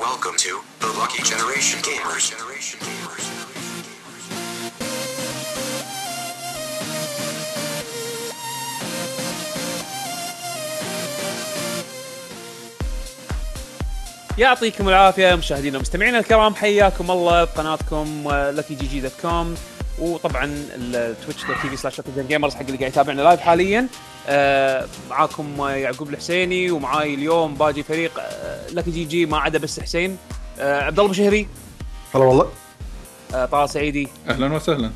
Welcome to the Lucky Generation Gamers. يعطيكم العافية مشاهدينا ومستمعينا الكرام، حياكم الله بقناتكم luckyGG.com وطبعا twitch.tv/luckygengamers حق اللي قاعد يتابعنا لايف حاليا. معاكم يعقوب الحسيني، ومعاي اليوم باجي فريق luckyGG ما عدا بس حسين. عبد الله بشهري، هلا والله. طه سعيدي، اهلا وسهلا.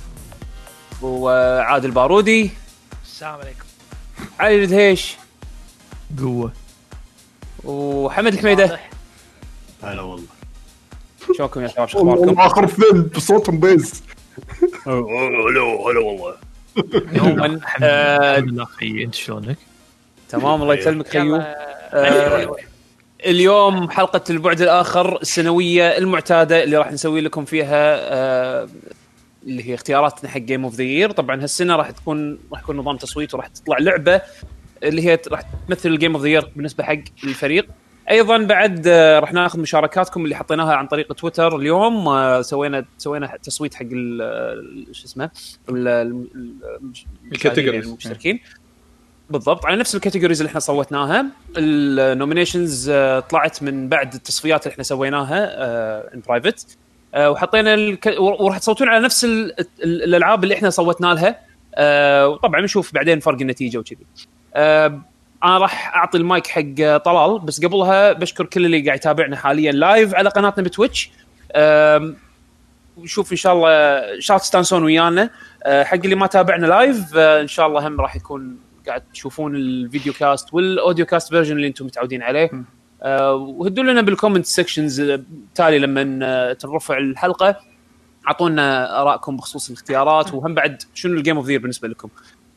وعادل بارودي، السلام عليكم. علي الدهيش، قوة، وحمد الحميدة. هلا والله. شلونكم يا شباب؟ شو اخباركم؟ اخر اثنين بصوتهم بيز. هلا والله. يوما الحمد لله خيي، انت شلونك؟ تمام الله يسلمك خيو. اليوم حلقة البعد الآخر السنوية المعتادة اللي راح نسوي لكم فيها اللي هي اختياراتنا حق جيم اوف ذا يير. طبعا هالسنة راح يكون نظام تصويت، وراح تطلع لعبة اللي هي راح تمثل الجيم اوف ذا يير بالنسبة حق الفريق. ايضا بعد راح ناخذ مشاركاتكم اللي حطيناها عن طريق تويتر. اليوم سوينا تصويت حق شو اسمه الكاتيجوريز المشتركين بالضبط على نفس الكاتيجوريز اللي احنا صوتناها. النومينيشنز طلعت من بعد التصفيات اللي احنا سويناها ان برايفت، وحطينا وراح تصوتون على نفس الالعاب اللي احنا صوتنا لها. وطبعا نشوف بعدين فرق النتيجه وكذي. انا راح اعطي المايك حق طلال، بس قبلها بشكر كل اللي قاعد يتابعنا حاليا لايف على قناتنا بتويتش. وشوف ان شاء الله تستانسون ويانا. حق اللي ما تابعنا لايف ان شاء الله هم راح يكون قاعد تشوفون الفيديو كاست والاوديو كاست فيرجن اللي انتم متعودين عليه. وهدوا لنا بالكومنت سيكشنز تالي لما ترفع الحلقه، اعطونا ارائكم بخصوص الاختيارات، وهم بعد شنو الجيم اوف ذا بالنسبه لكم.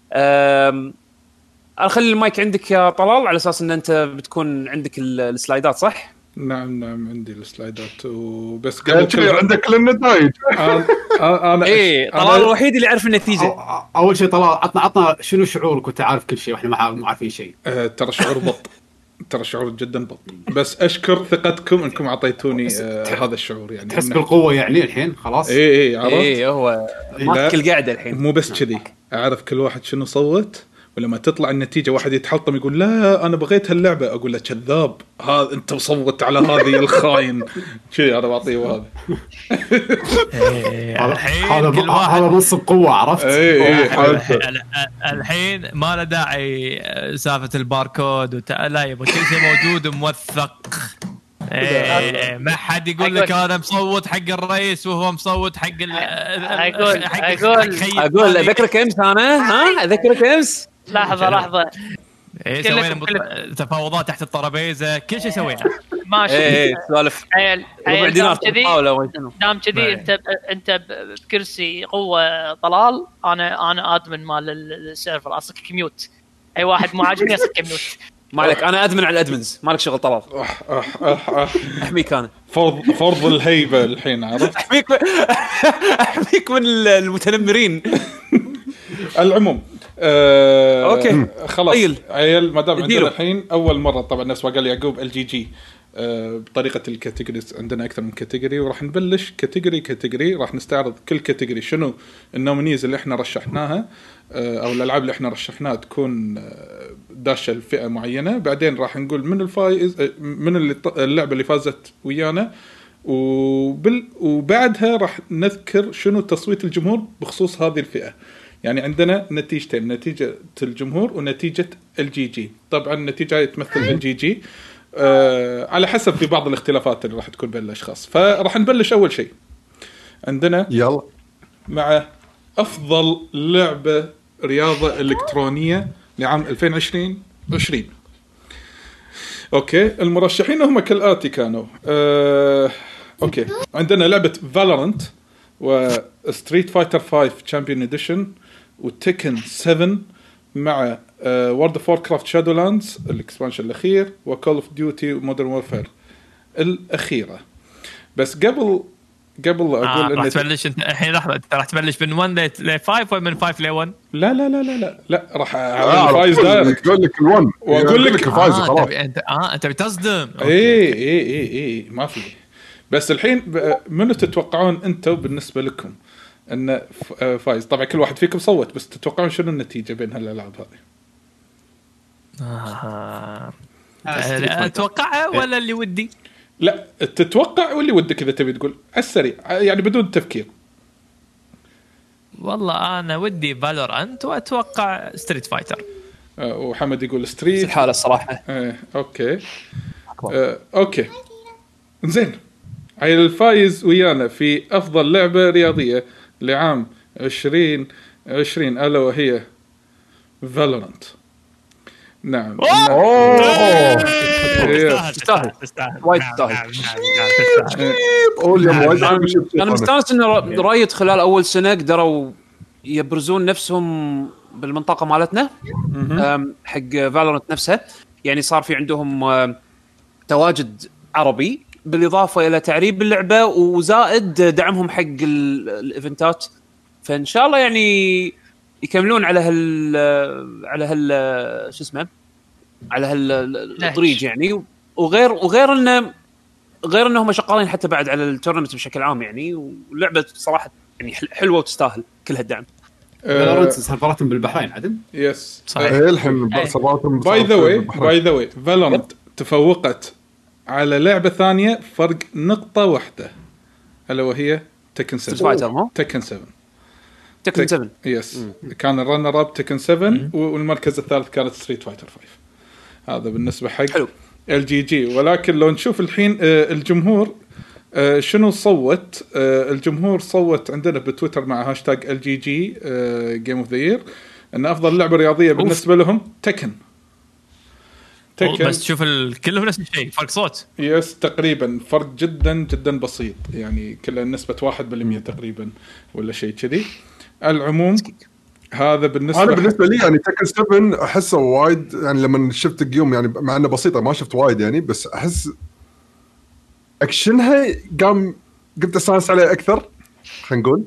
اخلي المايك عندك يا طلال على اساس ان انت بتكون عندك السلايدات، صح؟ نعم عندي السلايدات، وبس قبل كذا عندك النتائج. انا ايه طلال الوحيد اللي يعرف النتيجه. اول شيء طلال عطنا شنو شعورك وانت عارف كل شيء واحنا ما عارفين شيء. ترى شعور بط، ترى شعور جدا بط، بس اشكر ثقتكم انكم اعطيتوني هذا الشعور. يعني تحس بالقوه يعني الحين خلاص. اي عرفت. هو ماسك القاعده الحين. مو بس كذي، اعرف كل واحد شنو صوت، ولما تطلع النتيجة واحد يتحطم يقول لا أنا بغيت هاللعبة، أقول له كذاب، هذا أنت مصوت على هذه الخاين. شيء أنا بعطيه وهذا. هذا نص بقوة، عرفت؟ الحين ما له داعي سالفة الباركود لا يبغى كل شيء موجود وموثق. ما حد يقول لك انا مصوت حق الرئيس وهو مصوت حق اقول اذكرك امس انا اذكرك امس. لحظه سوينا تفاوضات تحت الترابيزه، كل شيء سوينا ماشي. سوالف عيل دام كذي انت بكرسي قوه طلال. انا ادمن مال السيرفر، اصك كميوت. اي واحد مو عاجبني اصك كميوت. ما عليك، انا ادمن على الادمنز، مالك شغل طلال. احميك انا فرض الهيبه الحين، عرفت؟ احميك من المتنمرين. العموم اوكي خلاص عيل ما دام عندنا الحين اول مره طبعا نفس ما قال يعقوب LGG بطريقه الكاتيجوريز. عندنا اكثر من كاتيجوري، وراح نبلش كاتيجوري راح نستعرض كل كاتيجوري شنو النومينيز اللي احنا رشحناها، او الالعاب اللي احنا رشحناها تكون داشه الفئه معينه. بعدين راح نقول من الفائز، من اللعبه اللي فازت ويانا، وبعدها راح نذكر شنو تصويت الجمهور بخصوص هذه الفئه. يعني عندنا نتيجتين، نتيجة الجمهور ونتيجة LGG. طبعا النتيجة هاي تمثل LGG على حسب في بعض الاختلافات اللي راح تكون بين الأشخاص. فراح نبلش أول شيء عندنا يلا مع أفضل لعبة رياضة إلكترونية لعام 2020. أوكي، المرشحين هم كالآتي كانوا أوكي، عندنا لعبة Valorant وستريت فايتر 5 تشامبيون اديشن وتيكن 7 مع وورد اوف واركرافت شادولاندز الاكسبانشن الاخير وكول اوف ديوتي مودرن وورفير الاخيره. بس قبل اقول راح تبلش انت الحين لحظه راح تبلش من 1 ل 5 ولا من 5 ل 1؟ لا راح الفايز دايركت يقول لك ال1 واقول لك الفايز خلاص. انت بتصدم. اي ما في. بس الحين منو تتوقعون انتم بالنسبه لكم ان فايز؟ طبعا كل واحد فيكم صوت، بس تتوقعون شنو النتيجه بين هالالعاب هذه؟ اتوقعها ولا اللي ودي؟ لا تتوقع واللي ودك اذا تبي تقول على السريع يعني بدون تفكير. والله انا ودي فالورانت واتوقع ستريت فايتر. وحمد يقول ستريت الحاله الصراحه. اوكي اوكي زين. هاي الفايز ويانا في افضل لعبه رياضيه لعام 2020 الا وهي فالورانت. نعم. تستاهل وايد تستاهل. انا مستانس ان رايد خلال اول سنه قدروا يبرزون نفسهم بالمنطقه مالتنا حق فالورانت نفسها. يعني صار في عندهم تواجد عربي بالاضافه الى تعريب اللعبه وزائد دعمهم حق الايفنتات. فان شاء الله يعني يكملون على هال شو اسمه على هالطريق يعني. وغير انهم شغالين حتى بعد على التورنمنت بشكل عام يعني. واللعبه صراحه يعني حلوه وتستاهل كل هالدعم. فالورانت سفراتهم بالبحرين عدل. يس صحيح. الحين سفراتهم باي ذا واي فالورانت تفوقت على لعبه ثانيه فرق نقطه واحده الا وهي تكن 7. تكن 7 يس. كان الرنر اب تكن 7 والمركز الثالث كانت ستريت فايتر 5. هذا بالنسبه حق LGG. ولكن لو نشوف الحين الجمهور شنو صوت. الجمهور صوت عندنا بتويتر مع هاشتاج LGG Game of the Year ان افضل لعبه رياضيه بالنسبه لهم تكن. بس تشوف كلهم نفس الشيء، فرق صوت يس تقريبا، فرق جدا جدا بسيط يعني، كلها نسبه 1% تقريبا ولا شيء كذي. العموم هذا بالنسبه لي يعني تكن 7 احسه وايد يعني لما شفت الجيم يعني مع انه بسيطه ما شفت وايد يعني، بس احس اكشنها قمت استانس عليه اكثر خلينا نقول.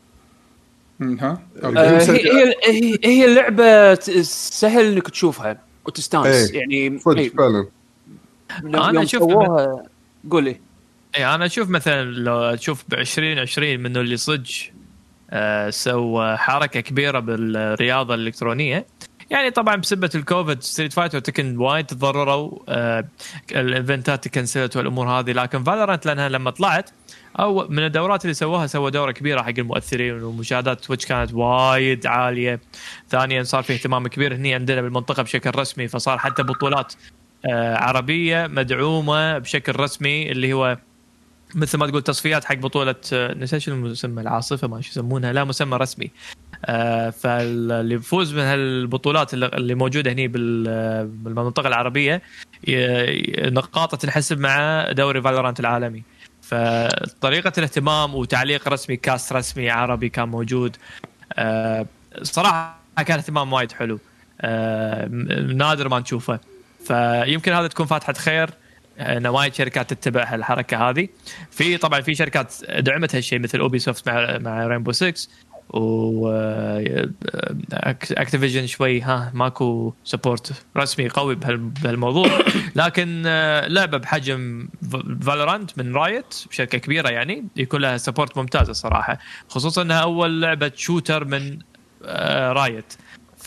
هي اللعبه سهل انك تشوفها وتستانس يعني فعلا. انا اشوف قولي انا اشوف مثلا لو تشوف ب2020 منه اللي صج سوى حركه كبيره بالرياضه الالكترونيه يعني. طبعا بسبه الكوفيد ستريت فايتر وتكن وايد تضرروا، الايفنتات تكنسلت والامور هذه. لكن فالورانت لانها لما طلعت او من الدورات اللي سووها سوى دوره كبيره حق المؤثرين، ومشاهدات تويتش كانت وايد عاليه. ثانيا صار في اهتمام كبير هني عندنا بالمنطقه بشكل رسمي، فصار حتى بطولات عربيه مدعومه بشكل رسمي اللي هو مثل ما تقول تصفيات حق بطولة نسيت شو المسمى، العاصفة ما شو يسمونها، لا مسمى رسمي. فاللي يفوز من هالبطولات اللي موجودة هني بالمنطقة العربية نقاطة تنحسب مع دوري فالورانت العالمي. فطريقة الاهتمام وتعليق رسمي كاست رسمي عربي كان موجود. صراحة كان اهتمام وايد حلو، نادر ما نشوفه. فيمكن هذا تكون فاتحة خير ان وايد شركات تتبع هالحركه هذه. في طبعا في شركات دعمت هالشيء مثل اوبي سوفت مع رينبو 6 و اكتيفيجن شوي ماكو سبورت رسمي قوي بهالموضوع. لكن لعبه بحجم فالورانت من رايت شركه كبيره يعني يكون لها سبورت ممتاز الصراحه، خصوصا انها اول لعبه شوتر من رايت.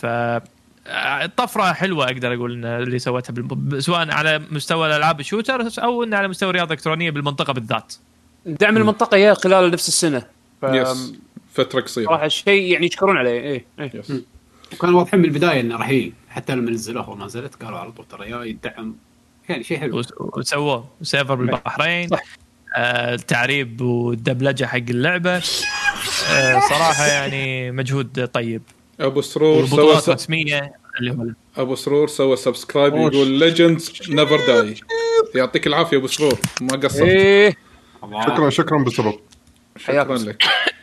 طفره حلوه اقدر اقول ان اللي سوتها سواء على مستوى الالعاب الشوتر او ان على مستوى الرياضه الالكترونيه بالمنطقه بالذات. دعم المنطقه يا خلال نفس السنه فتره قصيره صراحه شيء يعني يشكرون عليه. وكانوا واضحين من البدايه انه راح يجي، حتى لما نزلوه وما نزلت قالوا على طول ترى جاي الدعم يعني شيء حلو. وسووه سيرفر بالبحرين، التعريب والدبلجه حق اللعبه، صراحه يعني مجهود طيب. ابو سرور سوى رسميه اللي هو ابو سرور سوى سبسكرايب يقول ليجندز نيفر داي. يعطيك العافيه ابو سرور ما قصرت. شكرا بسرور، شكرا لك.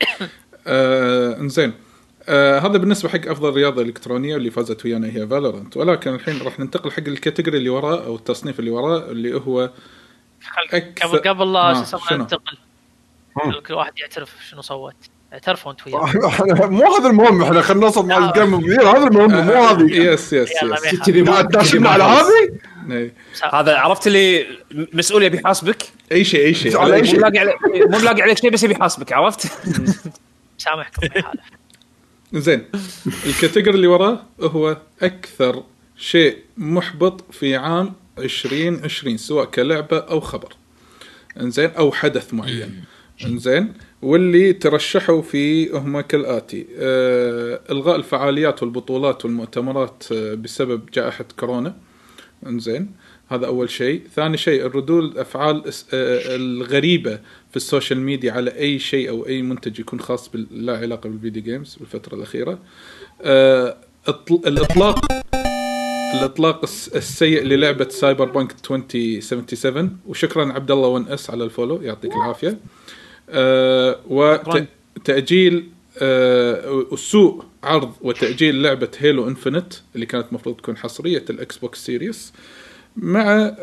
انزين هذا بالنسبه حق افضل رياضه الكترونيه اللي فازت ويانا هي فالورانت. ولكن الحين راح ننتقل حق الكاتيجوري اللي وراه او التصنيف اللي وراه اللي هو قبل لا ننتقل كل واحد يعترف شنو صوت. اعترفوا انت وياه. مو هذا المهم، احنا خلينا نوصل مع الجيم اوف هذا المهم، مو هذه. يس كذي ما تداشنا على هذه. هذا عرفت اللي مسؤول يبي يحاسبك اي شيء مو ملاقي عليك شيء بس يبي يحاسبك، عرفت؟ سامحكم بحاله. زين الكاتيجوري اللي وراه هو اكثر شيء محبط في عام 2020 سواء كلعبه او خبر، انزين، او حدث معين، انزين. واللي ترشحوا فيه هم كالآتي: إلغاء الفعاليات والبطولات والمؤتمرات بسبب جائحة كورونا، انزين، هذا أول شيء. ثاني شيء الردود الأفعال الغريبة في السوشيال ميديا على أي شيء أو أي منتج يكون خاص لا علاقة بالفيديو جيمز بالفترة الأخيرة. الإطلاق السيء للعبة سايبر بانك 2077، وشكرا عبد الله 1S على الفولو، يعطيك العافية. وتأجيل السوء عرض وتأجيل لعبة هيلو انفينيت اللي كانت مفروض تكون حصرية الإكس بوكس سيريس، مع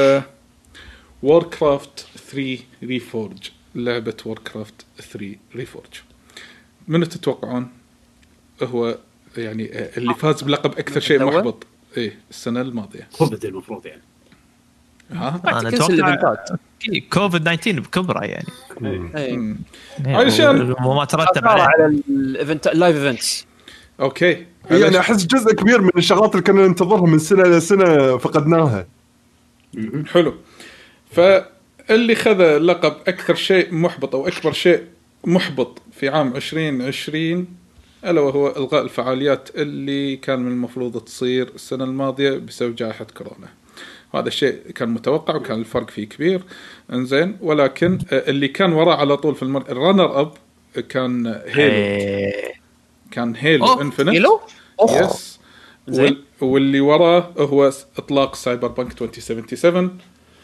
ووركرافت 3 ريفورج، لعبة ووركرافت 3 ريفورج. من تتوقعون هو يعني اللي فاز بلقب أكثر شيء محبط السنة الماضية؟ كوفيد المفروض يعني. أنا أتوقع كوفيد 19 بكبره يعني. عشان وما ترتب على الايفنت اللايف ايفنتس. اوكي يعني احس جزء كبير من الشغلات اللي كنا ننتظرها من سنه لسنه فقدناها. حلو. فاللي خذ لقب اكثر شيء محبط او اكبر شيء محبط في عام 2020 الا وهو الغاء الفعاليات اللي كان من المفروض تصير السنه الماضيه بسبب جائحه كورونا. هذا الشيء كان متوقع وكان الفرق فيه كبير، انزين. ولكن اللي كان وراه على طول في الرنر اب كان هيلو انفينيت. يس. واللي وراه هو اطلاق سايبر بانك 2077.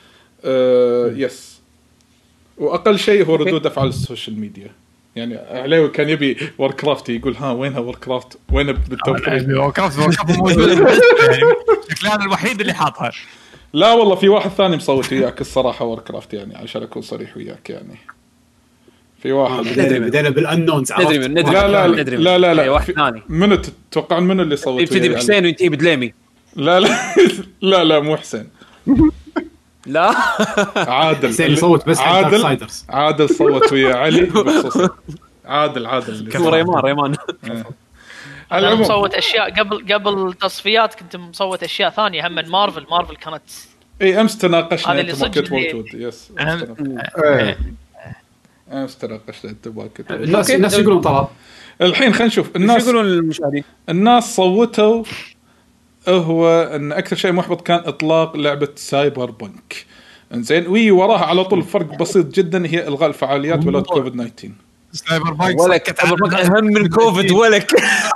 يس. واقل شيء هو ردود افعال السوشيال ميديا. يعني عليه كان يبي ووركرافت، يقول ها وينها ووركرافت، وين بالتوفيق ووركرافت موجود يعني شكله انا الوحيد اللي حاطها. لا والله في واحد ثاني مصوت وياك الصراحه ووركرافت، يعني عشان اكون صريح وياك، يعني في واحد بدينا بالانونز. لا واحد ثاني. من تتوقعون من اللي صوت؟ يبتدي بحسين وينتهي بدليمي. لا مو حسين. لا عادل حسين يصوت بس عادل صوت ويا علي بخصوص عادل ريمان. انا مصوت اشياء قبل تصفيات، كنت مصوت اشياء ثانيه هم من مارفل كانت امس تناقشنا انت باكت موجود. يس امس تناقشنا انت باكت. الناس يقولون طلب. الحين خلينا نشوف الناس يقولون المشاهدين. الناس صوتوا هو ان اكثر شيء محبط كان اطلاق لعبه سايبر بانك، انزين. وراها على طول فرق بسيط جدا، هي الغاء الفعاليات ولا كوفيد 19. سايبر بانك ولك اهم من كوفيد ولك.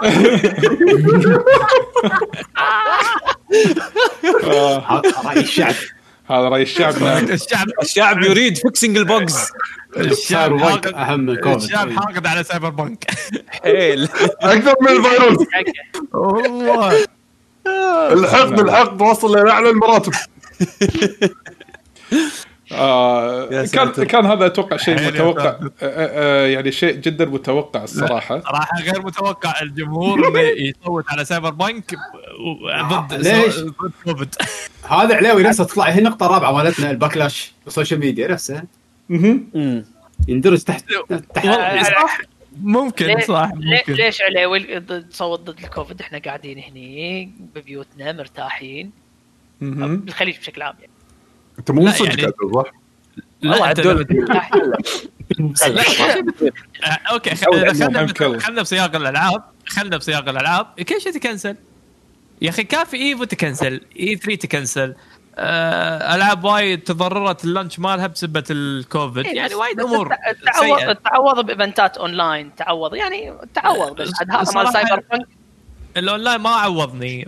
رأي الشعب. هذا رأي الشعب. الشعب يريد فيكسينج البوكس. الشعب اهم من كوفيد. الشعب حاقد على سايبر بانك حيل اكثر من الفيروس والله. الحقد وصل لأعلى المراتب. كان هذا اتوقع شيء متوقع، يعني شيء جدا متوقع الصراحه. صراحه غير متوقع الجمهور انه يصوت على سايبر بانك ضد كوفيد. هذا علاوي نفسه تطلع هي النقطه الرابعه مالتنا، الباكلاش بالسوشيال ميديا نفسه يندرج تحت ممكن صح. ممكن. ليش علاوي تصوت ضد الكوفيد؟ احنا قاعدين هنا ببيوتنا مرتاحين بالخليج بشكل عام. يعني انت مو صدق يعني صح؟ لا الدول اوكي خلنا بسياق الالعاب. كل شيء تكنسل يا اخي. كافي ايفو تكنسل، اي 3 تكنسل، العاب وايد تضررت اللانش مالها بسبه الكوفيد. يعني وايد امور تعوض بايفنتات اونلاين، تعوض بس هذا مال سايبر بانك الاونلاين ما عوضني.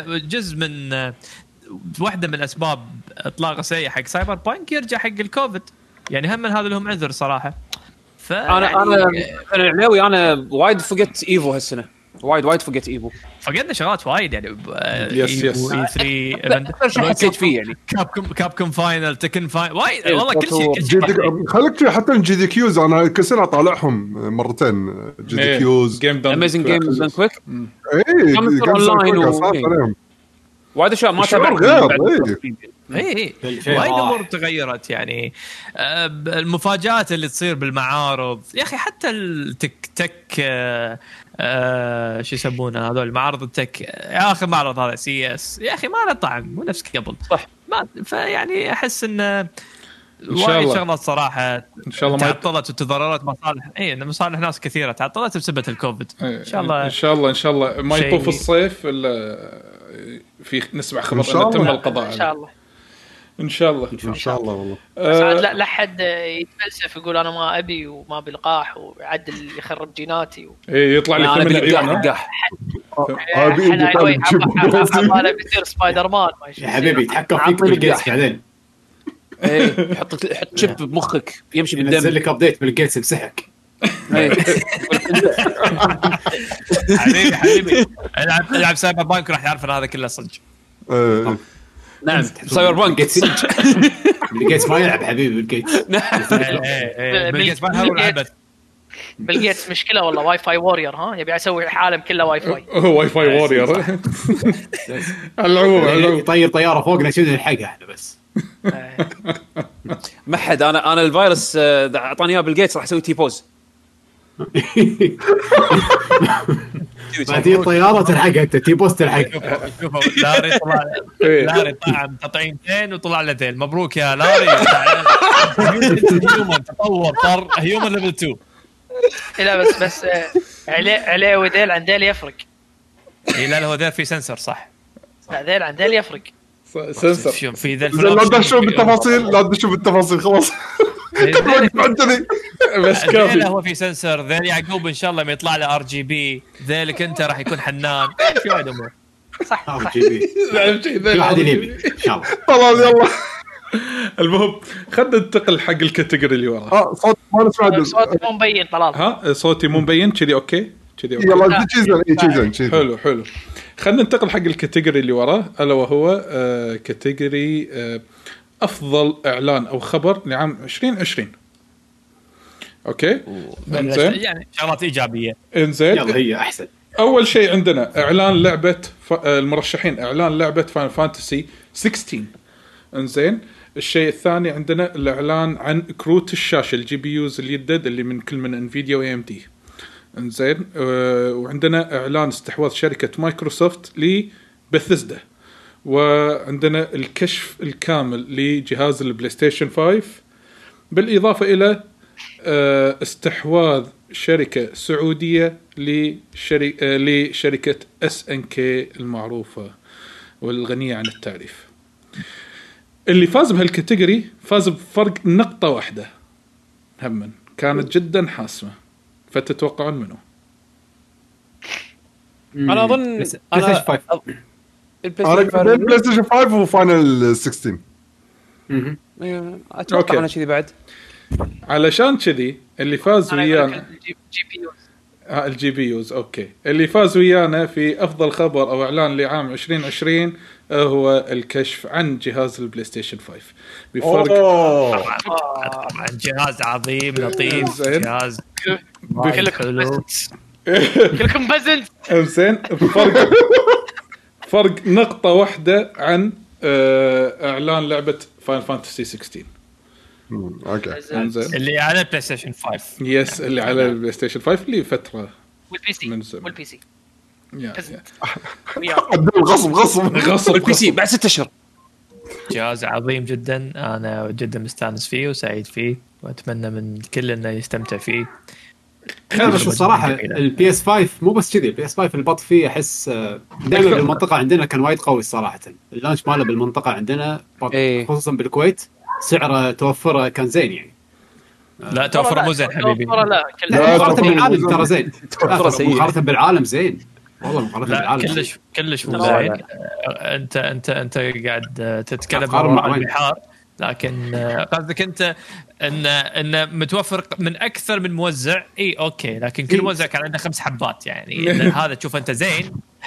واحده من اسباب اطلاق سيء حق سايبر بانك يرجع حق الكوفيد. يعني هم من هذا لهم عذر صراحه. انا علاوي انا وايد فقدت ايفو هالسنه. وايد فقت ايفو. فقدنا شغلات وايد يعني يس. اي 3 اكثر شيء حسيت فيه يعني كابكوم فاينل تكن وايد والله كل شيء خليك حتى الجي دي كيوز انا كل سنه اطالعهم مرتين جي دي كيوز اميزنج جيم دان كويك اي اونلاين وايد اشياء ما تابعت اي وايد امور تغيرت يعني. المفاجآت اللي تصير بالمعارض يا اخي حتى التك شو يسمونه هذول معارض التك اخر معرض هذا سي اس يا اخي ما له طعم مو نفس قبل صح. ما فيعني احس ان وايد شغلات صراحه ان شاء الله تعطلت وتضررت مصالح ان مصالح ناس كثيره تعطلت بسبب الكوفيد. ان شاء الله ما يطوف الصيف الا في نسمع خبر انه تم القضاء ان شاء الله ان شاء الله والله. لا حد يتفلسف يقول انا ما ابي وما بلقاح ويعدل يخرب جيناتي يطلع لي ثمن لقاح انا بيصير سبايدر مان يا حبيبي يتحكم فيك بالجيتس بعدين حط شيب بمخك يمشي بالدم ينزل لك ابديت بالجيتس بسحك حبيبي العب سايبر بانك راح يعرف ان هذا كله صدق. نعم سايبر بانك بالجيتس ما يلعب حبيبي بالجيتس بالجيتس ما هو لعبه بالجيتس مشكله والله واي فاي وورير ها يبي اسوي العالم كله واي فاي واي فاي وورير العموم يطير طياره فوقنا شنو نلحقها احنا بس ما حد انا الفيروس اعطاني اياه بالجيتس راح اسوي تي بوز بعدين طياره تلحقها انت تي بوست تلحقها. لاري طعم تطعيمتين وطلع له ذيل مبروك يا لاري هيومن تطور صار هيومن ليفل 2. لا بس عليه وذيل عن ذيل يفرق. لا هو ذيل في سنسر صح لا ذيل عن ذيل يفرق سنسر في ذيل لا تدشوا بالتفاصيل خلاص بس كافي. هو في سنسر ذيل يعقوب ان شاء الله ما يطلع له ار جي بي ذلك انت راح يكون حنان في وايد امور صح ار جي بي واحد يبي ان شاء الله خلاص يلا. المهم خلينا ننتقل حق الكاتيجوري اللي ورا. صوت ما نسمع صوت مو مبين طلال صوتي مو مبين كذي اوكي يلا تشيزن حلو خلينا ننتقل حق الكاتيجوري اللي وراه الا وهو كاتيجوري افضل اعلان او خبر لعام 2020. اوكي انزين يعني شغلات ايجابيه انزين يلا هي احسن. اول شيء عندنا اعلان لعبه المرشحين اعلان لعبه فاينل فانتسي 16. انزين الشيء الثاني عندنا الاعلان عن كروت الشاشه الجي بي يوز الجدد اللي من كل من انفيديا واي ام دي. انزين وعندنا اعلان استحواذ شركه مايكروسوفت لبثزدا. وعندنا الكشف الكامل لجهاز البلاي ستيشن 5 بالاضافه الى استحواذ شركه سعوديه لشركه SNK المعروفه والغنيه عن التعريف. اللي فاز بهالكاتيجوري فاز بفرق نقطه واحده همًا كانت جدا حاسمه. فتتوقعون منه؟ انا اظن بلاي ستيشن 5 وفاينل 16. اتوقع انا كذي بعد علشان كذي اللي فاز ويانا الجي بي يوز. اوكي اللي فاز ويانا في افضل خبر او اعلان لعام 2020 هو الكشف عن جهاز البلاي ستيشن 5 بفرق طبعا جهاز عظيم لطيف جهاز كلكم بزنت زين فرق نقطة واحدة عن اعلان لعبة فاينل فانتسي 16. اوكي اللي على البلاي ستيشن 5 يس اللي على البلاي ستيشن 5 لي فترة والبي سي غصب البي سي بعد 6 أشهر. جهاز عظيم جدا انا جدا مستانس فيه وسعيد فيه واتمنى من الكل انه يستمتع فيه. بس الصراحه البي اس 5 مو بس كذي البي اس 5 البط فيه احس دائما بالمنطقه عندنا كان وايد قوي الصراحه. اللانش ماله بالمنطقه عندنا خصوصا بالكويت سعره توفره كان زين يعني. لا توفره مو زين حبيبي. لا مقارنه بالعالم ترى زين. مقارنه بالعالم زين والله مقارنه بالعالم كلش مو زين. انت قاعد تتكلم عن البحار لكن قصدك انت انه متوفر من اكثر من موزع اي اوكي، لكن كل موزع كان عنده 5 حبات يعني هذا تشوف انت زين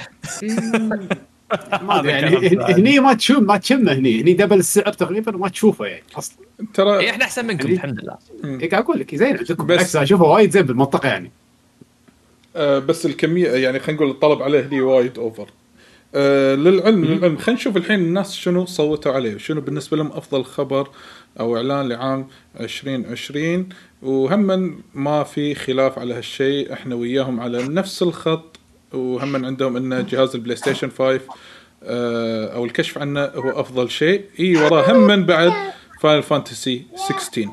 يعني هني ما تشمه هني دبل السعر تقريبا وما تشوفه يعني اصلا. ترى احنا احسن منكم الحمد لله. قاعد اقول لك زين عندكم، بس اشوفه وايد زين بالمنطقه يعني. بس الكميه يعني خلينا نقول الطلب عليه لي وايد اوفر. للعلم خلينا نشوف الحين الناس شنو صوتوا عليه وشنو بالنسبه لهم افضل خبر او اعلان لعام 2020، وهم ما في خلاف على هالشيء، احنا وياهم على نفس الخط. وهم عندهم ان جهاز البلاي ستيشن 5 او الكشف عنه هو افضل شيء. وراه هم بعد فاينل فانتسي 16.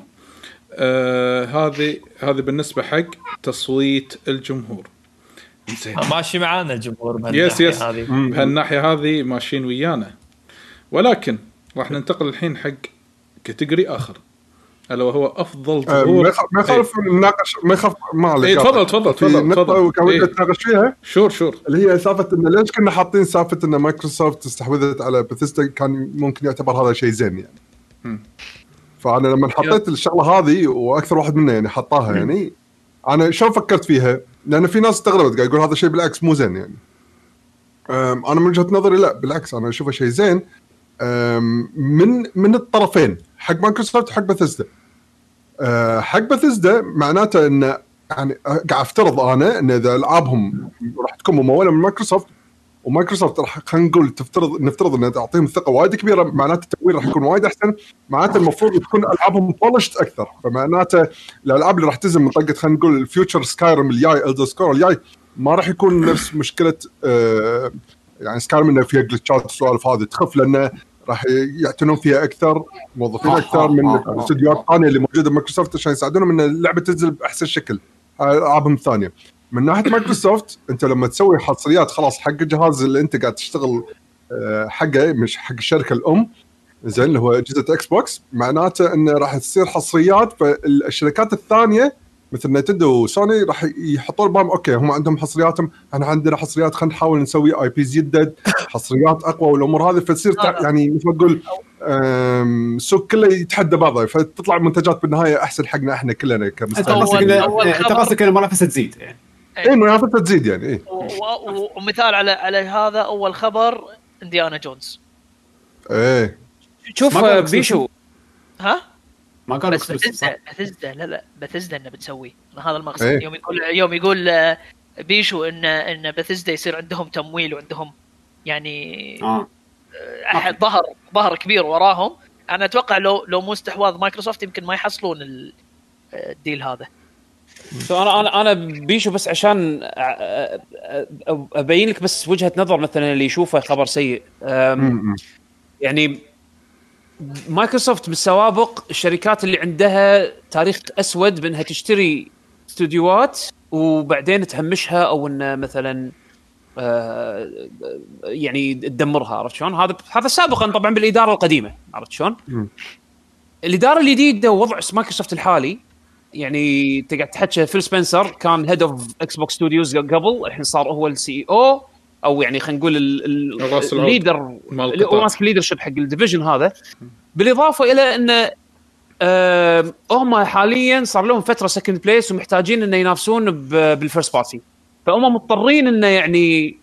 هذه بالنسبه حق تصويت الجمهور. ماشي معانا الجمهور يس بهالناحيه هذه ماشيين ويانا. ولكن راح ننتقل الحين حق كاتيجوري اخر الا وهو افضل ظهور. ما يخالف نناقش، ما يخاف ما عليك. تفضل كان نتناقش فيها شور اللي هي سالفه ان ليش كنا حاطين سالفه ان مايكروسوفت استحوذت على بثيستا، كان ممكن يعتبر هذا شيء زين يعني. فانا لما حطيت الشغله هذه واكثر واحد منا يعني حطاها يعني انا شو فكرت فيها، لان في ناس استغربت قاعد يقول هذا الشيء بالعكس مو زين يعني. انا من وجهه نظري لا بالعكس، انا اشوفه شيء زين من الطرفين، حق مايكروسوفت وحق بثيستا. حق بثيستا معناته ان يعني قاعد افترض انا ان اذا العابهم راح تكون مموله من مايكروسوفت، ومايكروسوفت راح خلينا نقول نفترض ان تعطيهم ثقه وايد كبيره، معناته التمويل راح يكون وايد احسن، معناته المفروض تكون العابهم بولشت اكثر. فمعناته الالعاب اللي راح تنزل من طقه خلينا نقول الفيوتشر سكايرم الجاي، الدر سكور الجاي، ما راح يكون نفس مشكله يعني سكايرم انه فيها جلتشات والسوالف هذه تخف، لانه راح يعتنون فيها اكثر، موظفين اكثر من الاستديوهات الثانيه اللي موجوده بمايكروسوفت عشان يساعدونهم ان اللعبه تنزل باحسن شكل. العابهم الثانيه من ناحيه مايكروسوفت، انت لما تسوي حصريات خلاص حق الجهاز اللي انت قاعد تشتغل حقه، مش حق الشركه الام زين اللي هو اجهزه اكس بوكس، معناته انه راح تصير حصريات. فالشركات الثانيه مثل نينتندو وسوني راح يحطون بالهم اوكي هم عندهم حصرياتهم، احنا عندنا حصريات، خلينا نحاول نسوي اي بي جدد، حصريات اقوى والامور هذه، فتصير يعني مثل ما تقول السوق كله يتحدى بعضه، فتطلع منتجات بالنهايه احسن حقنا احنا كلنا كمستهلكين. انت قصدك ان المنافسه تزيد يعني؟ اي المنافسه تزيد يعني. اي ومثال على هذا اول خبر انديانا جونز. ايه شوف بيشو ما قالوا بثزدا لا بثزدا انه بتسوي هذا المقصد. يوم يقول بيشو ان بثزدا يصير عندهم تمويل وعندهم يعني احد ظهر كبير وراهم. انا اتوقع لو مو استحواذ مايكروسوفت يمكن ما يحصلون الديل هذا. انا بيشو بس عشان ابين لك بس وجهة نظر مثلا اللي يشوفه خبر سيء. يعني مايكروسوفت بالسوابق الشركات اللي عندها تاريخ اسود بانها تشتري استوديوهات وبعدين تهمشها او ان مثلا يعني تدمرها، عرفت شلون؟ هذا سابقا طبعا بالاداره القديمه، عرفت شلون؟ الاداره الجديده ووضع مايكروسوفت الحالي يعني تقعد تحكي فيل سبنسر كان هيد اوف اكس بوكس ستوديوز قبل، الحين صار هو السي او يعني خلينا نقول الليدر اللي هو ماسك ليدرشيب حق الديفيجن هذا. بالاضافه الى ان هم حاليا صار لهم فتره سكند بليس ومحتاجين انه ينافسون بالفيرست بارتي، فهم مضطرين انه يعني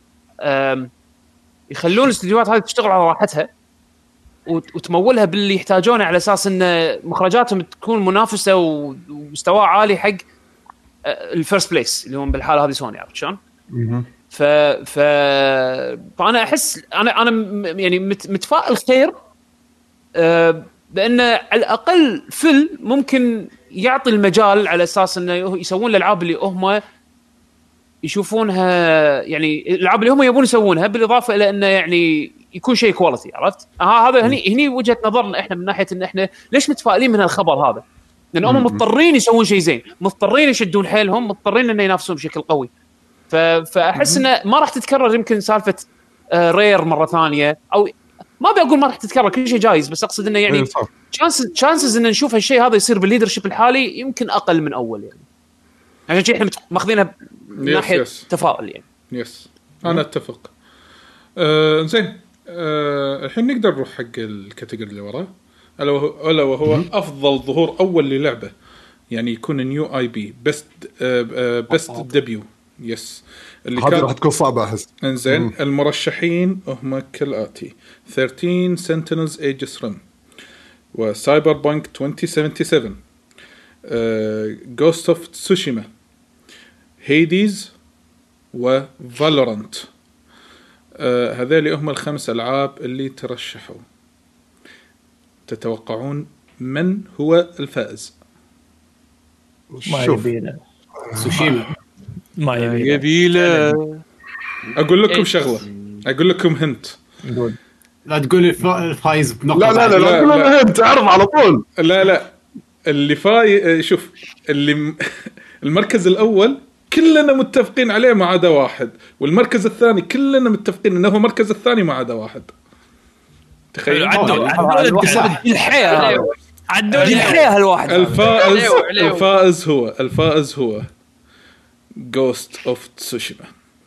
يخلون الاستديوهات هذه تشتغل على راحتها وتمولها باللي يحتاجونه على اساس ان مخرجاتهم تكون منافسه ومستوى عالي حق الفيرست بليس اللي هم بالحاله هذه سوني، عرفت شلون؟ فانا احس انا يعني متفائل خير بان على الاقل فيل ممكن يعطي المجال على اساس انه يسوون الالعاب اللي هم يشوفونها، يعني الالعاب اللي هم يبون يسوونها، بالاضافه الى انه يعني يكون شيء كواليتي، عرفت؟ هذا هني وجهه نظرنا احنا من ناحيه ان احنا ليش متفائلين من الخبر هذا، لان هم مضطرين يسوون شيء زين، مضطرين يشدون حيلهم، مضطرين انه ينافسون بشكل قوي. فاحس انه ما راح تتكرر يمكن سالفه رير مره ثانيه، او ما بقول ما راح تتكرر، كل شيء جايز، بس اقصد انه يعني chances ان نشوف هالشيء هذا يصير بالليدرشيب الحالي يمكن اقل من اول يعني. عشان شيء احنا ماخذينها من ناحيه تفاؤل يعني. يس انا اتفق. زين الحين نقدر نروح حق الكاتيجوري اللي وراه الا وهو افضل ظهور اول للعبه، يعني يكون نيو اي بي بيست ديبيو. يس اللي هذه راح تكون صعبه احس. انزين المرشحين هم كالاتي: 13 Sentinels Aegis Rim، وسايبر بانك 2077، Ghost of Tsushima، هيديز، وفالورانت. هذول هم الخمس ألعاب اللي ترشحوا. تتوقعون من هو الفائز؟ ما يبيله سوشيما. ما يبيله. أقول لكم شغلة، أقول لكم هنت. لا تقول الفايز بنقطة. لا انت تعرف على طول. لا اللي شوف اللي المركز الأول كلنا متفقين عليه ما عدا واحد، والمركز الثاني كلنا متفقين انه هو المركز الثاني ما عدا واحد. تخيل الحياة هالواحد. الفائز هو Ghost of Tsushima.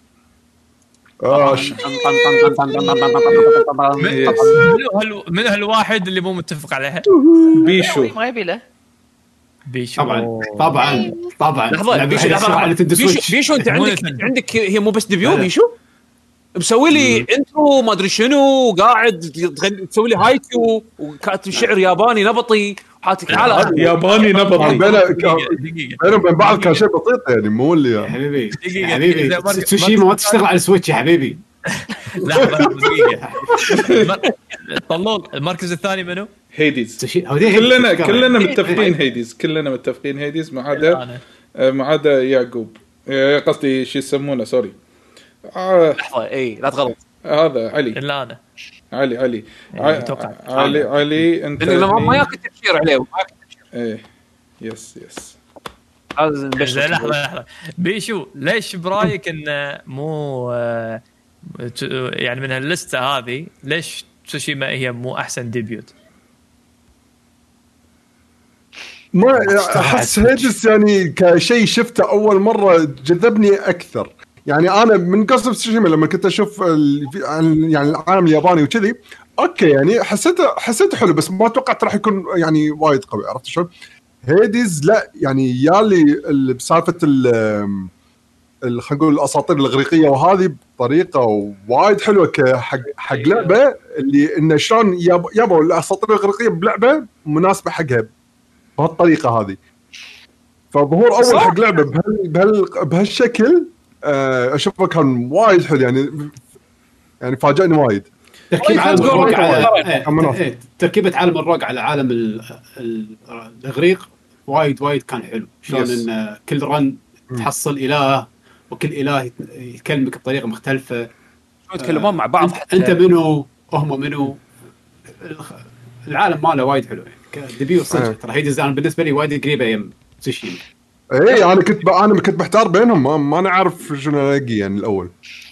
من هالواحد اللي مو متفق عليها؟ بيشو. ما يبي له بيشو. طبعا لحظة بيشو انت عندك هي مو بس ديبيو. بيشو مسوي لي انترو ما ادري شنو، قاعد تسوي لي هايكيو وكاتب شعر ياباني نبطي وحاتك حاله ياباني نبطي بينهم بين بعض كان شيء بسيط يعني مو اللي يا حبيبي تسوشيما ما تشتغل على السويتش يا حبيبي. لحظة دقيقة. طلول المركز الثاني منو؟ هيديز. كلنا متفقين هيديز، كلنا متفقين هيديز ما عدا يعقوب، قصدي شو يسمونه سوري. لحظة لا تغلط. هذا علي. إلا أنا. علي أنت ما ياكل تفسير عليه. إيه يس لحظة بيشو ليش برايك إنه مو يعني من هاللستة هذه ليش تسوشيما هي مو أحسن ديبيوت؟ ما أحس هيدس يعني كشيء شفته أول مرة جذبني أكثر. يعني أنا من قصة تسوشيما لما كنت أشوف يعني العالم الياباني وكذي أوكي يعني حسيته حلو، بس ما توقعت راح يكون يعني وايد قوي. عرفت شو؟ هيديز لا يعني يالي بسالفة خلينا نقول الأساطير الإغريقية وهذه بطريقة وايد حلوة حق لعبة اللي إنه شلون يابوا الأساطير الإغريقية بلعبة مناسبة حقها بهالطريقة هذه. فظهور أول حق لعبة بهالشكل أشوفه كان وايد حلو يعني فاجأني وايد. تركيب عالم الروك على تركيبة عالم الروك على عالم الإغريق وايد كان حلو. شلون إن كل رن تحصل إله وكل إله يكلمك بطريقة مختلفة، يتكلمون مع بعض. أنت منو هم منو. العالم ماله وايد حلو يعني ديبيو صدق. ترى هيدز أنا بالنسبة لي وايد قريبة يم تسوشيما. ايه انا كنت محتار بينهم ما نعرف شنو الاقي يعني الاول.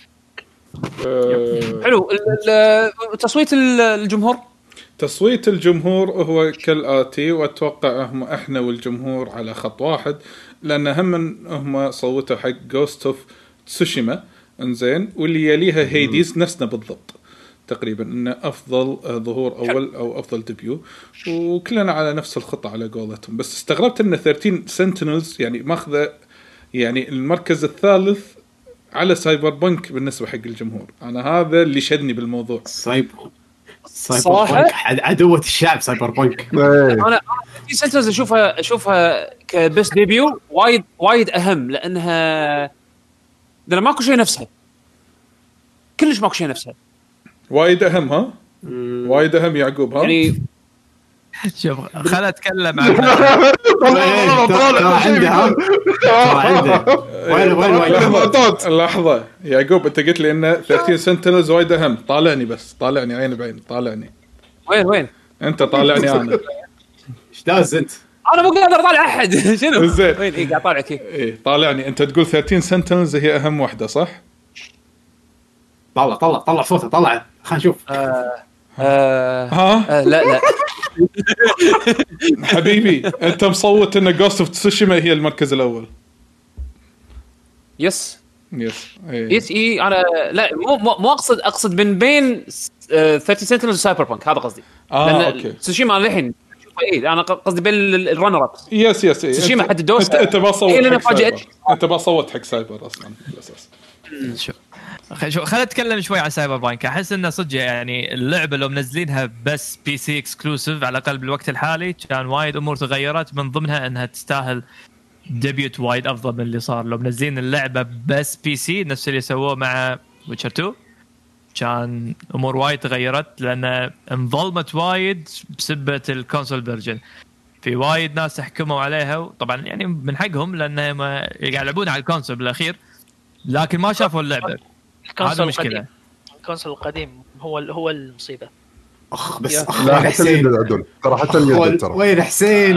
حلو. تصويت الجمهور. تصويت الجمهور هو كالآتي، واتوقع احنا والجمهور على خط واحد، لان هم صوتوا حق Ghost of Tsushima انزين، واللي يليها هيديز نفسنا بالضبط تقريبا، انه افضل ظهور اول او افضل ديبيو، وكلنا على نفس الخطة على قولتهم. بس استغربت ان 13 Sentinels يعني ماخذه يعني المركز الثالث على سايبر بانك بالنسبة حق الجمهور. انا هذا اللي شدني بالموضوع. سايبر بانك عدوة الشعب. سايبر بانك انا في سنترز اشوفها كبس ديبيو وايد اهم، لانها ماكو شيء نفسها، كلش ماكو شيء نفسها. وايد اهم وايد اهم يعقوب يعني شوف خلنا اتكلم عن لحظة يعقوب، انت قلت لي ان 13 سنتينلز وايد اهم. طالعني عين بعين. طالعني وين انت طالعني انا. ايش داز انت؟ انا مو قادر اطالع احد. شنو وين قاعد طالعك؟ طالعني. انت تقول 13 سنتينلز هي اهم واحدة صح؟ طلع صوته. طلع خلينا نشوف. لا حبيبي انت مصوت ان Ghost of Tsushima هي المركز الاول. يس انا لا مو اقصد من بين 30 سنتينلز وسايبر بانك هذا قصدي. لان اوكي تسوشيما للحين انا قصدي بين الرنر اب. يس تسوشيما حد الدوس انت ما صوت حق سايبر. انت ما صوت حق سايبر اصلا بالاساس. خلينا نتكلم شوي عن سايبر بانك. احس انه صدق يعني اللعبه لو منزلينها بس بي سي اكسكلوسيف على الاقل بالوقت الحالي كان وايد امور تغيرت، من ضمنها انها تستاهل ديبيوت وايد افضل من اللي صار. لو منزلين اللعبه بس بي سي نفس اللي سووه مع ويتشر 2 كان امور وايد تغيرت، لان انظلمت وايد بسبه الكونسول فيرجن. في وايد ناس حكموا عليها، وطبعا يعني من حقهم لانهم قاعد يلعبون على الكونسول بالاخير لكن ما شافوا اللعبه. هذا مشكله. الكونسول القديم هو المصيبه. بس لا حتى يدل ترى حتى يدل ترى وين حسين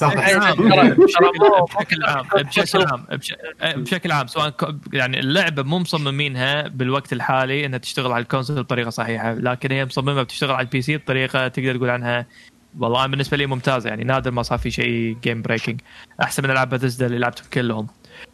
بشكل عام سواء يعني اللعبه مو مصممينها بالوقت الحالي انها تشتغل على الكونسول بطريقه صحيحه، لكن هي مصممه بتشتغل على البي سي بطريقه تقدر تقول عنها والله بالنسبه لي ممتازه. يعني نادر ما صار في شيء جيم بريكنج، احسن من العاب بثزدا اللي لعبتهم كلهم.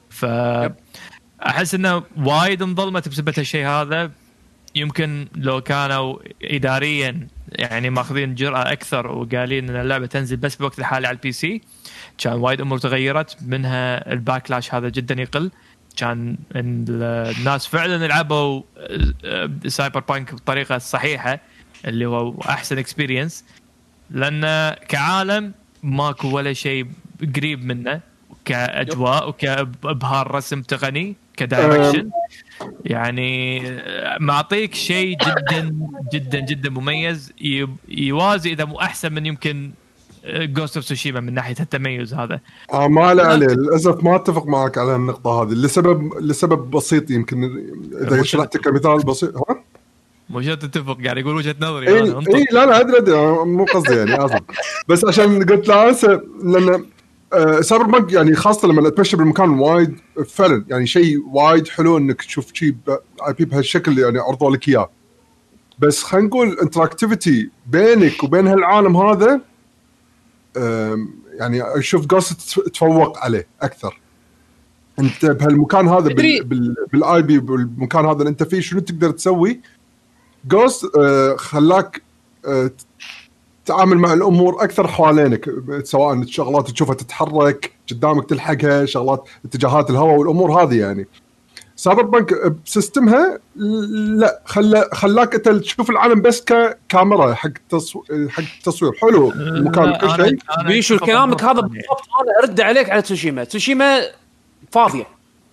احس انه وايد انظلمت بسبب هالشيء هذا. يمكن لو كانوا اداريا يعني ماخذين جرأة اكثر وقالين ان اللعبه تنزل بس بالوقت الحالي على البي سي كان وايد امور تغيرت، منها الباكلاش هذا جدا يقل. كان الناس فعلا يلعبوا سايبر بانك بالطريقه الصحيحه اللي هو احسن اكسبيرينس، لان كعالم ماكو ولا شيء قريب منه كاجواء وكابهار رسم تقني كدايركشن. يعني معطيك شيء جدا جدا جدا مميز يوازي اذا مو احسن من يمكن جوست اوف سوشيما من ناحيه التميز هذا. ما عليه للاسف ما اتفق معك على النقطه هذه لسبب بسيط. يمكن اذا شرحت كمثال بسيط مو شرط تتفق، يعني يقول وجهه نظري اي لا ادري مو قصدي يعني اسف بس عشان قلت لا انسى لان سايبر بانك يعني خاصه لما تمشي بالمكان وايد فعلا يعني شيء وايد حلو انك تشوف شيء اي بي بهالشكل يعني عرضوا لك اياه. بس خلينا نقول انتراكتيفيتي بينك وبين هالعالم هذا يعني اشوف قاصد تفوق عليه اكثر. انت بهالمكان هذا بالاي بي بالمكان هذا اللي انت فيه شنو تقدر تسوي؟ جوست خلاك تعامل مع الامور اكثر حوالينك، سواء الشغلات تشوفها تتحرك قدامك تلحقها، شغلات اتجاهات الهواء والامور هذه. يعني سايبر بانك بسيستمها لا خلاك انت تشوف العالم بس ككاميرا حق التصوير حلو المكان كل شيء. بيشو كلامك هذا بالضبط انا ارد عليك على تسوشيما فاضيه،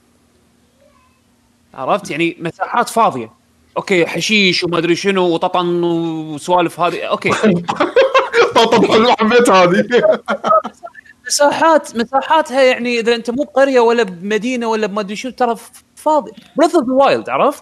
عرفت؟ يعني مساحات فاضيه اوكي، حشيش وما ادري شنو وططن وسوالف هذه اوكي ططن حلو حبيت هذه مساحاتها يعني اذا انت مو بقريه ولا بمدينه ولا بما ادري شو ترى فاضي. بريث اوف ذا وايلد عرفت؟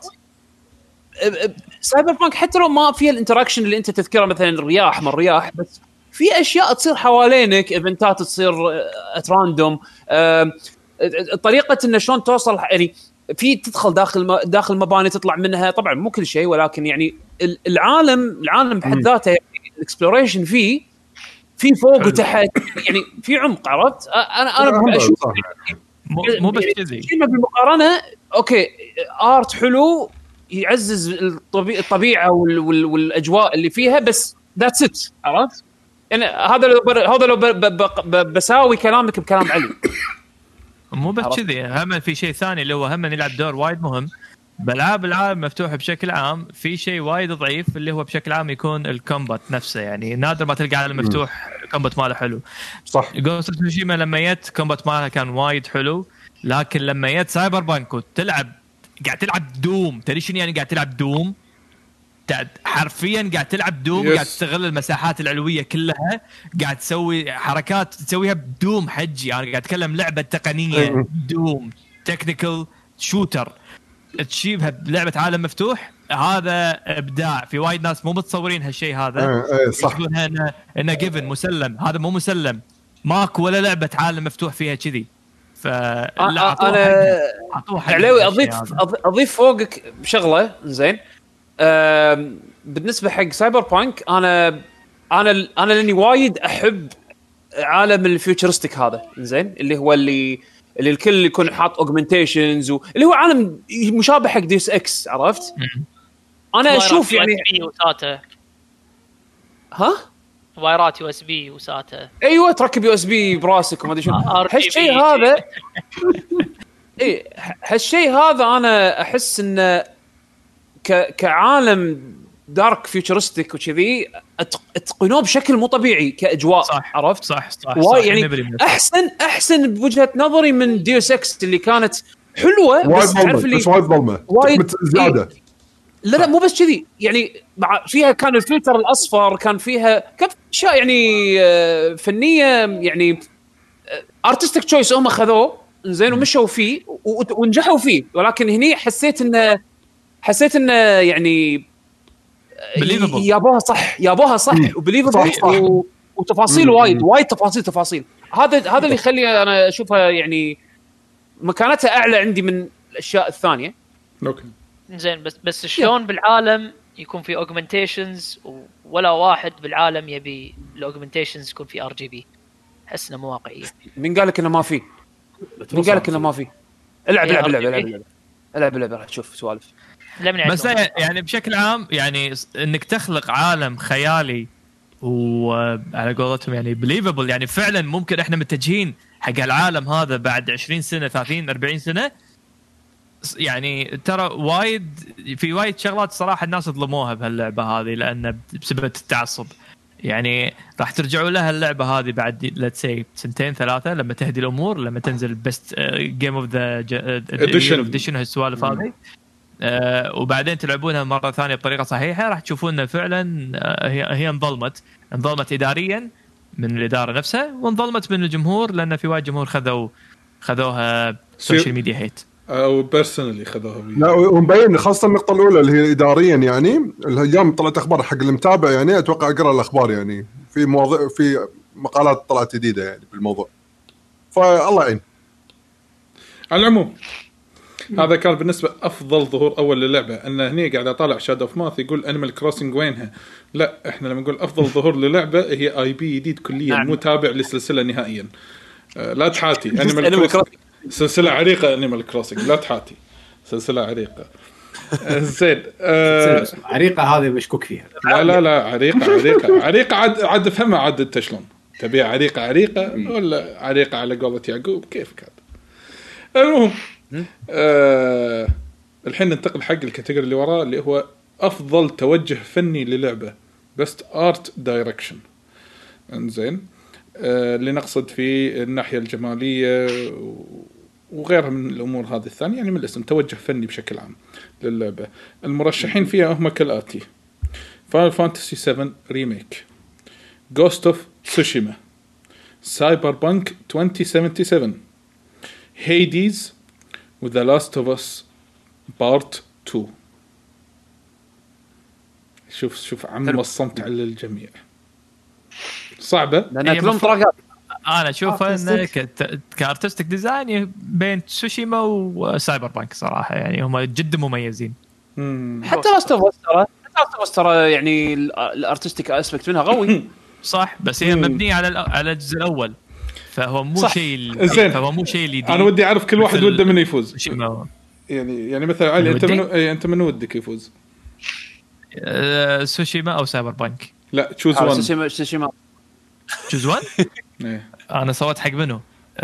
سايبر بانك حتى لو ما فيها الانتراكشن اللي انت تذكره مثلا الرياح من الرياح، بس في اشياء تصير حوالينك، ايفنتات تصير اتراندوم، طريقه انه شلون توصل يعني في تدخل داخل مباني تطلع منها، طبعا مو كل شيء ولكن يعني العالم بحد ذاته يعني الاكسبلوريشن فيه في فوق وتحت يعني في عمق، عرفت؟ انا اشوف مو بس كذي بالمقارنه اوكي ارت حلو يعزز الطبيعه والاجواء اللي فيها، بس ذاتس ات، عرفت؟ يعني هذا لو بساوي كلامك بكلام علي مو بس كذي. هم في شيء ثاني اللي هو هم يلعب دور وايد مهم بالعاب العالم مفتوح بشكل عام. في شيء وايد ضعيف اللي هو بشكل عام يكون الكومبات نفسه. يعني نادر ما تلقى عالم مفتوح الكومبات ماله حلو. صح. جوست اوف تسوشيما لما جت كومبات ماله كان وايد حلو، لكن لما جت سايبر بانك تلعب قاعد تلعب دوم، تدري شنو يعني قاعد تلعب دوم؟ حرفيا قاعد تلعب دوم، قاعد تستغل المساحات العلويه كلها، قاعد تسوي حركات تسويها بدوم حجي. انا قاعد اتكلم لعبه تقنيه دوم تكنيكال شوتر تشيبها بلعبه عالم مفتوح. هذا ابداع. في وايد ناس مو متصورين هالشيء هذا، يقولونها انه جيفن مسلم. هذا مو مسلم، ماكو ولا لعبه عالم مفتوح فيها كذي. انا علاوي اضيف فوقك بشغله زين. بالنسبه حق سايبر بانك انا لاني وايد احب عالم الفيوتشرستيك هذا زين، اللي هو اللي الكل يكون حاط اوجمنتيشنز اللي هو عالم مشابه حق ديوس اكس، عرفت؟ انا اشوف يعني وساتا وايرات يو اس بي وساتا ايوه تركب يو اس بي براسك وما ادري شنو هالشيء هذا اي هالشيء هذا انا احس انه كعالم دارك فيوتشرستيك وكذي اتقنوه بشكل مو طبيعي كاجواء صح. عرفت صح يعني احسن بوجهه نظري من ديوس اكس اللي كانت حلوه بس تعرف اللي وايد ظلمه زياده لا مو بس كذي يعني فيها كان الفلتر الاصفر كان اشياء يعني فنيه يعني ارتستيك تشويس هم خذوه زين ومشوا فيه ونجحوا فيه ولكن هني حسيت انه يعني يابوها صح وبليفبل وتفاصيل وايد تفاصيل هذا اللي يخلي انا اشوفها يعني مكانتها اعلى عندي من الاشياء الثانيه. اوكي زين بس شلون بالعالم يكون في اوجمنتيشنز ولا واحد بالعالم يبي الاوجمنتيشنز يكون في ار جي بي؟ حسنا مو واقعيه. مين قال لك انه ما في؟ العب راح تشوف سوالف. بس يعني بشكل عام يعني انك تخلق عالم خيالي وعلى قولتهم يعني بليفبل يعني فعلا ممكن احنا متجهين حق العالم هذا بعد 20 سنه 30 40 سنه يعني ترى وايد شغلات صراحه الناس ظلموها بهاللعبه هذه لان بسبب التعصب يعني راح ترجعوا لها اللعبه هذه بعد ليتس سي 2-3 لما تهدي الامور لما تنزل بست جيم اوف ذا اديشن هالسوالف هذه وبعدين تلعبونها مرة ثانية بطريقة صحيحة راح تشوفونها فعلا هي انظلمت إداريا من الإدارة نفسها وانظلمت من الجمهور لأن في وايد جمهور خذوها سوشيال ميديا هيت أو بيرسونالي خذوها لا ومبين خاصة النقطة الأولى اللي هي إداريا يعني اليوم طلعت أخبار حق المتابع يعني أتوقع أقرأ الأخبار يعني في مقالات طلعت جديدة يعني بالموضوع فالله يعين. على العموم هذا كان بالنسبة أفضل ظهور أول للعبة. أن هني قاعد أطالع شادو اوف ماث يقول أنيمال كروسنج وينها. لا إحنا لما نقول أفضل ظهور للعبة هي اي بي جديد كليا مو تابع للسلسلة نهائيا. لا تحاتي أنيمال كروسنج سلسلة عريقة. أنيمال كروسنج لا تحاتي سلسلة عريقة. زين عريقة هذه مشكوك فيها. لا عريقة عاد فهمها عاد أنت شلون تبيع عريقة ولا عريقة على قولة يعقوب كيف كان. المهم الحين ننتقل حق الكاتيجوري اللي وراه اللي هو أفضل توجه فني للعبة Best Art Direction. انزين اللي نقصد في الناحية الجمالية وغيرها من الأمور هذه الثانية يعني من الاسم توجه فني بشكل عام للعبة. المرشحين فيها هم كالآتي: Final Fantasy 7 Remake, Ghost of Tsushima, Cyberpunk 2077, Hades with The Last of Us Part 2. شوف عم وصمت على الجميع صعبة لأن كلهم طرقات. أنا أشوفها إن كارتستيك ديزاين بين تسوشيما وسايبر بانك صراحة يعني هم جدا مميزين. حتى لاست اوف اس ترى يعني الارتستيك اسبكت منها قوي صح بس هي مبنية على الجزء الأول فهو مو شيء اللي أنا ودي أعرف كل واحد وده من يفوز يعني مثلا علي أنت من ودك يفوز سوشيما أو سايبر بانك؟ لا تشوز وان. سوشيما تشوز وان. أنا صوت حق منه.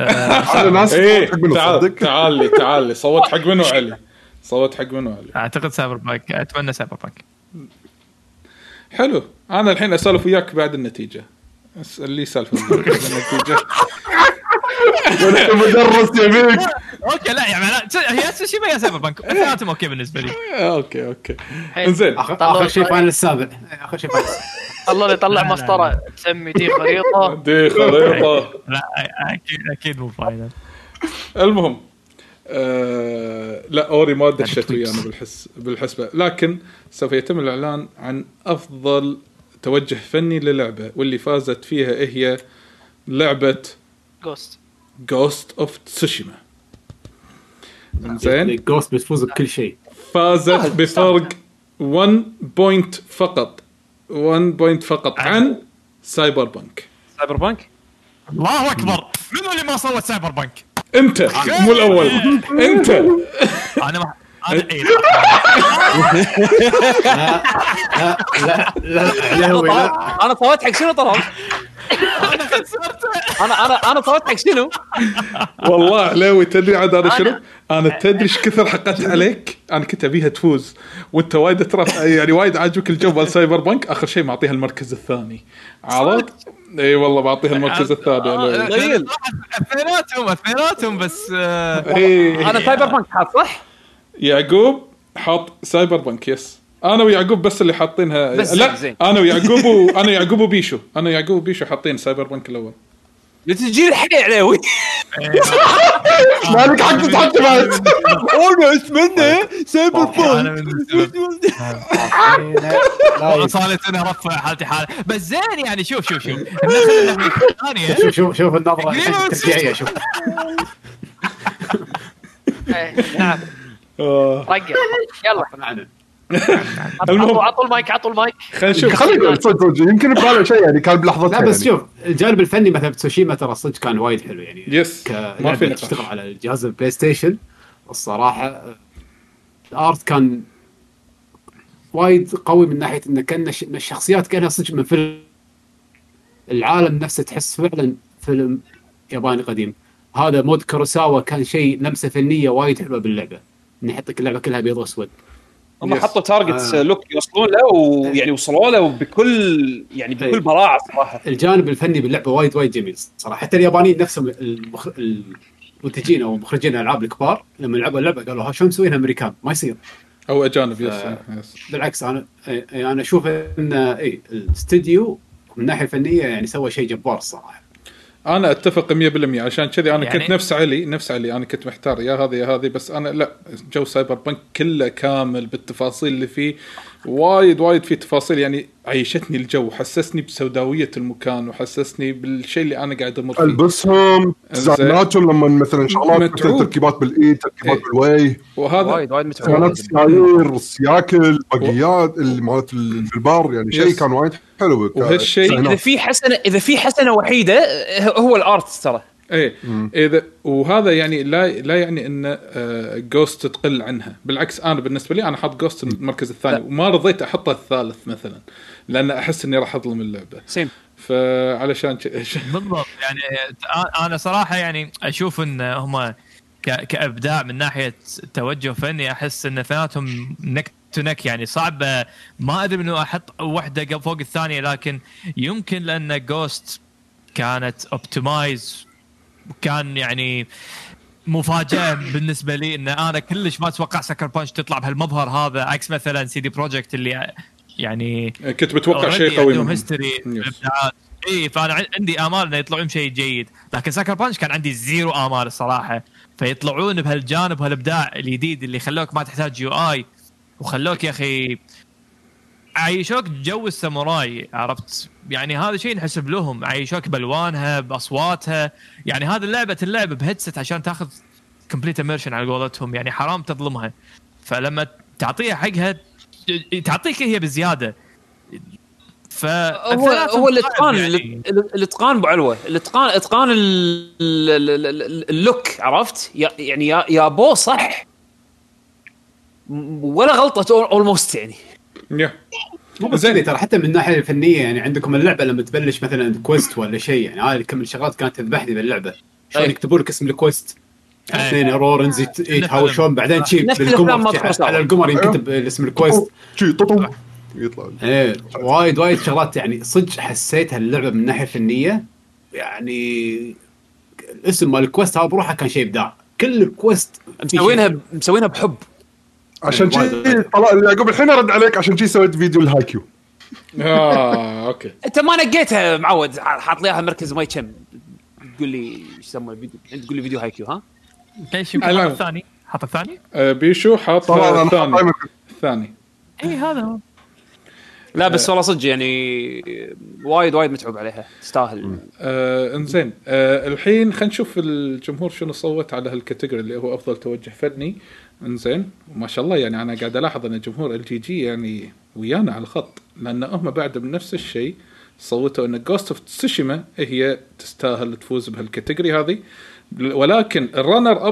تعال صوت حق منه علي. أعتقد سايبر بانك. أتمنى سايبر بانك. حلو. أنا الحين أسولف وياك بعد النتيجة. اللي سالفة النتيجة. وأنت مدرس يبيك. أوكي لا يعني هي سوشيما يا سايبر بانك اثنيناتهم أوكي بالنسبة لي. أوكي إنزين آخر شيء فاينل السابع. الله يطلع مسطرة تسمي دي خريطة. لا أكيد مو فاينل. المهم لا أوري ما دشت ويانا بالحسبة لكن سوف يتم الإعلان عن أفضل توجه فني للعبة واللي فازت فيها هي لعبة Ghost of Tsushima. زين Ghost بتفوز بكل شيء. فازت بفرق 1 بوينت فقط عن سايبر بانك. الله أكبر. منو اللي ما صوت سايبر بانك؟ انت مو الأول. انت انا صوت حق شنو طلب؟ انا خسرت. انا صوت حق شنو؟ والله علاوي تدري عاد انا شنو؟ انا تدري ايش كثر حقت عليك؟ انا كنت ابيها تفوز وانت وايد يعني وايد عاجبك الجو مال سايبر بانك. اخر شيء معطيها المركز الثاني. عرفت؟ اي والله بعطيها المركز الثاني. طيب اثنيناتهم بس انا سايبر بانك حاط صح؟ يعقوب حاط سايبر بانك يس. انا ويعقوب بس اللي حاطينها. لا زين. انا ويعقوب وبيشو حاطين سايبر بانك الاول. بتجي الحين عليوي مالك حق تحط بعد انا اسمه سايبر بانك. صارت انا رفع حالتي حاله بس زين يعني. شوف شوف النظره التشجيعيه. شوف نعم رجع يلا المهم عطوا المايك خلينا نشوف. خلينا صدق يمكن بباله شيء يعني كان بلحظتها. لا بس يعني. شوف الجانب الفني مثلا بتسوشيما ترى صدق كان وايد حلو يعني. يس ما في تشتغل على الجهاز البلاي ستيشن. الصراحه الارت كان وايد قوي من ناحيه انه كان الشخصيات كانها صدق من فيلم. العالم نفسه تحس فعلا فيلم ياباني قديم. هذا مود كوروساوا كان شيء لمسه فنيه وايد حلوه باللعبه. ان يحطك اللعبه كلها بيض واسود. هم حطوا تارجت لوك يوصلون له ويعني وصلوا له بكل يعني بكل براعه صراحه. الجانب الفني باللعبه وايد جميل صراحه. حتى اليابانيين نفسهم المنتجين او مخرجين الالعاب الكبار لما لعبوا اللعبه قالوا ها شلون مسوينها امريكان ما يصير او اجانب. يس بالعكس انا اشوف ان الاستديو من الناحيه الفنيه يعني سوى شيء جبار الصراحه. انا اتفق 100% عشان كذي انا يعني كنت نفس علي انا كنت محتار يا هذه بس انا لا جو سايبر بانك كله كامل بالتفاصيل اللي فيه وايد في تفاصيل يعني عيشتني الجو حسسني بسوداوية المكان وحسسني بالشيء اللي انا قاعد امر فيه. البسهم تزعلاتهم لما مثلا شغلات تركيبات بالايد تركيبات بالوي وهذا وايد متعوب. السيايير السياكل بقيات اللي مالت في البار يعني شيء كان وايد حلو. وهالشيء اذا في حسنه وحيده هو الارت ترى. ايه اذا وهذا يعني لا يعني ان جوست تقل عنها. بالعكس انا بالنسبه لي انا حاط جوست المركز الثاني وما رضيت احطه الثالث مثلا لان احس اني راح اظلم اللعبه. فعلشان بالضبط يعني انا صراحه يعني اشوف ان هم كابداع من ناحيه توجه فني احس ان ثلاثهم نك يعني صعب ما ادري انه احط واحده فوق الثانيه لكن يمكن لان جوست كانت اوبتمايز وكان يعني مفاجأة بالنسبة لي إن أنا كلش ما أتوقع سكر بانش تطلع بهالمظهر هذا عكس مثلا سيدي بروجكت اللي يعني كنت بتوقع شيء قوي منهم هيستوري إبداعات. إيه فأنا عندي آمال إنه يطلعون شيء جيد لكن سكر بانش كان عندي زيرو آمال الصراحة. فيطلعون بهالجانب هالإبداع الجديد اللي خلوك ما تحتاج يو آي وخلوك يا أخي عايشوك جو الساموراي عرفت يعني. هذا شيء نحسب لهم عايشوك بالوانها باصواتها يعني. هذا اللعبه بهيدسет عشان تاخذ كومبليت اميرشن على قولتهم يعني حرام تظلمها. فلما تعطيها حقها تعطيك هي بزياده. هو الاتقان يعني. الاتقان ابو علوه اتقان اللوك عرفت يعني يا بو صح ولا غلطه اولموست يعني. زين ترى حتى من الناحيه الفنيه يعني عندكم اللعبه لما تبلش مثلا كويست ولا شيء يعني هاي كم الشغلات كانت تذبحني باللعبه. شلون يكتبوا لك اسم الكويست اثنين ايرورنز يتهاوشون بعدين شيء بالقمر على القمر ينكتب اسم الكويست شيء ططم يطلع. ايه وايد شغلات يعني صدق حسيت هاللعبه من الناحيه الفنيه يعني. الاسم مال الكويست هذا بروحه كان شيء ابداع. كل الكويست مسوينها بحب عشان شيء طلع يعقوب الحين رد عليك عشان شيء سويت فيديو الهايكيو. اوكي انت ما نقيتها معود حاط ليها مركز ماي كم تقول لي ايش يسمى الفيديو انت تقول لي فيديو هايكيو ها ايش الثاني حط الثاني بيشو حاط الثاني اي هذا هو. لا بس والله صدق يعني وايد متعوب عليها تستاهل. انزين الحين خلينا نشوف الجمهور شنو صوت على هالكاتيجوري اللي هو افضل توجه فني. انزين وما شاء الله يعني انا قاعد الاحظ ان جمهور LGG يعني ويانا على الخط لان هم بعد من نفس الشيء صوتوا ان Ghost of Tsushima هي تستاهل تفوز بهالكاتيجوري هذه. ولكن الرانر اب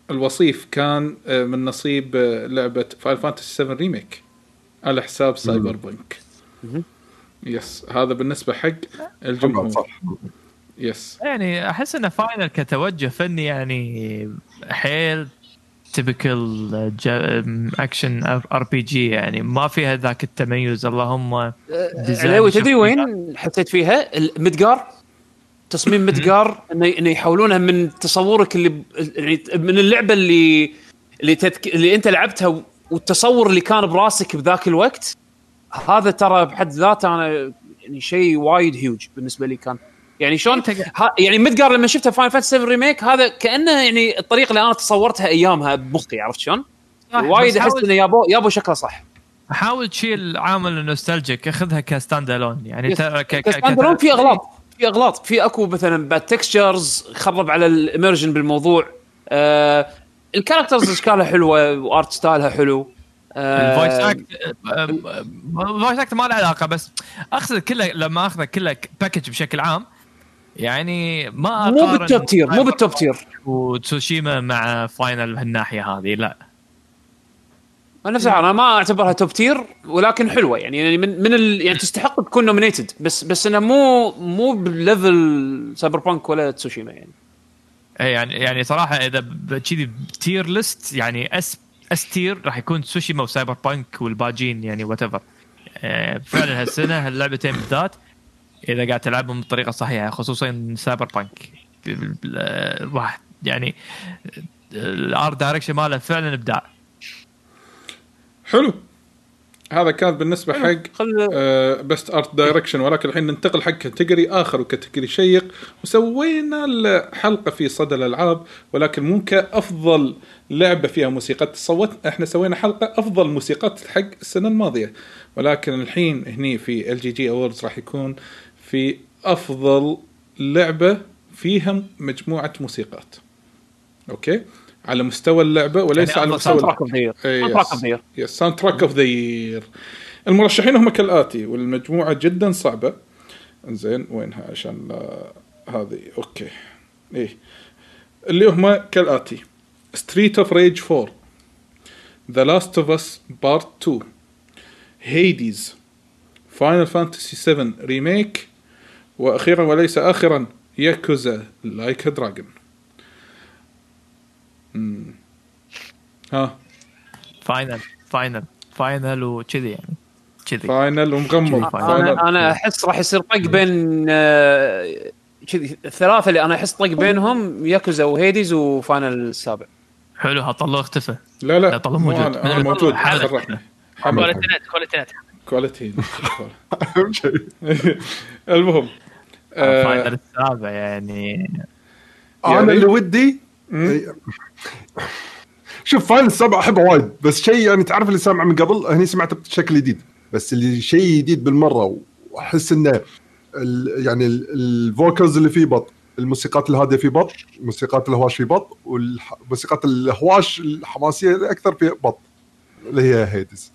الوصيف كان من نصيب لعبه فاينل فانتسي 7 ريميك على حساب سايبر بانك. يس هذا بالنسبه حق الجمهور. يس يعني احس ان فاينل كتوجه فني يعني حيل تيبيكال اكشن ار بي جي، يعني ما فيها ذاك التميز. اللهم علاوي تدري وين حسيت فيها المدقار، تصميم مدقار انه يحولونها من تصورك اللي من اللعبه اللي انت لعبتها والتصور اللي كان براسك بذاك الوقت. هذا ترى بحد ذاته انا يعني شيء وايد هيوج بالنسبه لي كان. يعني شلون يعني مدقار لما شفتها فاين فانتسي 7 ريميك هذا كانه يعني الطريقه اللي انا تصورتها ايامها بمخي، عرفت شلون؟ وايد احس انه يابو شكله صح. حاول تشيل عامل النوستالجيك، اخذها كستاند الون. يعني كستاند الون في اغلاط في اكو مثلا بعد تكستشرز خرب على الاميرجن بالموضوع. الكاركترز اشكالها حلوه وارت ستايلها حلو. الفويس اكت ما له علاقه، بس اقصد كله لما اخذه كله باكج بشكل عام. يعني ما مو بالتوب تير وتسوشيما مع فاينل بهالناحيه هذه لا. انا ما اعتبرها توب تير ولكن حلوه يعني يعني تستحق تكون نومينيتد، بس انه مو بالليفل سايبر بانك ولا تسوشيما يعني. يعني صراحه اذا كذي تير ليست يعني اس تير راح يكون تسوشيما وسايبر بانك والباجين يعني واتيفر. فعلا هالسنه هاللعبتين بالذات اذا قاعد تلعبهم بطريقه صحيحه، خصوصا سايبر بانك واحد يعني الارت دايركشن ماله فعلا ابداع. حلو. هذا كان بالنسبه حق بست ارت دايركشن. ولكن الحين ننتقل حق كاتيجوري اخر وكاتيجوري شيق، وسوينا الحلقه في صدى الالعاب ولكن مو كافضل لعبه فيها موسيقى تصوت. احنا سوينا حلقه افضل موسيقات حق السنه الماضيه، ولكن الحين هني في LGG Awards راح يكون في افضل لعبه فيها مجموعه موسيقات. اوكي على مستوى اللعبه وليس يعني على مستوى ساوند تراك اوف ذا يير. المرشحين هم كالاتي والمجموعه جدا صعبه. انزين وينها عشان هذه اوكي ايه اللي هم كالاتي: ستريت اوف ريج 4، ذا لاست اوف اس بارت 2، هيديز، فاينل فانتسي 7 ريميك، واخيرا وليس اخرا ياكوزا لايك دراجون. ها فاينل وكذي يعني كذي فاينل ومغمض. انا احس راح يصير طق بين كذي الثلاثه اللي انا احس طق بينهم ياكوزا وهيديز وفاينل السابع. حلو هطلع اختفى. لا طلع موجود. أنا موجود. كواليتي المهم فاينل السابع يعني انا اللي ودي شوف فاينل السابع احبه وايد، بس شيء يعني تعرف اللي سامع من قبل هني سمعته بشكل جديد، بس اللي شيء جديد بالمره واحس انه يعني الفوكالز اللي فيه بط، الموسيقات الهاديه فيه بط، موسيقات الهواش فيه بط، والموسيقات الهواش الحماسيه اكثر فيه بط اللي هي هيدز.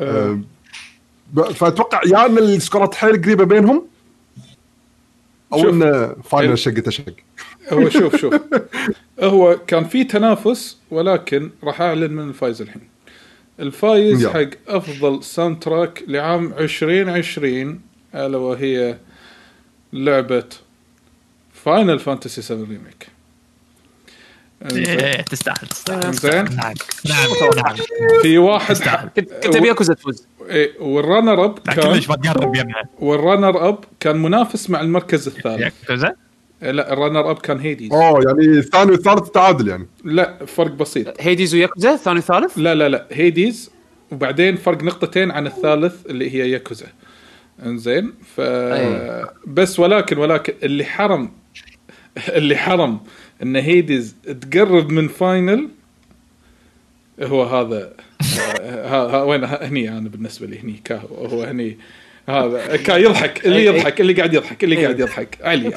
فاتوقع يا ان السكورات حيل قريبه بينهم او ان فاينل شقته شق. هو شوف هو كان في تنافس ولكن راح اعلن من الفايز الحين. الفايز حق افضل ساوند تراك لعام 2020 الا وهي لعبه فاينل فانتسي 7 ريميك. تستاهل زين. نعم في واحد كنت بياكوزا تفوز. والرنر اب كان منافس مع المركز الثالث. لا الرنر اب كان هيديز. يعني الثاني والثالث تعادل يعني. لا فرق بسيط. هيديز وياكوزا ثاني ثالث. لا هيديز وبعدين فرق نقطتين عن الثالث اللي هي ياكوزا. انزين بس ولكن اللي حرم ان هيديز تقرب من فاينل هو هذا. وين هني انا بالنسبه لي هني هو هني هذا يضحك اللي يضحك اللي قاعد يضحك علي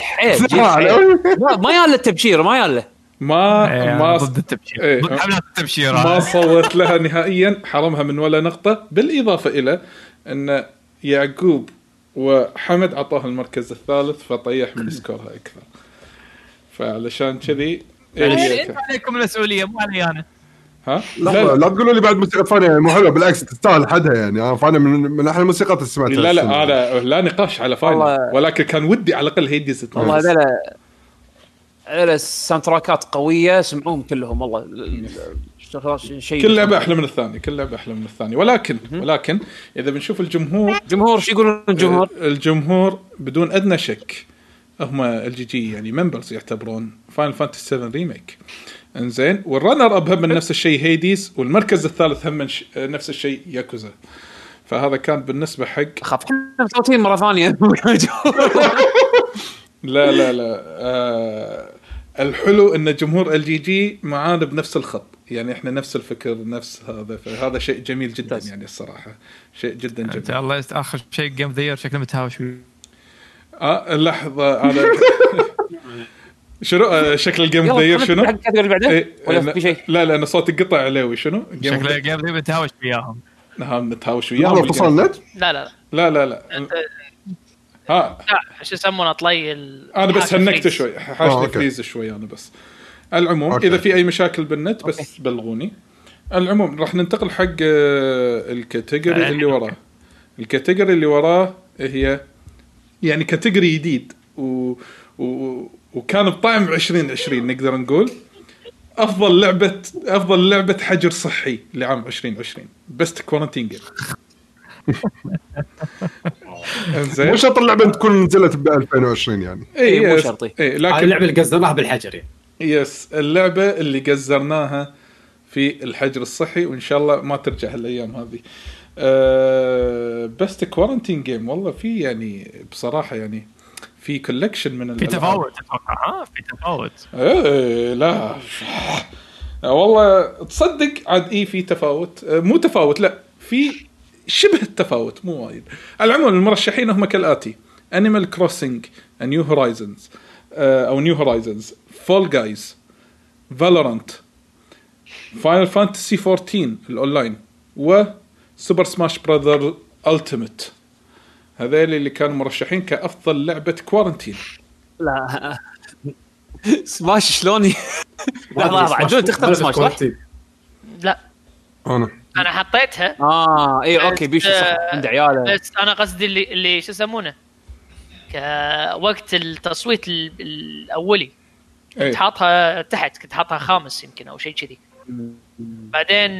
ما ياله التبشير ما ضد التبشير ما صوت لها نهائيا، حرمها من ولا نقطه. بالاضافه الى ان يعقوب وحمد عطاه المركز الثالث فطيح من سكورها اكثر. فعلشان كذي عليكم المسؤوليه مو علي انا. ها لا تقولوا لي بعد موسيقى فاني يعني مو حلوه، بالعكس تستاهل حدها يعني. انا فاني من احلى الموسيقات اللي سمعتها. لا انا لا نقاش على فاينل، ولكن كان ودي على الاقل هيديز والله هذا الساوند تراكات قويه سمعوهم كلهم والله. شيء كل لعبه احلى من الثاني، ولكن اذا بنشوف الجمهور شو يقولون الجمهور بدون ادنى شك هم LGG يعني ممبرز يعتبرون فاينل فانتسي 7 ريميك. انزين، والرنر اب هم من نفس الشيء هيديز، والمركز الثالث هم من نفس الشيء ياكوزا. فهذا كان بالنسبه حق خاف احنا صوتين مره ثانيه. لا الحلو ان جمهور LGG معانا بنفس الخط، يعني احنا نفس الفكر نفس هذا، فهذا شيء جميل جدا يعني الصراحه شيء جدا جميل. الله اخر شيء جيم ذير شكله متهاوش. لحظه انا شنو شكل الجيم ذير شنو ولا في شيء؟ لا انا صوتي قطع عليوي. شنو شكله جيم ذير متهاوش وياهم. نعم نتهاوش وياهم. اتصال نت؟ لا شو يسمونه طلي انا بس هنكت شوي حاجتي فريز شوي انا بس. العموم اذا في اي مشاكل بالنت بس بلغوني. العموم راح ننتقل حق الكاتيجوري اللي وراه. الكاتيجوري اللي وراه هي يعني كاتيجوري جديد وكان بطعم 2020 نقدر نقول افضل لعبه حجر صحي لعام 2020 بست كورنتين جيم. مو شرط اللعبه تكون نزلت ب 2020 يعني. مو شرطي. لكن اللعبه اللي قزرناها بالحجر يعني. يس اللعبه اللي قزرناها في الحجر الصحي، وان شاء الله ما ترجع هالايام هذه. بست كورنتين جيم والله في يعني بصراحه يعني في كولكشن من في تفاوت اتوقع. في تفاوت. لا والله تصدق عاد في تفاوت، مو تفاوت لا في شبه التفاوت مو وايد. العموم المرشحين هم كالآتي: Animal Crossing New Horizons أو New Horizons, Fall Guys, Valorant, Final Fantasy 14 الأونلاين، وسوبر سماش براذر ألتيميت. هذول اللي كانوا مرشحين كأفضل لعبة كوارنتين. لا سماش شلوني؟ لحظة عدول تختار سماش صح؟ لا انا حطيتها اوكي بيش عند عياله، بس انا قصدي اللي شو يسمونه كوقت التصويت الاولي كنت حاطها تحت، كنت حاطها خامس يمكن او شيء كذي. بعدين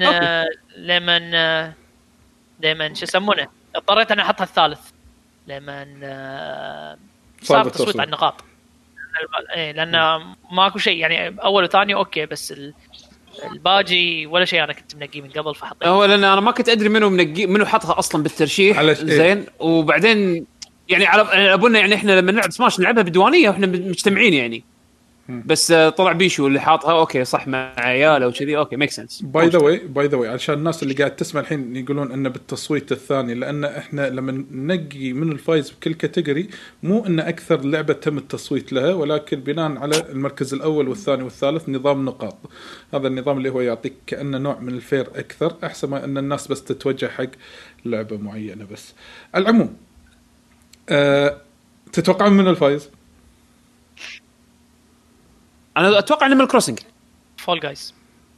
لمن شو يسمونه اضطريت انا احطها الثالث لمن صار تصويت على النقاط. لان ماكو شيء يعني اول وثاني اوكي، بس الباجي ولا شيء انا كنت منقيه من قبل فحطيته. هو لان انا ما كنت ادري منو حطها اصلا بالترشيح زين. وبعدين يعني على ابونا يعني احنا لما نلعب سماش نلعبها بديوانيه واحنا مجتمعين يعني. بس طلع بيشو اللي حاطها اوكي صح مع عياله وكذي اوكي ميك سنس. باي ذا واي عشان الناس اللي قاعد تسمع الحين يقولون انه بالتصويت الثاني، لان احنا لما ننقي من الفايز بكل كاتيجوري مو ان اكثر لعبه تم التصويت لها، ولكن بناء على المركز الاول والثاني والثالث نظام نقاط. هذا النظام اللي هو يعطيك كأنه نوع من الفير اكثر، احسن ما ان الناس بس تتوجه حق لعبه معينه بس. العموم تتوقعون من الفايز؟ انا اتوقع انيمال كروسنج فول جايز.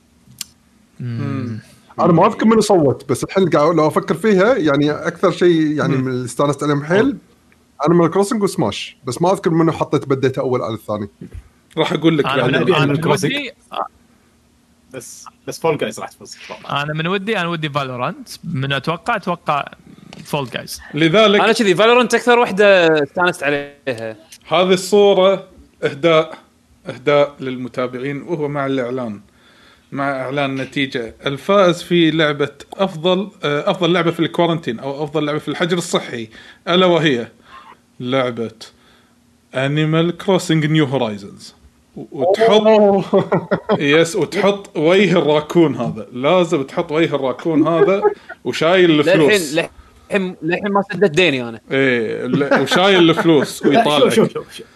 انا ما اذكر من صوت، بس الحين قاعد لو افكر فيها يعني اكثر شيء يعني من اللي استانست عليهم حيل انيمال كروسنج وسماش، بس ما اذكر منه حطيت بديته اول على الثاني. راح اقول لك انيمال كروسنج بس فول جايز راح تفوز. انا من ودي فالورانت، من اتوقع فول جايز. لذلك انا كذي فالورانت اكثر وحده استانست عليها. هذه الصوره اهداء للمتابعين، وهو مع اعلان نتيجه الفائز في لعبه افضل لعبه في الكورنتين او افضل لعبه في الحجر الصحي، الا وهي لعبه Animal Crossing New Horizons. وتحط وجه الراكون هذا، لازم تحط وجه الراكون هذا وشايل الفلوس. لحين ما سدت ديني انا. وشايل الفلوس ويطالع. شوف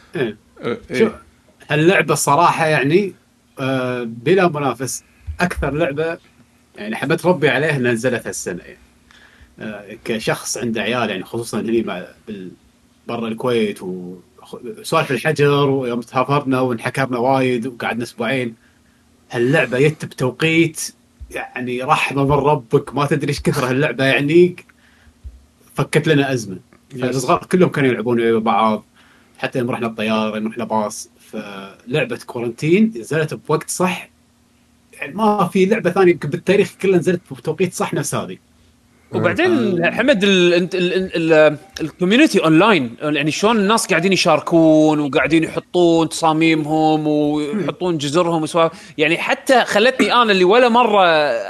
اللعبه الصراحه يعني بلا منافس اكثر لعبه يعني حبيت ربي عليها نزلت هالسنه يعني. كشخص عنده عيال يعني خصوصا هني برا الكويت سوالف الحجر ويوم تهافرنا وانحكرنا وايد وقعدنا اسبوعين. هاللعبه جت بتوقيت يعني رحمه من ربك، ما تدري ايش كثر هاللعبه يعني فكت لنا ازمه. الصغار كلهم كانوا يلعبون مع بعض، حتى يوم رحنا الطياره يوم رحنا باص. فلعبه كورنتين نزلت بوقت صح، يعني ما في لعبه ثانيه بالتاريخ كله نزلت بتوقيت صح نفس هذه. وبعدين حمد الكوميونتي اونلاين، يعني شلون الناس قاعدين يشاركون وقاعدين يحطون تصاميمهم ويحطون جزرهم وسوالف، يعني حتى خلتني انا اللي ولا مره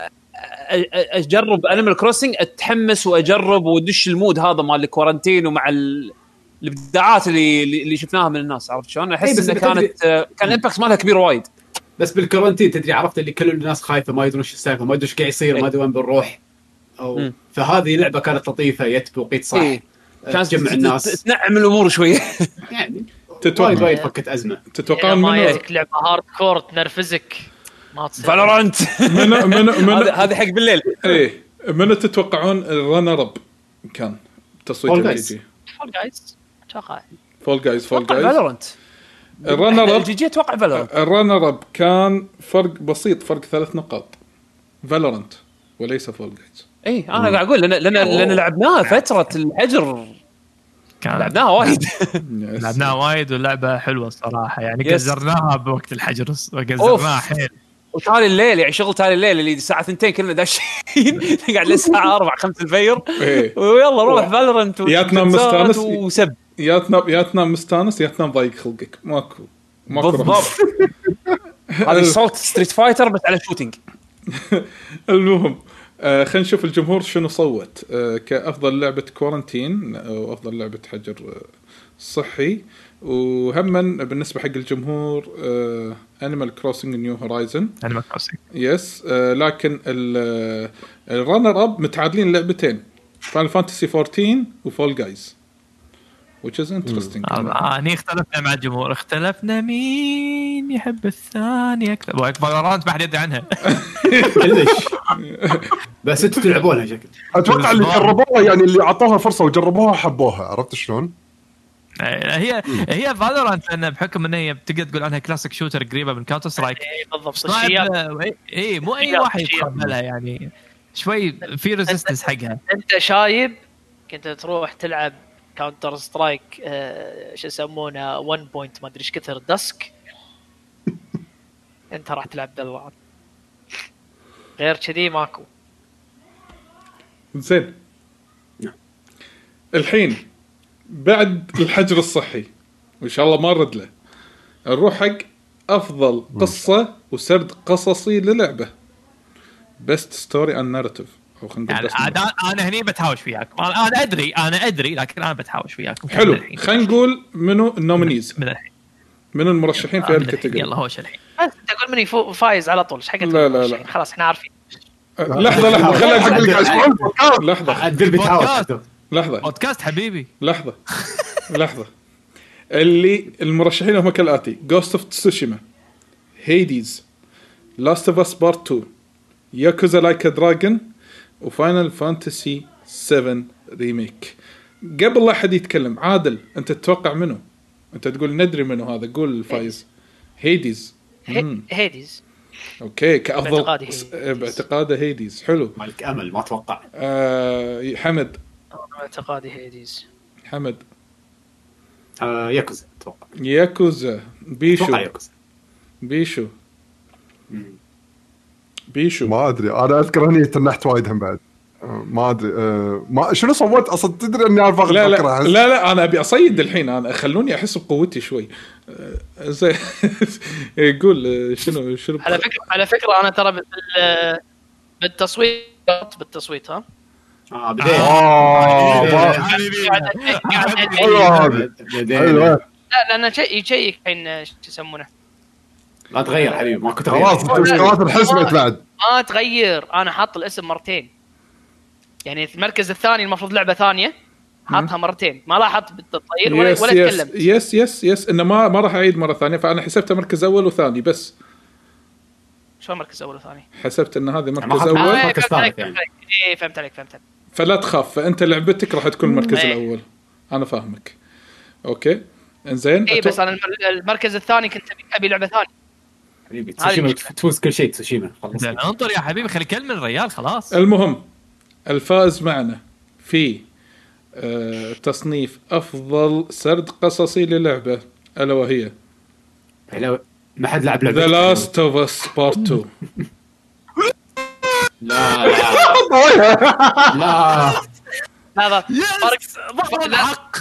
اجرب انيمال كروسنج اتحمس واجرب ودش المود هذا مال الكورنتين ومع الابداعات اللي شفناها من الناس. عرفت شلون؟ احس انها كان الامباكت مالها كبير وايد. بس بالكورنتين تدري عرفت اللي كل الناس خايفه، ما يدرون ايش السالفه، ما يدرون ايش قاعد يصير، ما يدرون وين بنروح. او فهذه لعبه كانت لطيفه، جت بوقيت صح. كانت تجمع الناس، تنعم الامور شويه يعني وايد فكت ازمه. تتوقعون ما يجيك لعبه هارد كور تنرفزك ما تصير فالورانت من هذا حق بالليل. ايه من تتوقعون الرنر اب كان تصويت الجي؟ فول جايز اتوقع. فول جايز فالورانت. الرنر اب الجي اتوقع فالورانت. الرنر اب كان فرق بسيط، فرق 3 نقاط، فالورانت وليس فول جايز. اي انا قاعد اقول لان لعبناها فتره الحجر، لعبناها وايد لعبناها وايد واللعبه حلوه الصراحه، يعني قزرناها بوقت الحجر قزرناها حيل. وتالي الليل يعني شغل تالي الليل اللي الساعه 2 كلنا داشين قاعد للساعه 4 5 الفجر ويلا روح فالورنت يا تنام مستانس وسب يا تنام مستانس يا تنام ضايق خلقك. ماكو بالضبط. هذا صوت ستريت فايتر بس على شوتينج. المهم خلينا نشوف الجمهور شنو صوت كأفضل لعبة كورنتين أو أفضل لعبة حجر صحي. وهمن بالنسبة حق الجمهور Animal Crossing New Horizon. Animal Crossing يس. لكن الرنر أب متعادلين لعبتين، Final Fantasy 14 وفول جايز which is interesting. أنا اختلفنا مع الجمهور، اختلفنا مين يحب الثاني أكثر. فالورانت ما حد يدري عنها ليش بس انتوا تلعبونها شكل. اتوقع اللي جربوها يعني اللي عطوها فرصه وجربوها حبوها. عرفت شلون؟ هي فالورانت لان بحكم ان هي بتقدر تقول عنها كلاسيك شوتر قريبه من كاونتر سترايك. بالضبط. اي مو اي واحد يتقبلها، يعني شوي في ريزيستنس حقها. انت شايب كنت تروح تلعب كاونتر سترايك شو يسمونه 1 بوينت ما ادري ايش كثر دسك انت راح تلعب فالورانت، غير كذي ماكو. زين الحين بعد الحجر الصحي وإن شاء الله ما نرد له، نروح حق أفضل قصة وسرد قصصي للعبة Best Story and Narrative. أو يعني أنا هني بتهاوش وياكم. أنا أدري لكن أنا بتهاوش وياكم. حلو. خلينا نقول منو النومينيز من الحين، من المرشحين في الكاتيجوري. يلا هوش الحين تقول مني فايز على طول. ايش حق لا خلاص احنا عارفين. لحظة لحظة بودكاست حبيبي. لحظة اللي المرشحين هم كالآتي: Ghost of Tsushima, Hades, Last of Us Part 2, Yakuza Like a Dragon, وفاينل فانتسي 7 ريميك. قبل لا أحد يتكلم، عادل أنت تتوقع منه؟ أنت تقول ندري منه هذا، قول الفايز. هيديز. هيديز اوكي كأفضل باعتقاده هيديز. حلو. مالك امل ما اتوقع. حمد باعتقادي هيديز. حمد ياكوزا اتوقع. ياكوزا. بيشو ياكوزا. بيشو ما ادري. انا اذكر اني تنحت وايد هم بعد ما ادري ما شنو صوت اصلا. تدري اني اعرف لا انا ابي اصيد الحين. انا خلوني احس بقوتي شوي. زي يقول شنو على فكره انا ترى بالتصويت ها لا انا يشيك الحين شو يسمونه. لا تغير حبيبي ما كنت غير. خلاص التسكيرات انحسبت بعد. ما تغير. انا حاط الاسم مرتين، يعني في المركز الثاني المفروض لعبه ثانيه حاطها مرتين، ما لاحظت بالتطير ولا اتكلم. يس انه ما راح اعيد مره ثانيه. فانا حسبته مركز اول وثاني بس. شو مركز اول وثاني؟ حسبت ان هذه مركز اول مركز ثالث يعني. فهمت عليك. فلا تخاف، فانت لعبتك راح تكون المركز الاول. انا فاهمك. اوكي انزين اي بس انا المركز الثاني كنت ابي لعبه ثانيه حبيبي تسوشيما تفوز كل شيء. تسوشيما خلص انطر يا حبيبي خلي يكلم الرجال خلاص. المهم الفائز معنا في تصنيف افضل سرد قصصي للعبه الا وهي ما حد لعب لعبه The Last of Us Part 2. لا هذا فرق الحق.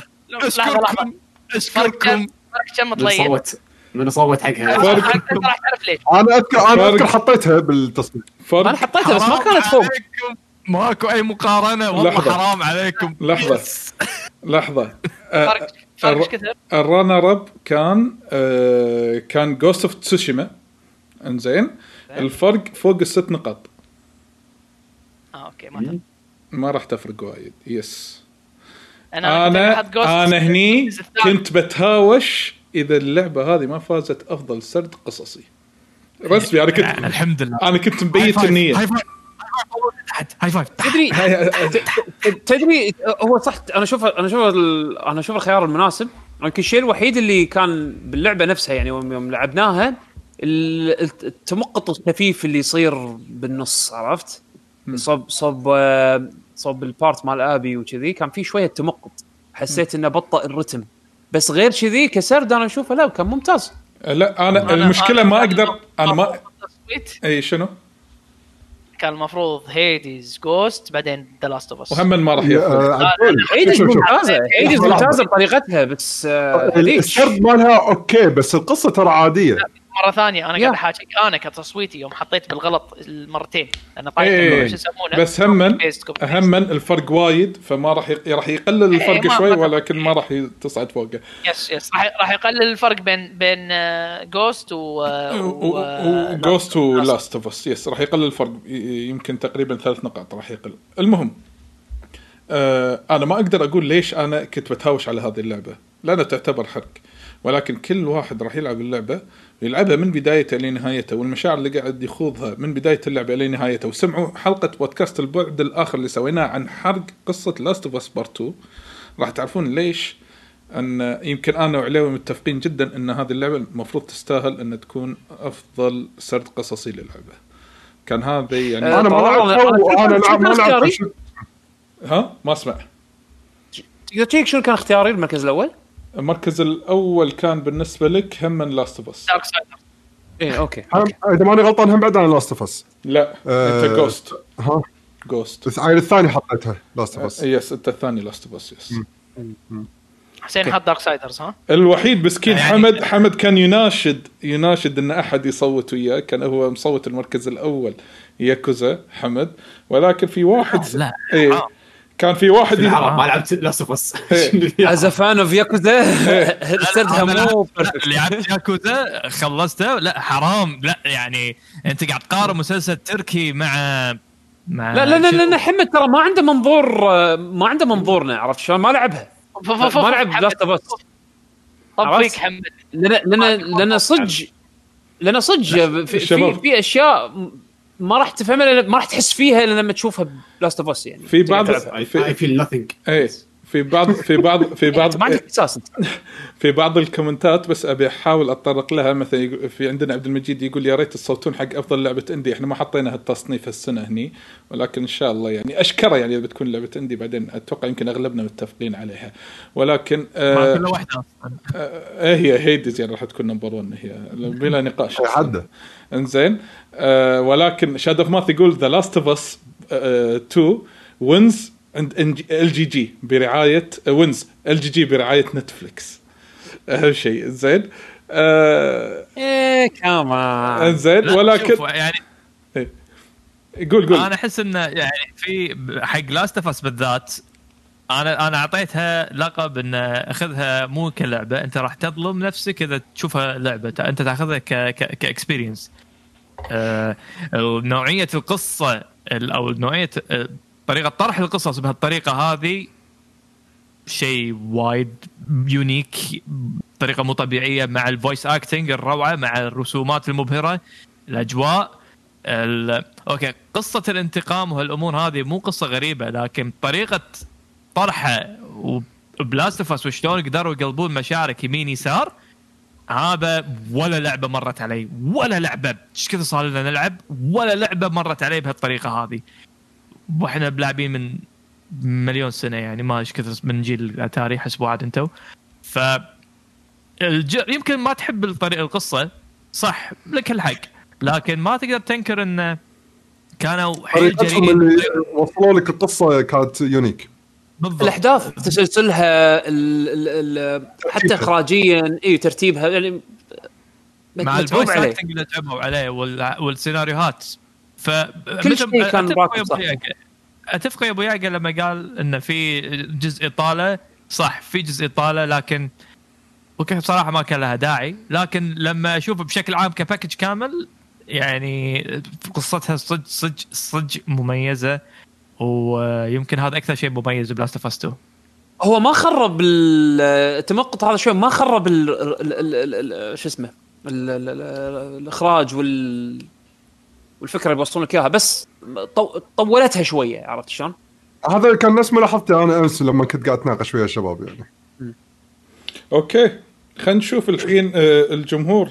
اشكركم كم طليب من صوت حقها. راح تعرف ليش. انا اذكر حطيتها بالتصنيف. انا حطيتها بس ما كانت فوق. ماكو اي مقارنه والله. حرام عليكم. لحظه فرق كثر. الرانر اب كان جوست اوف تسوشيما. انزين الفرق فوق 6 نقاط. اوكي ما راح تفرق وايد. يس انا هني كنت بتهاوش اذا اللعبه هذه ما فازت افضل سرد قصصي رسمي. انا كنت الحمد لله انا كنت مبيت النيه. هاي فايف. تدري هو صح. انا اشوف الخيار المناسب. يمكن الشيء الوحيد اللي كان باللعبه نفسها يعني يوم لعبناها التمقط الخفيف اللي يصير بالنص. عرفت صوب البارت مال ابي وكذي كان في شويه تمقط. حسيت انه بطأ الرتم. بس غير كذي كسرد انا اشوفه لا كان ممتاز. لا انا المشكله ما اقدر. انا ما اي شنو كان المفروض هيديز جوست بعدين ذا لاست اوف اس. وهم ما راح يفوز. هيديز ممتازه بطريقتها بس السرد مالها اوكي بس القصه ترى عاديه. مرة ثانية أنا قاعد أحاكيك أنا كتصويتي يوم حطيت بالغلط المرتين لأن طايح شو يسمونه. بس هم الفرق وايد فما راح يقلل الفرق شوي ولكن ما راح تصعد فوقه. يس راح يقلل الفرق بين جوست جوست ولاست اوف اس. يس راح يقلل الفرق يمكن تقريبا 3 نقاط راح يقل. المهم أنا ما أقدر أقول ليش أنا كنت بتهاوش على هذه اللعبة لأنها تعتبر حرق. ولكن كل واحد راح يلعب اللعبة يلعبها من بدايتها لنهايتها والمشاعر اللي قاعد يخوضها من بداية اللعبة لنهايتها. وسمعوا حلقة بودكاست البعد الآخر اللي سويناه عن حرق قصة Last of Us Part 2 راح تعرفون ليش أن يمكن أنا وعليوي متفقين جدا أن هذه اللعبة المفروض تستاهل أن تكون أفضل سرد قصصي للعبة. كان هذا يعني أنا ما لعبت. ها ما اسمع. تقدر تشيك شنو كان اختياري المركز الأول؟ المركز الأول كان بالنسبة لك هم لاست اوف اس. إيه أوكي. إذا ماني غلطان هم بعد عن لاست اوف اس. لا أنت جوست. جوست. الثاني حطيتها لاست اوف اس. يس أنت الثاني لاست اوف اس. يس. حسين حط دارك سايدرز ها. الوحيد مسكين حمد كان يناشد إن أحد يصوت وياه. كان هو مصوت المركز الأول ياكوزا حمد. ولكن في واحد لا. إيه. كان في واحد ما لعبت لاست اوف اس از فان اوف ياكوزا. سردها مو لعبت ياكوزا خلصته. لا حرام. لا يعني انت قاعد تقارن مسلسل تركي مع لا حمد ترى ما عنده منظورنا. عرفت شلون ما لعبها ما لعب لاست اوف اس. طبيك حمد لنا صج في اشياء ما راح تفهمها ما راح تحس فيها لما تشوفها بلاست اوف اس. يعني في بعض I feel nothing. ايه في بعض ما عندك احساس في بعض الكومنتات بس ابي احاول اتطرق لها. مثلا في عندنا عبد المجيد يقول يا ريت تصوتون حق افضل لعبه اندي. احنا ما حطينا هالتصنيف السنه هني ولكن ان شاء الله يعني اشكره يعني بتكون لعبه اندي بعدين اتوقع يمكن اغلبنا متفقين عليها. ولكن ما كل واحده هي هيدز يعني راح تكون نمبر 1 هي بلا نقاش حد. انزين ولكن شاد اوف ماث يقول ذا لاست اوف اس 2 وينز عند LGG برعاية وينز LGG برعاية نتفليكس. أهم شيء زين. إيه كمان زين ولكن يعني قول أنا أحس إنه يعني في حق لاست اوف اس بالذات أنا أعطيتها لقب إن أخذها مو كلعبة. أنت راح تظلم نفسك إذا تشوفها لعبة. أنت تأخذها كإكسبيرينس. نوعية القصة أو نوعية طريقة طرح القصص بهالطريقة هذه شيء وايد يونيك. طريقة مو طبيعية مع الفويس اكتنج الروعة مع الرسومات المبهرة الأجواء أوكي. قصة الانتقام وهالأمور هذه مو قصة غريبة لكن طريقة طرحها بلاست اوف اس وشلون قدروا يقلبون مشاعرك يمين يسار، هذا ولا لعبه مرت علي، ولا لعبه ايش كذا صار لنا نلعب، ولا لعبه مرت علي بهالطريقه هذه، واحنا بلاعبين من مليون سنه يعني، ما ايش كذا من جيل اتاري حسبوا عاد انتم. ف يمكن ما تحب الطريقه القصه صح لك الحق، لكن ما تقدر تنكر ان كانوا حيل جريئين وصلوا لك القصه كانت يونيك بالضبط. الاحداث تسلسلها حتى اخراجيا ترتيبها يعني مع الفويس اكتنج اللي تعبوا عليه والسيناريوهات. كل شيء كان راكب صح. اتفق يا ابو يعقوب لما قال ان في جزء اطاله، صح في جزء اطاله، لكن اوكي بصراحه ما كان لها داعي. لكن لما اشوف بشكل عام كباكج كامل يعني قصتها صج مميزه، ويمكن هذا اكثر شيء مميز بلاست اوف اس 2. هو ما خرب التمقط هذا شوي، ما خرب شو اسمه الاخراج والفكره اللي بيوصلون لك اياها، بس طولتها شويه. عرفت شلون؟ هذا كان نفس ملاحظتي انا امس لما كنت قاعد اتناقش ويا الشباب يعني. اوكي خلينا نشوف الحين الجمهور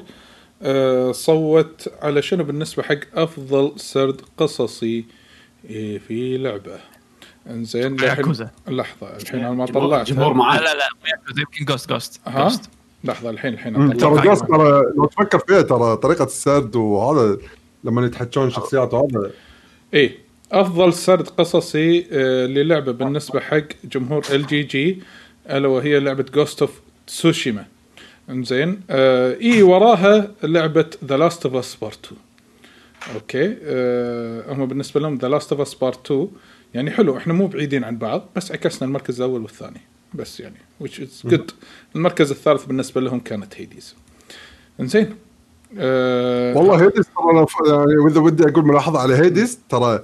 صوت على شنو بالنسبه حق افضل سرد قصصي في لعبه. انزين لحظه الحين انا ما طلعت جمهور معاه. لا يمكن جوست لحظه الحين ترى جوست لو تفكر فيها ترى طريقه السرد وهذا لما يتحكون شخصيات وهذا افضل سرد قصصي للعبه بالنسبه حق جمهور LGG الا وهي لعبه جوست اوف تسوشيما. انزين وراها لعبه ذا لاست اوف اس بارت 2. اوكي هم بالنسبه لهم ذا لاست اوف اس بارت 2 يعني حلو، احنا مو بعيدين عن بعض، بس عكسنا المركز الاول والثاني بس يعني which is good. المركز الثالث بالنسبه لهم كانت هيديز. انزين والله هيديز ترى يعني اذا بدي اقول ملاحظه على هيديز، ترى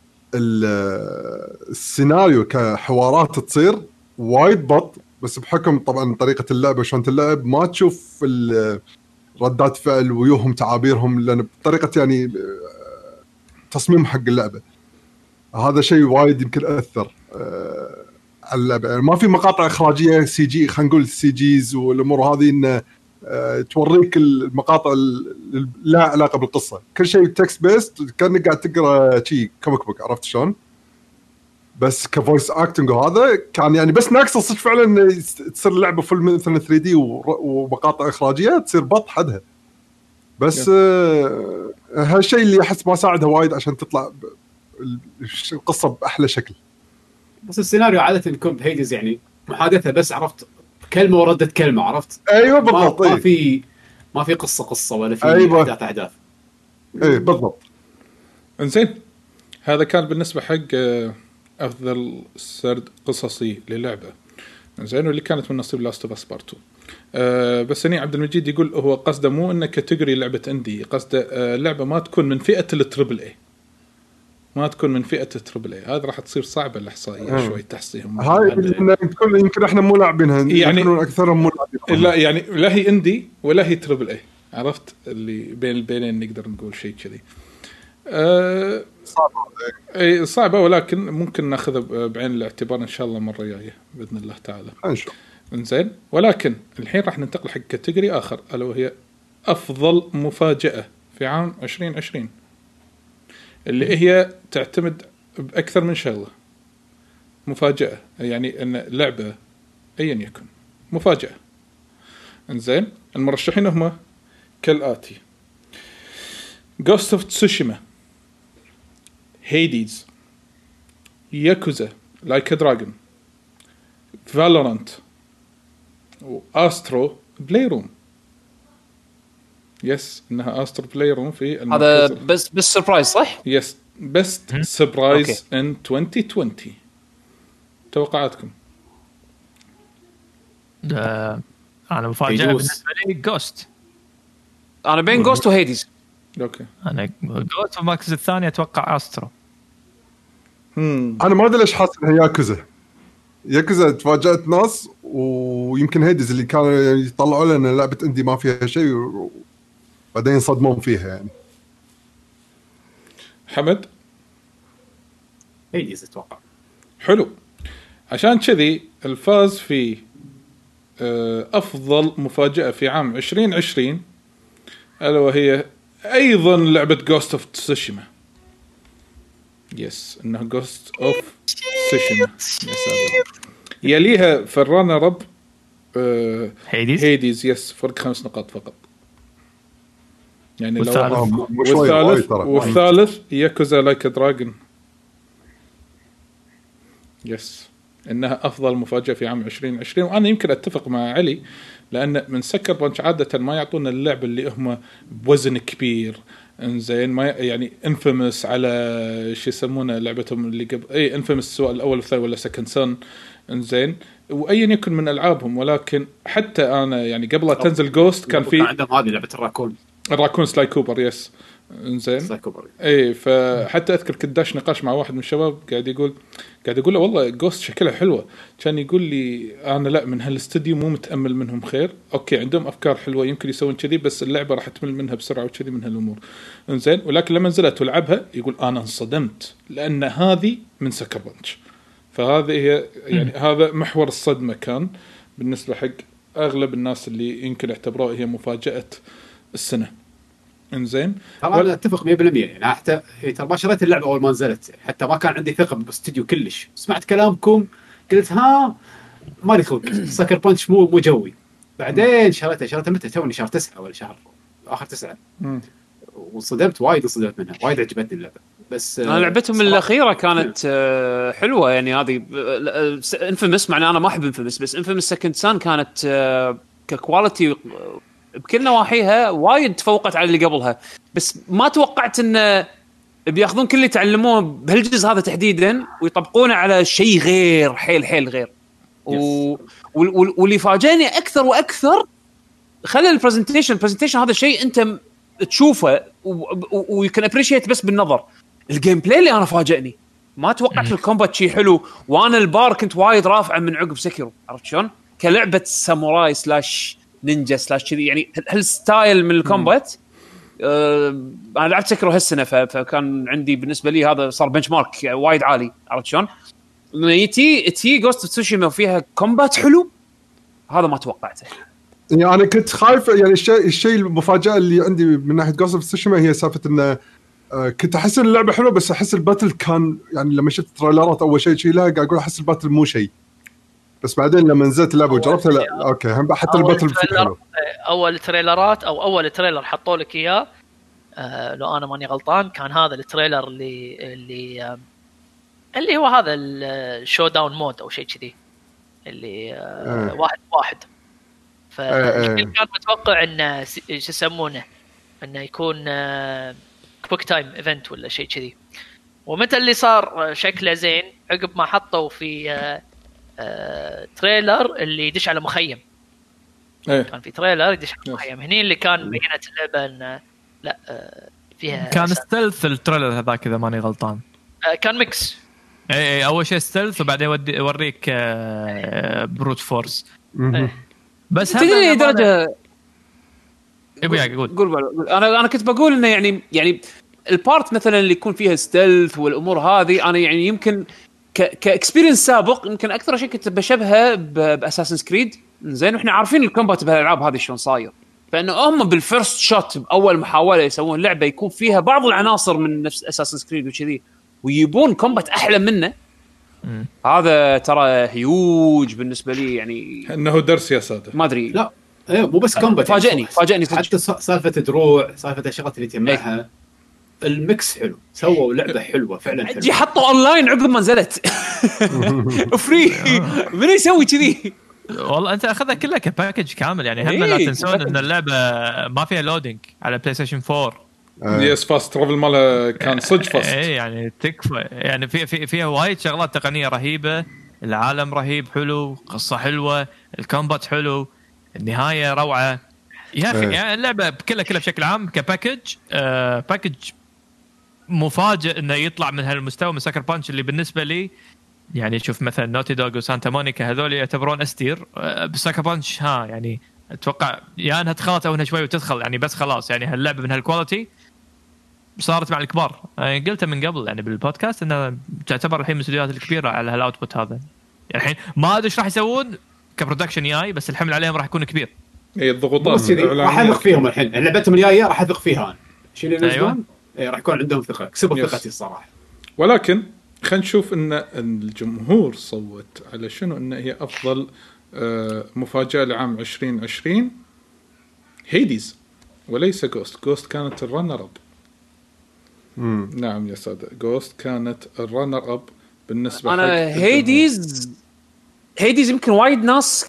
السيناريو كحوارات تصير وايد بط، بس بحكم طبعا طريقه اللعبه شلون تلعب ما تشوف ردات فعل ويوهم تعابيرهم، لان بطريقه يعني تصميم حق اللعبه هذا شيء وايد يمكن اثر على اللعبه. يعني ما في مقاطع اخراجيه سي جي، خلينا نقول سي جيز والامور هذه ان توريك المقاطع لا علاقه بالقصه، كل شيء تكست بيست كانك قاعد تقرا شيء كوميك بوك. عرفت شلون؟ بس كفويس اكتنج وهذا كان يعني بس ناقص صدق فعلا تصير اللعبه فل مثلا 3D ومقاطع اخراجيه تصير بط حدها. بس هالشيء اللي احس ما ساعدها وايد عشان تطلع القصه باحلى شكل. بس السيناريو عاده يكون بهيدز يعني محادثه بس، عرفت كلمه وردت كلمه، عرفت ايوه بالضبط. ما في قصه ولا في احداث. اي بالضبط. انزين هذا كان بالنسبه حق افضل سرد قصصي للعبه. زين واللي كانت من نصيب لاست اوف اس بارت 2. بس هني عبد المجيد يقول هو قصده مو انه كاتيجوري لعبه اندي، قصده لعبه ما تكون من فئه التربل اي، ما تكون من فئه التربل اي. هذا راح تصير صعبه الاحصائيه شوي تحصيهم. هاي تكون يمكن احنا مو لاعبينها يعني، يكونون اكثرهم مو لاعبين. لا يعني لا هي اندي ولا هي تربل اي، عرفت اللي بين البينين نقدر نقول شيء كذي. صعبة ولكن ممكن ناخذها بعين الاعتبار إن شاء الله مرة جاية بإذن الله تعالى. إنزين ولكن الحين راح ننتقل حق كاتيجوري آخر ألا وهي أفضل مفاجأة في عام 2020 اللي هي تعتمد بأكثر من شغلة. مفاجأة يعني أن لعبة أيا يكن مفاجأة. إنزين المرشحين هم كالآتي: Ghost of Tsushima, Hades, Yakuza Like a Dragon, Valorant, Astro Playroom. يس انها Astro Playroom في هذا بس سربرايز صح؟ يس بست سربرايز ان 2020. توقعاتكم؟ انا مفاجأة بالنسبة لي جوست. انا بين جوست وهيديز. اوكي انا جوست في المركز الثاني اتوقع استرو. انا ما ادري ليش حاسس انها ياكوزا تفاجأت ناس، ويمكن هيدز اللي كانوا يطلعوا لنا لعبه اندي ما فيها شيء وبعدين صدمون فيها يعني. حمد؟ هيدز اتوقع. حلو. عشان كذي الفاز في افضل مفاجاه في عام 2020 الا وهي ايضا لعبه جوست اوف تسوشيما. يس انها جوست اوف تسوشيما. يليها فرانا رب هيديز. يس فرق 5 نقاط فقط يعني. والثالث ياكوزا لايك دراجون. يس انها افضل مفاجاه في عام 2020. وانا يمكن اتفق مع علي لان من سكر بانش عاده ما يعطونا اللعبه اللي هم بوزن كبير. انزين ما يعني انفيمس على شو يسمونه لعبتهم اللي قبل انفيمس سواء الاول والثاني ولا سكند سن. انزين وايا يكن من العابهم. ولكن حتى انا يعني قبل لا تنزل جوست كان في عندهم هذه لعبه الراكون سلاي كوبر. يس انزين فحتى اذكر كنت داش نقاش مع واحد من الشباب قاعد يقول له والله جوست شكلها حلوه. كان يقول لي انا لا من هالاستوديو مو متامل منهم خير. اوكي عندهم افكار حلوه يمكن يسوون كذي بس اللعبه راح تمل منها بسرعه وكذي من هالامور. انزين ولكن لما نزلت ولعبها يقول انا انصدمت لان هذه من سكر بانش. فهذه هي يعني هذا محور الصدمه كان بالنسبه حق اغلب الناس اللي يمكن اعتبروها هي مفاجاه السنه. انزين طبعا اتفق 100% يعني حتى ترى ما شريت اللعبه اول ما نزلت حتى ما كان عندي ثقه بالاستوديو كلش. سمعت كلامكم قلت ها ما لي خلق سكر بانش مو جوي. بعدين شريتها متى توني شهر 9 ولا شهر اخر 9 وصدمت وايد منها وايد عجبتني اللعبه. بس انا لعبتهم الاخيره كانت حلوه يعني. هذه انفيمس معناه انا ما احب انفيمس بس انفيمس سكند سان كانت ككواليتي بكل نواحيها وايد تفوقت على اللي قبلها. بس ما توقعت ان بياخذون كل اللي تعلموه بهالجزء هذا تحديدا ويطبقونه على شيء غير حيل غير. واللي فاجأني اكثر واكثر خلى البرزنتيشن هذا شيء انت تشوفه ويكن ابريشيت بس بالنظر. الجيم بلاي اللي انا فاجأني ما توقعت الكومبات شيء حلو. وانا البار كنت وايد رافعه من عقب سكيرو. عرفت شلون كلعبه ساموراي سلاش نينجا سلاش كذي يعني هالستايل من الكومبات. انا لعبت سكيرو هالسنه فكان عندي بالنسبه لي هذا صار بنش مارك وايد عالي. عرفت شلون تي جوست اوف تسوشيما فيها كومبات حلو. هذا ما توقعته يعني. انا كنت خايف يعني الشيء المفاجاه اللي عندي من ناحيه جوست اوف تسوشيما هي سالفه انه كنت احس ان اللعبه حلوه بس احس الباتل كان يعني لما شفت تريلرات اول شيء لها قاعد اقول احس الباتل مو شيء. بس بعدين لما نزلت اللعبه وجربتها لا اوكي هم حتى الباتل حلو. اول تريلر حطوا لك اياه لو انا ماني غلطان كان هذا التريلر اللي هو هذا الشو داون مود او شيء كذي اللي واحد فالكل كان متوقع انه شو يسمونه انه يكون كويك تايم ايفنت ولا شيء كذي. ومتى اللي صار شكله زين عقب ما حطوا في تريلر اللي يدش على مخيم. كان في تريلر يدش على مخيم هني اللي كان بينت اللعبه ان لا فيها كان ستيلث التريلر هذاك اذا ماني غلطان. كان ميكس. اي اول شيء ستيلث وبعدين يوريك بروت فورس. بس تدري درجه قول انا كنت بقول انه يعني البارت مثلا اللي يكون فيها ستيلث والامور هذه انا يعني يمكن كاكسبيرينس سابق يمكن اكثر شيء كنت بشبهه باساسن كريد. زين واحنا عارفين الكومبات بهالالعاب هذه شلون صاير. فانه هم بالفيرست شوت باول محاوله يسوون لعبه يكون فيها بعض العناصر من نفس اساسن كريد وكذي ويبون كومبات احلى منه. هذا ترى هيوج بالنسبه لي يعني انه درس يا ساده ما ادري. لا مو بس كومبات فاجئني حتى سالفه دروع سالفه الشغلات اللي تجمعها الميكس حلو. سووا لعبه حلوه فعلا حلوه. حطوا اونلاين عقب ما نزلت فري. من يسوي كذي والله انت اخذها كلها كباكج كامل يعني. هم لا تنسون ان اللعبه ما فيها لودينج على بلاي ستيشن 4. يس فاست ترافل ماله كان صدق فاست. يعني تكفى يعني فيها وايد شغلات تقنيه رهيبه. العالم رهيب حلو قصه حلوه الكومبات حلو النهايه روعه يا اخي. يعني اللعبه كلها بشكل عام كباكج باكج مفاجئ انه يطلع من هالمستوى من سكر بانش اللي بالنسبه لي يعني شوف مثلا نوتي دوغ وسانتا مونيكا هذول يعتبرون استير. بسكر بانش يعني اتوقع يا انها تخلط او انها شوي وتدخل يعني بس خلاص يعني هاللعبه من هالكواليتي صارت مع الكبار. يعني قلتها من قبل يعني بالبودكاست انها تعتبر الحين من الاستديوهات الكبيره على هالاوتبوت هذا. يعني الحين ما ادري ايش راح يسوون كبرودكشن جاي، بس الحمل عليهم راح يكون كبير. هي الضغوطات راح اثق فيهم الحين، لعبتهم الجايه راح اثق فيها انا. شيء اللي أيوة. راح يكون عندهم ثقه، كسبوا ثقتي الصراحه. ولكن خلينا نشوف ان الجمهور صوت على شنو ان هي افضل مفاجاه لعام 2020 هيديز وليس جوست كانت الرنر اب. نعم يا سادة، جوست كانت الرنر اب بالنسبه انا هيديز يمكن وايد ناس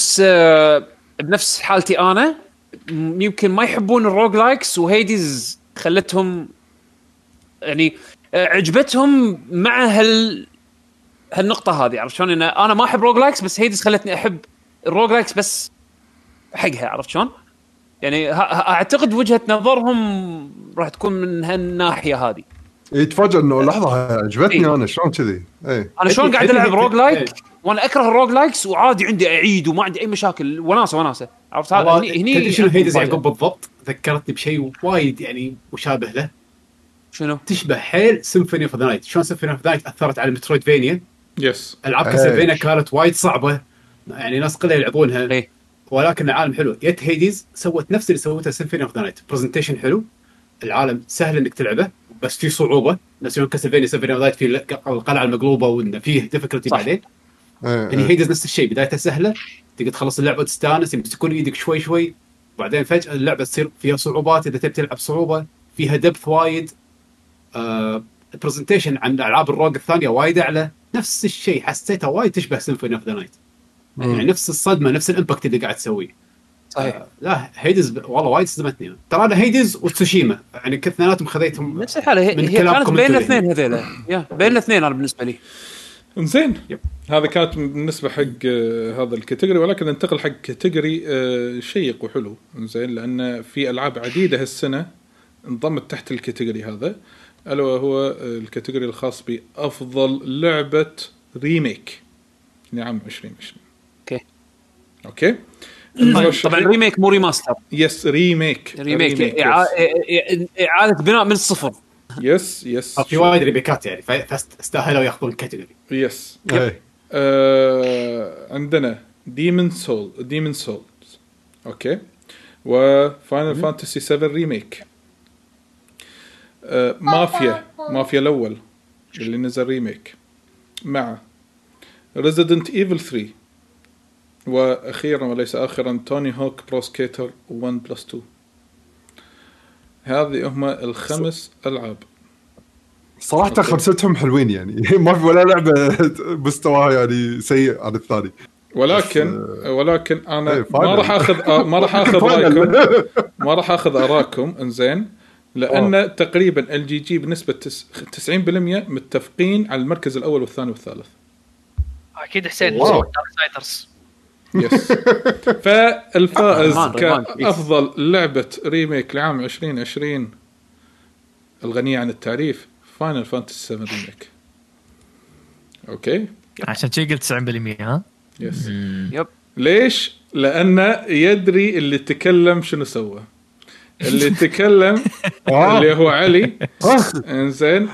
بنفس حالتي انا يمكن ما يحبون الروج لايكس، وهيديز خلتهم يعني عجبتهم مع هالنقطه هذه. عرفت شلون؟ انا ما احب روج لايكس، بس هيديز خلتني احب الروج لايكس بس حقها. عرفت شلون؟ يعني اعتقد وجهه نظرهم راح تكون من هالناحيه هذه. يتفاجئ انه لحظه عجبتني انا شلون كذي. انا شلون قاعد العب روج لايك وانا اكره الروج لايكس وعادي عندي اعيد وما عندي اي مشاكل، وناسه. عرفت هني شنو هيدز يعقوب بالضبط؟ ذكرتني بشيء وايد يعني مشابه له. شنو؟ تشبه حيل سيمفوني اوف ذا نايت. شلون سيمفوني اوف ذا نايت اثرت على مترويدفينيا؟ يس. العاب كاسلفينيا كانت وايد صعبه، يعني ناس قليل يلعبونها. ولكن العالم حلو. يت هيديز سوت نفس اللي سوته سيمفوني اوف ذا نايت، برزنتيشن حلو، العالم سهل انك تلعبه بس في صعوبه، نفس يوم كاسلفينيا سيمفوني اوف ذا نايت في القلعه المقلوبه وانه فيه ديفيكولتي بعدين. يعني هيديز نفس الشيء، بدايتها سهله تقدر تخلص اللعبه وتستانس، تكون ايدك شوي شوي، وبعدين فجاه اللعبه تصير فيها صعوبات اذا تبي تلعب صعوبه، فيها دبث وايد. البرزنتيشن عن العاب الروج الثانيه وايد اعلى. نفس الشيء حسيتها وايد تشبه سيمفوني اوف ذا نايت، يعني نفس الصدمه نفس الامباكت اللي قاعد تسويه. صحيح. لا هيدز والله وايد صدمتني ترى. انا هيدز وتسوشيما يعني كثناتهم خذيتهم نفس الحاله. هي كانت بين الاثنين هذيلا، بين الاثنين انا بالنسبه لي. انزين هذا كانت بالنسبه حق هذا الكاتيجوري، ولكن ننتقل حق كاتيجوري شيق وحلو. انزين لان في العاب عديده هالسنه انضمت تحت الكاتيجوري هذا، الا وهو الكاتيجوري الخاص بافضل لعبه ريميك لعام 2020. اوكي طبعا ريميك مو ريماستر. يس ريميك اعاده بناء من الصفر. يس في وايد ريميكات يعني فاستاهلوا ياخذون الكاتيجوري. يس عندنا ديمون سول اوكي، وفاينل فانتسي 7 ريميك، مافيا الاول اللي نزل ريميك، مع ريزيدنت ايفل 3، واخيرا وليس اخرا توني هوك برو سكيتر 1+2. هذه هم الخمس العاب. صراحه خمستهم حلوين يعني ما في ولا لعبه مستواها يعني سيء عن الثاني. ولكن انا ما راح اخذ اراءكم انزين، لان تقريبا الجي جي بنسبه 90% متفقين على المركز الاول والثاني والثالث. اكيد حسين دارك سايدرز. يس. فالفائز كأفضل لعبة ريميك لعام 2020 الغنية عن التعريف فاينل فانتسي 7 ريميك. اوكي عشان شي قلت 90%. ها يس. ليش؟ لأن يدري اللي تكلم شنو سوى. اللي تكلم اللي هو علي. انزين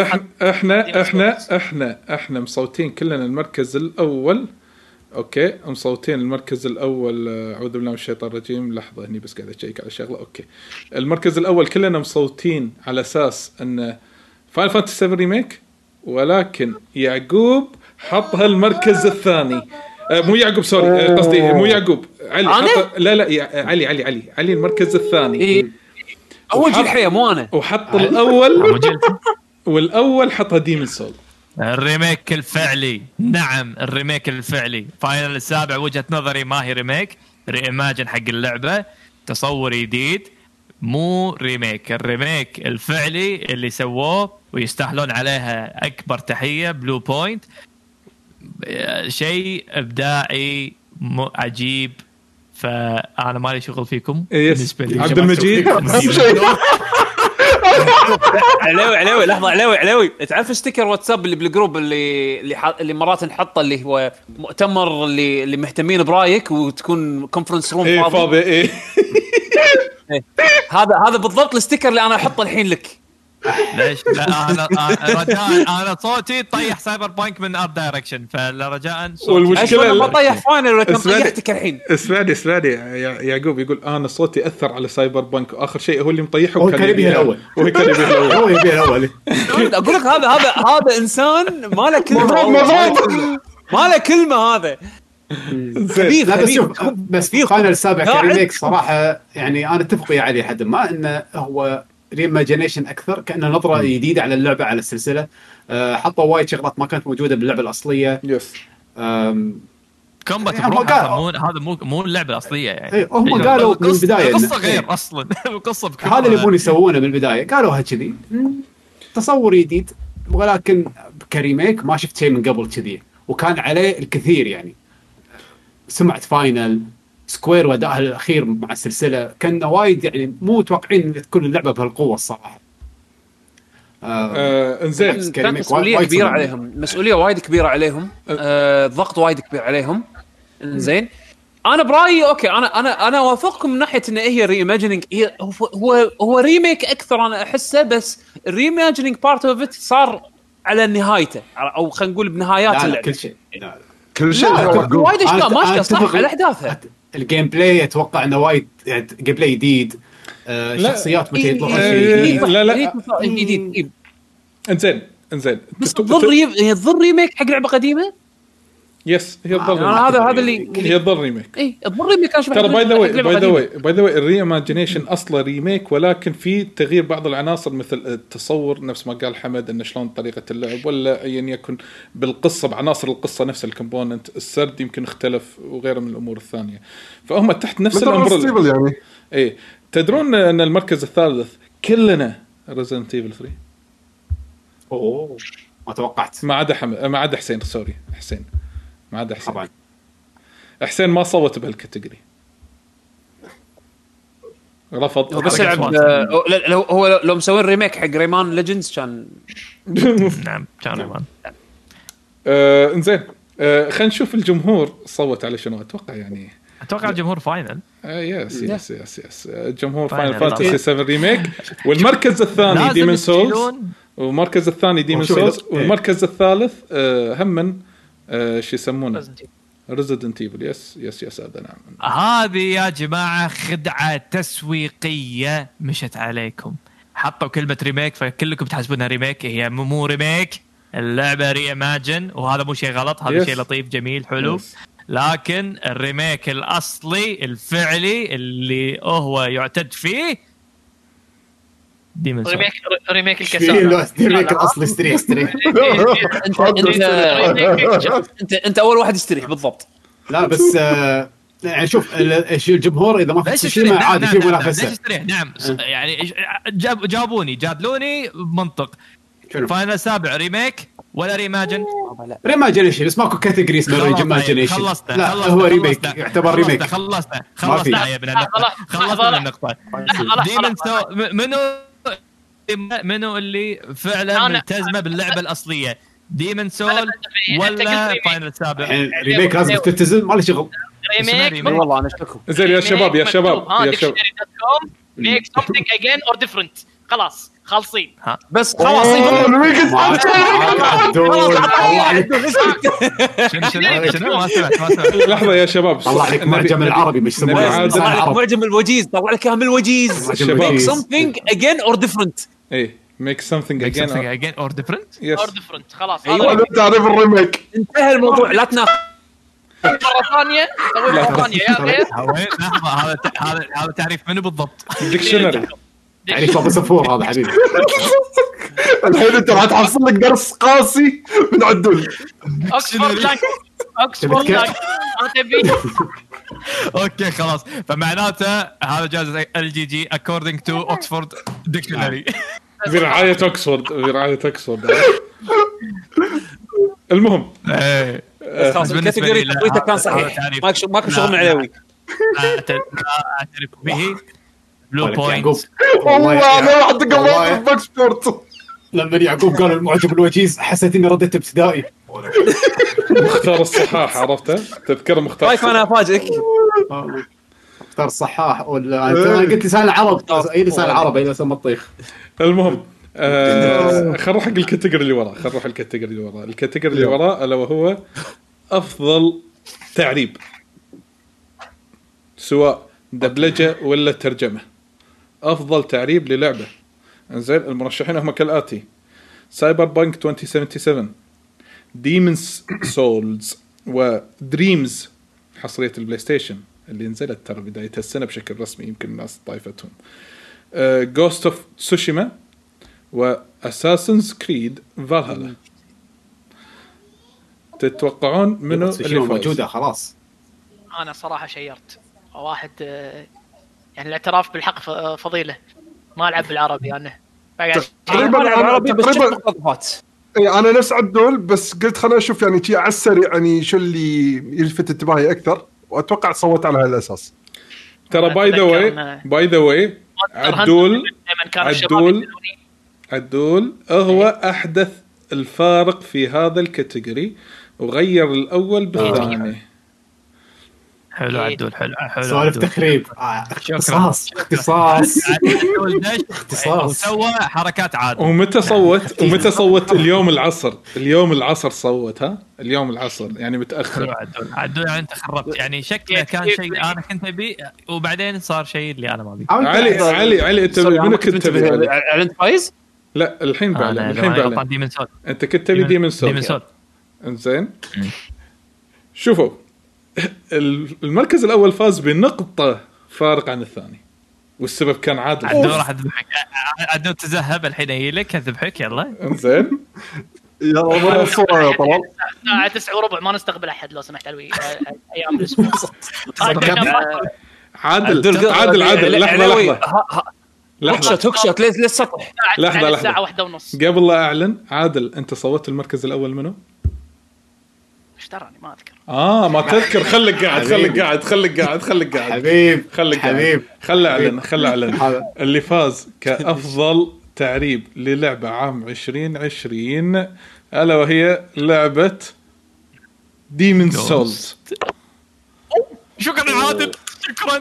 احنا مصوتين كلنا المركز الأول. اوكي مصوتين المركز الاول. اعوذ بالله من الشيطان الرجيم. لحظه هني بس قاعد اشيك على شغله. اوكي المركز الاول كلنا مصوتين على اساس ان فاينل فانتسي 7 ريميك، ولكن يعقوب حطها المركز الثاني. مو يعقوب سوري قصدي مو يعقوب علي لا علي المركز الثاني. اول شيء الحياه مو انا. وحط الاول والاول حطها ديمون سول الريميك الفعلي. نعم الريميك الفعلي. فاينل السابع وجهة نظري ما هي ريميك، ريماجن حق اللعبة، تصور جديد مو ريميك. الريميك الفعلي اللي سووه ويستاهلون عليها أكبر تحية بلو بوينت. شيء إبداعي عجيب. فأنا مالي شغل فيكم. عبد المجيد علوي لحظه علوي تعرف ستيكر واتساب اللي بالجروب اللي مرات نحطه اللي هو مؤتمر اللي مهتمين برايك وتكون كونفرنس روم فاضي. هذا بالضبط الستيكر اللي انا احطه الحين لك. ليش؟ لا انا رجاء انا صوتي طيح سايبر بانك من ارت دايركشن، فالرجاء والمشكله ما طيح فاينل ولا كم طيحتك الحين. اسمعني يعقوب يقول انا صوتي اثر على سايبر بانك، واخر شيء هو اللي مطيحه هو كان يبيه الاول. هو كان يبيه الاول. هو يبيه الاول. اقول لك هذا انسان ما له كلمه، ما له كلمه هذا. لا بس شوف، بس في فاينل السابع كريميك صراحه يعني انا اتفق ويا علي حد ما انه هو ريماجينيشن اكثر، كانه نظره جديده على اللعبه على السلسله. حطوا وايد شغلات ما كانت موجوده باللعبه الاصليه. يس كومبات هذا مو اللعبه الاصليه يعني. ايه هم قالوا من البدايه القصه غير اصلا. القصه هذا اللي يبون يسوونه من البدايه، قالوها كذي تصور جديد، ولكن كريميك ما شفت شيء من قبل كذي، وكان عليه الكثير يعني. سمعة فاينل سكوير وادائها الاخير مع السلسله كان وايد يعني مو متوقعين تكون اللعبه بهالقوه الصراحه. انزين كانت مسؤوليه كبيره عليهم، مسؤوليه وايد كبيره عليهم، ضغط وايد كبير عليهم. انزين انا برايي اوكي، انا وافقكم من ناحيه ان هي ريماجينينج، هو ريميك اكثر انا احسه، بس الريماجينينج بارت اوف ات صار على نهايته، او خلينا نقول بنهايات اللعبه. كل شيء وايد اشياء ماشيه صح على احداثها. الجيم بلاي اتوقع انه وايد يعني جيم بلاي جديد، شخصيات متى يطلعون شيء جديد. لا جديد. انزين بس تضر ريميك حق لعبه قديمه. يس هي تضر هذا اللي هي تضر ريميك. اي تضر ريميك. ترى باي ذا واي الريماجينيشن اصلا ريميك، ولكن في تغيير بعض العناصر مثل التصور نفس ما قال حمد، انه شلون طريقه اللعب ولا ايا يكن بالقصه، بعناصر القصه نفس الكومبوننت، السرد يمكن اختلف وغيره من الامور الثانيه. فهم تحت نفس الامبريلا يعني. اي تدرون ان المركز الثالث كلنا ريزيدنت ايفل 3. اوه ما توقعت. ما عدا ما عدا حسين، سوري حسين، ما عدا حسين. طبعا حسين ما صوت بهالكاتيجوري، رفض. بس يلعب لو مسوين ريميك حق ريمان ليجندز كان نعم كان ريمان. انزين خلينا نشوف الجمهور صوت على شنو. اتوقع الجمهور فاينل. يس الجمهور فاينل فانتسي 7 ريميك. والمركز الثاني ديمن سولز، والمركز الثاني ديمن سولز، والمركز الثالث هم من شو يسمونه ريزيدنت ايفل. يس هذا نعم. هذه يا جماعه خدعه تسويقيه مشت عليكم، حطوا كلمه ريميك فكلكم تحسبونها ريميك. هي مو ريميك، اللعبه ريماجن، وهذا مو شيء غلط، هذا شيء لطيف جميل حلو. لكن الريميك الاصلي الفعلي اللي هو يعتد فيه ديمن ريميك الكسالة. ريميك الاصلي استريح. انت اول واحد يستريح بالضبط. لا بس يعني شوف الجمهور اذا ما في تسويق عادي في منافسه. نعم يعني جادلوني بمنطق. فاينل سابع ريميك ولا ريماجن؟ ريماجينيشن بس ماكو كاتيجوري اسمه ريماجينيشن. لا هو ريميك يعتبر ريميك. خلصنا يا ابن خلصنا النقطه. ديمن منو اللي فعلا ملتزمه باللعبه الاصليه، ديمن سول ولا فاينل سابع؟ يعني ريميك لازم تلتزم، ما له شغل. ريميك والله انا اشتكوا. زين يا شباب make something again or different. خلاص خالصين بس خلاص. شنو ما سمعت. لحظه يا شباب، طلع لك معجم العربي مش سموه معجم الوجيز، طلع لك من الوجيز. make something again or different. ايه make something again or different. or different خلاص. ايوه تعرف الريميك انتهى الموضوع. لا تناقش مرة ثانية يا غير. هذا تعريف منو بالضبط؟ ديكشنري يعني صوب صفور هذا حبيبي. الحين انت راح تحصل لك درس قاسي من عدول. اوكسفورد اوكي خلاص، فمعناته هذا جائزة LGG according to Oxford Dictionary. برعاية اوكسفورد. المهم خلاص الكاتيجوري تقريبا كان صحيح، ماكو شغل عليوي. اعترف به بلو بوينت. والله انا واحد قبل بوكس سبورت لما يعقوب قال المعجم الوجيز حسيت اني رديت ابتدائي. مختار الصحاح عرفته، تذكر مختار. طيب انا افاجئك مختار الصحاح ولا انت قلت لسان العرب؟ اي لسان العرب، اي لسان الطيخ. المهم خل نروح حق الكاتيجوري اللي وراه. الكاتيجوري اللي وراه الا وهو افضل تعريب، سواء دبلجه ولا ترجمه. افضل تعريب للعبه. انزين المرشحين هم كالاتي: سايبر بانك 2077، ديمونز سولز، ودريمز حصريه البلاي ستيشن اللي نزلت ترى بدايه السنه بشكل رسمي، يمكن الناس طايفتهم. جوست اوف تسوشيما واساسنز كريد فالهالا. تتوقعون منو اللي موجوده؟ خلاص انا صراحه شيرت واحد، يعني الاعتراف بالحق فضيله. ما العب بالعربي انا تقريبا العربي بس مقاطعات. اي انا نفس عدول، بس قلت خليني اشوف يعني شيء على السريع يعني شو اللي يلفت انتباهي اكثر، واتوقع صوت على هالاساس. ترى باي ذا واي عدول هو احدث الفارق في هذا الكاتيجوري، وغير الاول بالثاني. حلو عدول، حلو سوالف تخريب. اختصاص وسوى حركات عادة. ومتى صوت اليوم العصر صوت. اليوم العصر يعني متأخر. عدول يعني انت خربت، يعني شكله كان شيء انا كنت ابي وبعدين صار شيء اللي انا ما ابي. علي انت منو كنت تبي؟ اعلنت فايز لا الحين بعلن. انت كنت تبي ديمون سول. انزين شوفوا، المركز الأول فاز بنقطة فارق عن الثاني، والسبب كان عادل. راح أذبحك عدو، تذهب الحين يلك أذبحك. يلا إنزين يلا مرة الصورة يا طلال. الساعة 9:15 ما نستقبل أحد لو سمحت علوي. أيام الأسبوع عادل لحظة توكشوت للسطح. لحظة الساعة 1:30 قبل لا أعلن. عادل أنت صوت المركز الأول منه؟ ايش تراني ما اذكر. ما تذكر. خليك قاعد حبيب خلي اعلن اللي فاز كافضل تعريب للعبه عام 2020 الا وهي لعبه ديمون سولز. شكرا عادل، شكرا.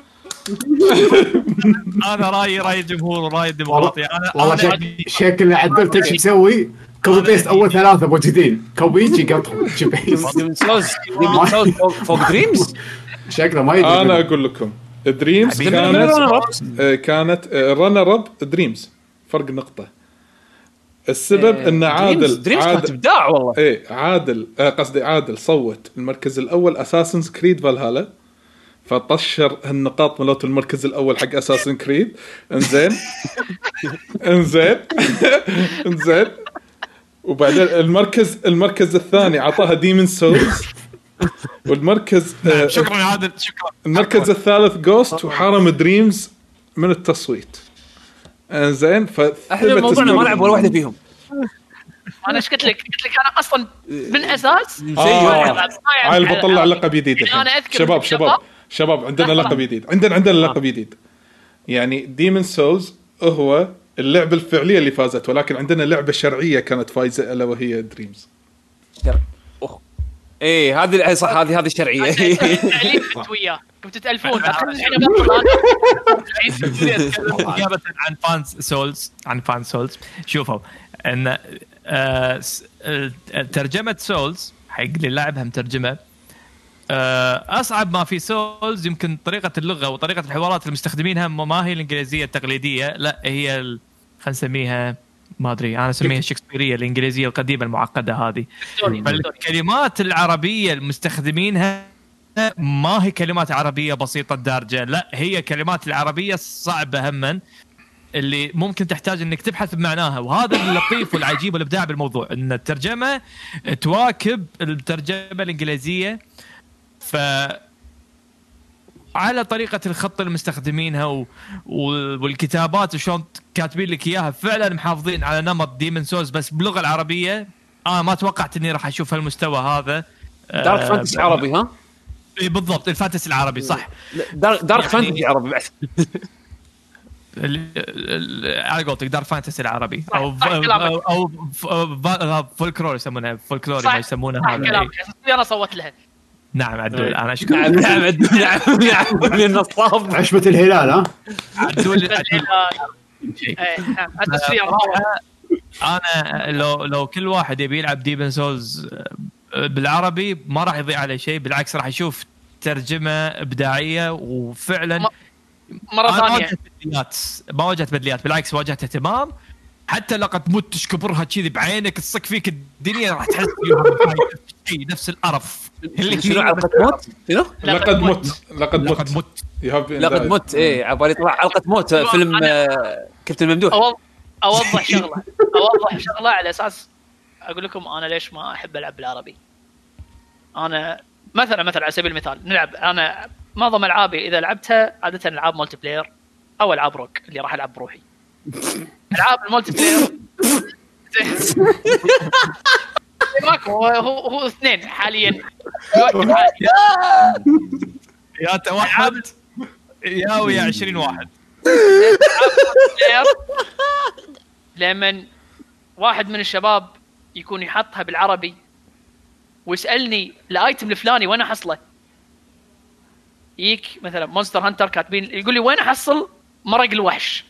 انا راي الجمهور وراي الديمقراطيه. والله شكل عدلت ايش مسوي. كوبي بيست اول 3 موجودين، كوبي يجي قطهم ديمون سولز فوق دريمز. شكله ما يدري. انا اقول لكم دريمز كانت رانر اب دريمز فرق نقطه. السبب ان عادل ابداع والله. عادل صوت المركز الاول اساسنز كريد فالهالا، فطشر هالنقاط ملوت المركز الاول حق اساسن كريد. انزين وبعدين المركز الثاني عطاها ديمون سولز، والمركز شكرا يا عادل، شكرا. المركز الثالث جوست، وحرم دريمز من التصويت. زين احنا موضوعنا ما لعب ولا واحده فيهم. انا ايش قلت لك انا اصلا بالاساس عيل بطلع لقب جديد. شباب عندنا لقب جديد. عندنا لقب جديد. يعني ديمون سولز هو اللعبة الفعلية اللي فازت، ولكن عندنا لعبة شرعية كانت فايزة ألا وهي دريمز. ايه هذه صح، هذه شرعية. كنت وياه كنت تألفون إجابة عن فان سولز. شوفوا ان ترجمة سولز حق اللي لعبها مترجمة. أصعب ما في سولز يمكن طريقة اللغة وطريقة الحوارات المستخدمينها ما هي الإنجليزية التقليدية، لا هي خلينا نسميها ما أدري، أنا أسميها الشكسبيرية الإنجليزية القديمة المعقدة هذه. فالكلمات العربية المستخدمينها ما هي كلمات عربية بسيطة الدرجة، لا هي كلمات العربية صعبة همًا اللي ممكن تحتاج انك تبحث بمعناها. وهذا اللطيف والعجيب والابداع بالموضوع، ان الترجمة تواكب الترجمة الإنجليزية، على طريقة الخط المستخدمينها والكتابات وشون كاتبين لك إياها فعلا محافظين على نمط ديمون سولز بس باللغة العربية. ما توقعت إني راح أشوف هالمستوى هذا. دارك فانتسي عربي ها؟ إيه بالضبط، الفانتسي العربي صح. دارك فانتسي عربي بعد. على قولتك دارك فانتسي العربي أو فولكلور يسمونها، فولكلور ما يسمونها هذا. أنا صوت لها. نعم عدول انا اشكرك. نعم النصاب عشبة الهلال. ها عدول انا لو كل واحد يبي يلعب ديمن سولز بالعربي ما راح يضيع عليه شيء، بالعكس راح يشوف ترجمه ابداعيه وفعلا مره ثانيه ما واجهت بدليات، بالعكس واجهت اهتمام. حتى لقد تموت تشكبرها كذي بعينك تصك فيك الدنيا راح تحس فيها نفس القرف اللي شنو علقة موت شنو لقد مت ايه عبالي طلع علقة موت فيلم كابتن ممدوح. اوضح شغله على اساس اقول لكم انا ليش ما احب العب بالعربي. انا مثلا على سبيل المثال نلعب، انا معظم العابي اذا لعبتها عاده العاب مولتي بلاير او العاب روك اللي راح العب بروحي. العاب المولتي بلاير هو اثنين حاليا يا توحد يا ويا 20 واحد. لمن واحد من الشباب يكون يحطها بالعربي ويسألني الايتم الفلاني وين احصله، يك مثلا مونستر هانتر كاتبين يقول لي وين احصل مرق الوحش.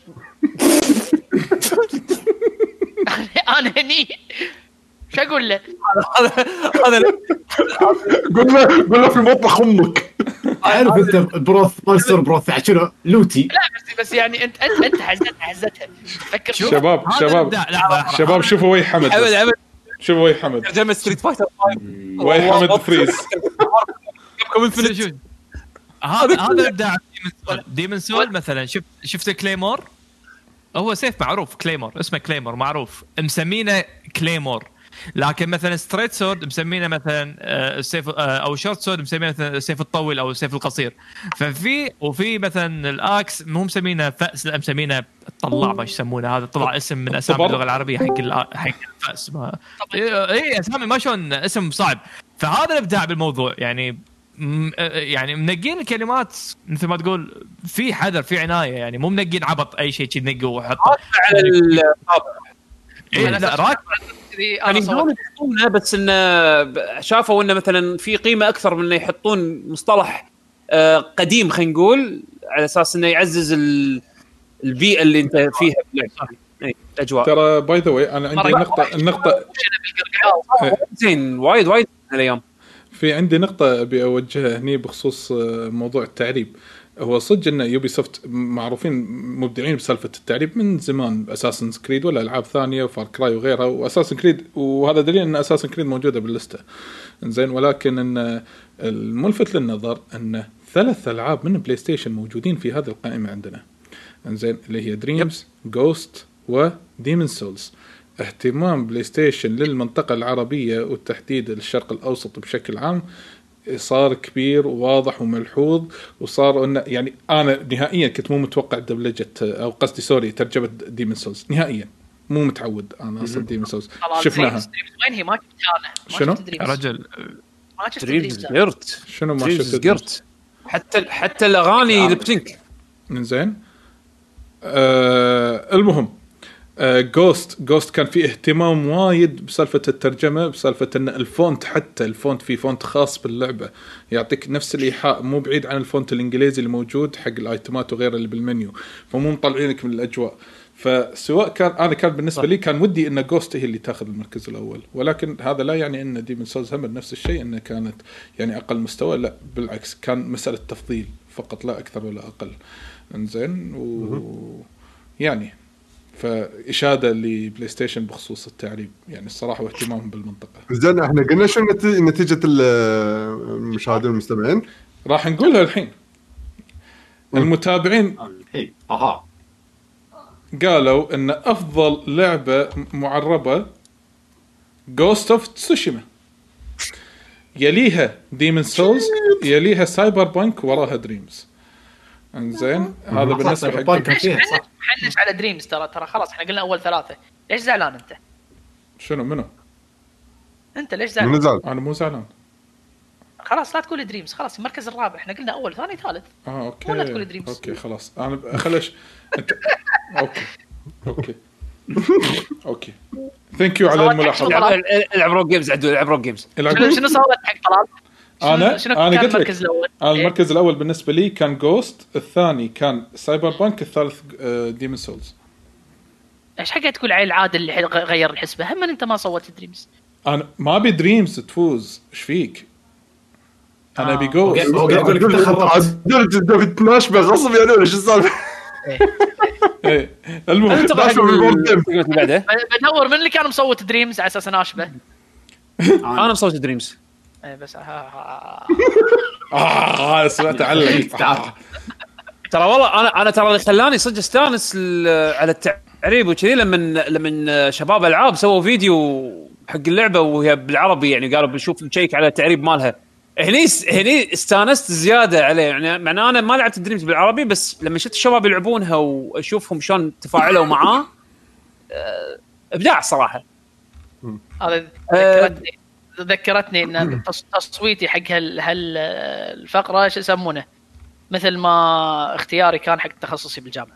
انا هني شو اقول له؟ هذا قول له في مطبخ امك. عارف انت بروث مونستر بروث شنو لوتي. لا بس يعني انت حزتها فكر. شباب شوفوا وي حمد شوفوا وي حمد ترجمة ستريت فايتر وي حمد فريز. هذا ابداع ديمن سول. مثلا شفت كليمور، هو سيف معروف كليمور، اسمه كليمور معروف مسمينه كليمور. لكن مثلا ستريت سورد مسمينه مثلا السيف او شورت سورد مسمينه مثلا السيف الطويل او السيف القصير. وفي مثلا الاكس مو مسمينه فأس، لا مسمينه الطلاع ما يسمونه. هذا طلع اسم من اسامي اللغه العربيه حق الفأس. اي اسامي ما شلون اسم صعب. فهذا الابداع بالموضوع، يعني منقين الكلمات مثل ما تقول في حذر في عنايه، يعني مو منقين عبط اي شيء تنقه وحطه على الطابع. لا راك يعني يقولون يحطونه بس انه شافوا انه مثلا في قيمه اكثر من انه يحطون مصطلح قديم خلينا نقول على اساس انه يعزز البيئه اللي انت فيها الاجواء. ترى باي ذا واي انا عندي النقطه زين وايد الايام في عندي نقطه ابي اوجهها هني بخصوص موضوع التعريب. هو صدق ان يوبي سوفت معروفين مبدعين بسالفه التعريب من زمان، اساسن كريد ولا العاب ثانيه وفار كراي وغيرها، واساسن كريد وهذا دليل ان اساسن كريد موجوده باللسته زين. ولكن ان الملفت للنظر ان 3 العاب من بلاي ستيشن موجودين في هذه القائمه عندنا زين، اللي هي دريمز جوست وديمن سولز. اهتمام بلاي ستيشن للمنطقه العربيه والتحديد الشرق الاوسط بشكل عام صار كبير وواضح وملحوظ، وصار انه يعني انا نهائيا كنت مو متوقع دبلجه او قصدي سوري ترجمه ديمن سولز، نهائيا مو متعود انا اصلا ديمن سولز شفناها. وين هي ما شفتها شنو رجل ما شفت قرت شنو ما شفت قرت حتى الاغاني لبتنك من زين. المهم جوست كان فيه اهتمام وايد بسالفة الترجمة، بسالفة ان الفونت، حتى الفونت في فونت خاص باللعبة يعطيك نفس الإيحاء مو بعيد عن الفونت الإنجليزي الموجود حق الآيتمات وغيره اللي بالمنيو، فمو مطلعينك من الأجواء. فسواء كان بالنسبة لي كان ودي ان جوست هي اللي تاخذ المركز الأول، ولكن هذا لا يعني ان ديمن سولز هم نفس الشيء انها كانت يعني أقل مستوى، لا بالعكس كان مسألة تفضيل فقط لا أكثر ولا أقل. انزين يعني فإشادة لبلاي ستيشن بخصوص التعريب يعني الصراحة واهتمامهم بالمنطقة. زين احنا قلنا شو نتيجة المشاهدين والمستمعين راح نقولها الحين. المتابعين قالوا ان افضل لعبة معربة Ghost of Tsushima، يليها Demon Souls، يليها سايبر بانك، وراها دريمز. انزين هذا بالنسبة حق حنش على دريمز. ترى خلاص احنا قلنا اول 3. ليش زعلان انت؟ شنو منو انت ليش زعلان؟ انا مو زعلان. خلاص لا تقول دريمز، خلاص المركز الرابع احنا قلنا اول ثاني ثالث. اوكي ولا تقول دريمز. اوكي خلاص انا خلش انت اوكي ثانك يو على الملاحظه. العب روك جيمز عدول، العب روك جيمز. شنو صوت حق طلال؟ انا قلت لك المركز الاول بالنسبه لي كان جوست، الثاني كان سايبر بانك، الثالث ديمن سولز. ايش حق تقول عيل عادل اللي غير الحسبه؟ هم انت ما صوت دريمز. انا ما ابي دريمز تفوز، ايش فيك؟ انا ابي جوست. يقول لك انت بتناش بغصب يعني ولا شو السالفه؟ ايه المهم انت بعده بدور من اللي كان مصوت دريمز على اساس اناشبه. انا مصوت دريمز. ايه بس سمعت علق. ترى والله انا ترى اللي خلاني صدق استانس على التعريب وكذي لما شباب العاب سووا فيديو حق اللعبه وهي بالعربي، يعني قالوا بنشوف نشيك على التعريب مالها. هني استانست زياده عليه، يعني معناه انا ما لعبت دريمز بالعربي، بس لما شفت الشباب يلعبونها واشوفهم شلون تفاعلوا معاه ابداع صراحه. هذا ذكرتني ان تصويتي حق هالفقره شو يسمونه، مثل ما اختياري كان حق تخصصي بالجامعه.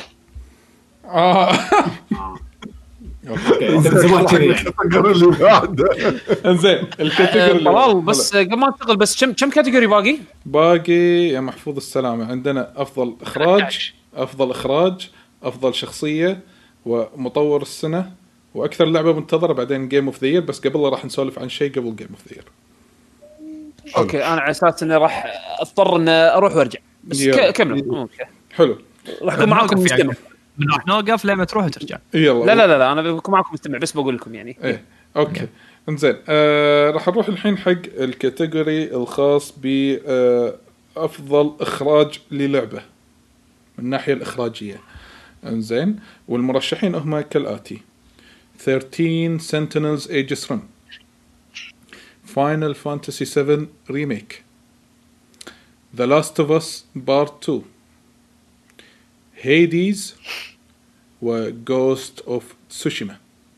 انزين الكاتيجوري طلال بس قبل ما ننتقل بس كم كاتيجوري باقي يا محفوظ السلامه؟ عندنا افضل اخراج، افضل شخصيه، ومطور السنه، واكثر لعبه منتظره، بعدين جيم اوف ذا يير. بس قبل راح نسولف عن شيء قبل جيم اوف ذا يير. اوكي انا على اساس اني راح اضطر ان اروح وارجع، بس كملوا. اوكي حلو، راح اكون معاكم مستمع. راح نوقف لما تروح وترجع. يلا لا انا بكون معاكم مستمع، بس بقول لكم يعني. ايه اوكي انزين. راح نروح الحين حق الكاتيجوري الخاص ب افضل اخراج للعبه من الناحيه الاخراجيه. انزين، والمرشحين هم كالاتي: 13 Sentinels Aegis Run, Final Fantasy 7 Remake, The Last of Us Part 2, Hades و Ghost of Tsushima.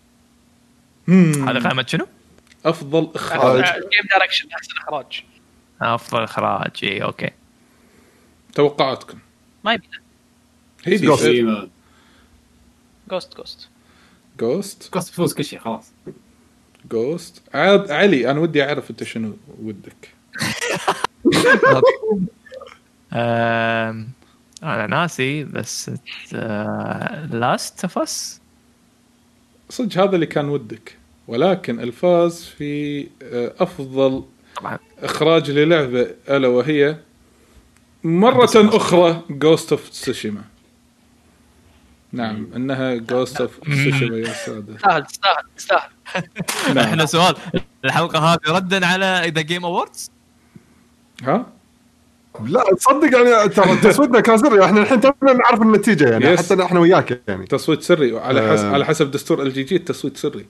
هذا قائمة شنو؟ أفضل إخراج. جيم دايركشن أحسن إخراج. أفضل إخراج إيه أوكي. توقعاتكم؟ ما يبي. Hades. Ghost فوز كل شيء خلاص. Ghost. عاد علي أنا ودي أعرف أنت شنو ودك. أنا ناسي بس Last of Us صدق هذا اللي كان ودك، ولكن الفاز في أفضل طبعا إخراج للعبة ألا وهي مرة أخرى Ghost of Tsushima. نعم إنها Ghost of Tsushima يا سادة. تستاهل. إحنا سؤال الحلقة هذه ردا على The Game Awards. ها؟ لا تصدق يعني ترى تصويتنا كان سري، احنا الحين تبنا نعرف النتيجه يعني حتى احنا وياك يعني تصويت سري على حسب دستور ال جي التصويت سري.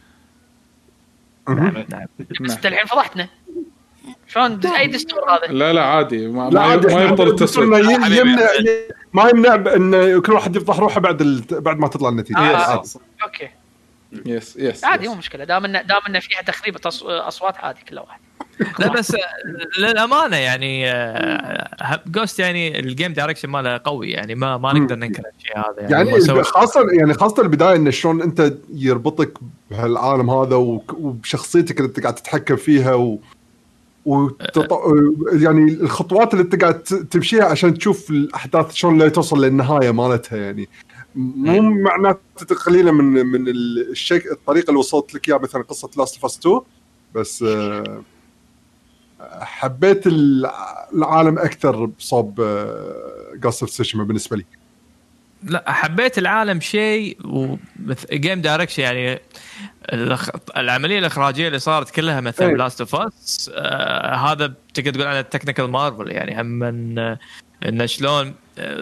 نعم. بس الحين فضحتنا شلون اي دستور هذا؟ لا عادي ما يبطل التصويت. ما يمنع ان كل واحد يفضح روحه بعد ما تطلع النتيجه. اوكي يس عادي مو مشكله، دام ان فيها تخريب اصوات عادي كل واحد. لا بس للامانه يعني جوست يعني الجيم دايركشن ماله قوي يعني ما نقدر ننكر الشيء هذا يعني خاصه البدايه ان شلون انت يربطك بهالعالم هذا وبشخصيتك اللي انت قاعد تتحكم فيها يعني الخطوات اللي انت قاعد تمشيها عشان تشوف الاحداث شلون لا توصل للنهايه مالتها. يعني مو معناته قليله من الشيء الطريقه اللي وصلت لك اياها مثلا قصه لاست اوف اس 2، بس حبيت العالم اكثر بصوب Ghost of Tsushima بالنسبه لي. لا حبيت العالم شيء وجيم دايركشن يعني العمليه الاخراجيه اللي صارت كلها مثلا لاست اوف اس هذا تقدر تقول عنه تكنيكال مارفل يعني هم ان شلون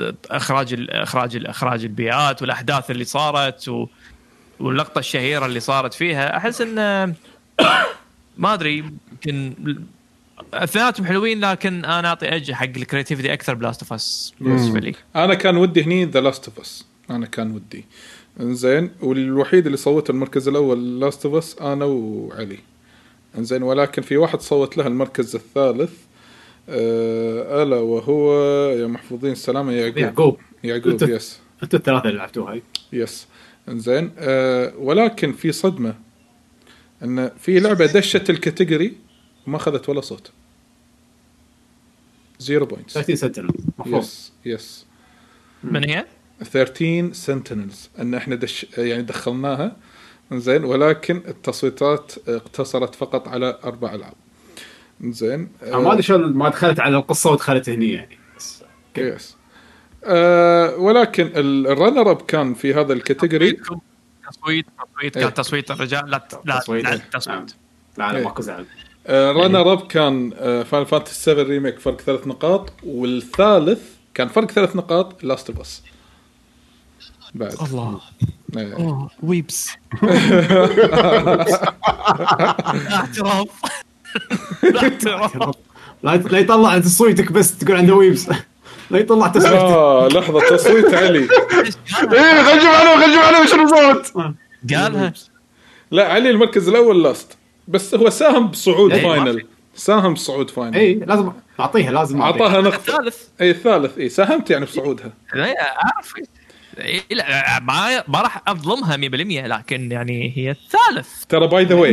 اخراج البيئات والاحداث اللي صارت واللقطه الشهيره اللي صارت فيها. احس ان ما ادري يمكن اثنيناتهم حلوين، لكن انا اعطي اجي حق الكرياتيفيتي اكثر بلاست اوف اس بالنسبه لي. انا كان ودي هني ذا لاست اوف اس، انا كان ودي انزين، والوحيد اللي صوت المركز الاول لاست اوف اس انا وعلي انزين، ولكن في واحد صوت له المركز الثالث الا وهو يا محفوظين السلامه يعقوب يس انتوا الثلاثه اللي لعبتوها هاي يس انزين. ولكن في صدمه ان في لعبه دشت الكاتيجوري وما اخذت ولا صوت. 0 بوينتس. 30 سنه يس من هي 13 سنتينلز ان احنا يعني دخلناها زين، ولكن التصويتات اقتصرت فقط على 4 ألعاب. زين ما ادري شلون ما دخلت على القصه ودخلت هني يعني بس يس. ولكن الرنر اب كان في هذا الكاتيجوري تصويت كان تصويت الرجال. لا تصويت لا ماكو زعل. رنر اب كان فاينل فانتسي 7 ريميك فرق 3 نقاط، والثالث كان فرق 3 نقاط لاست اوف اس. بعد الله ويبس اعتراف لا يطلع انت تصويتك بس تقول عنده ويبس. لا يطلع تصويت. لحظه تصويت علي. ايه غجم عنه شنو صوت قالها. لا علي المركز الاول لاست، بس هو ساهم بصعود فاينل. ساهم بصعود فاينل. اي لازم اعطيها اعطاها نقطه. الثالث ساهمت يعني بصعودها. لا اعرف. لا ما راح اظلمها 100%، لكن يعني هي الثالث. ترى باي ذا واي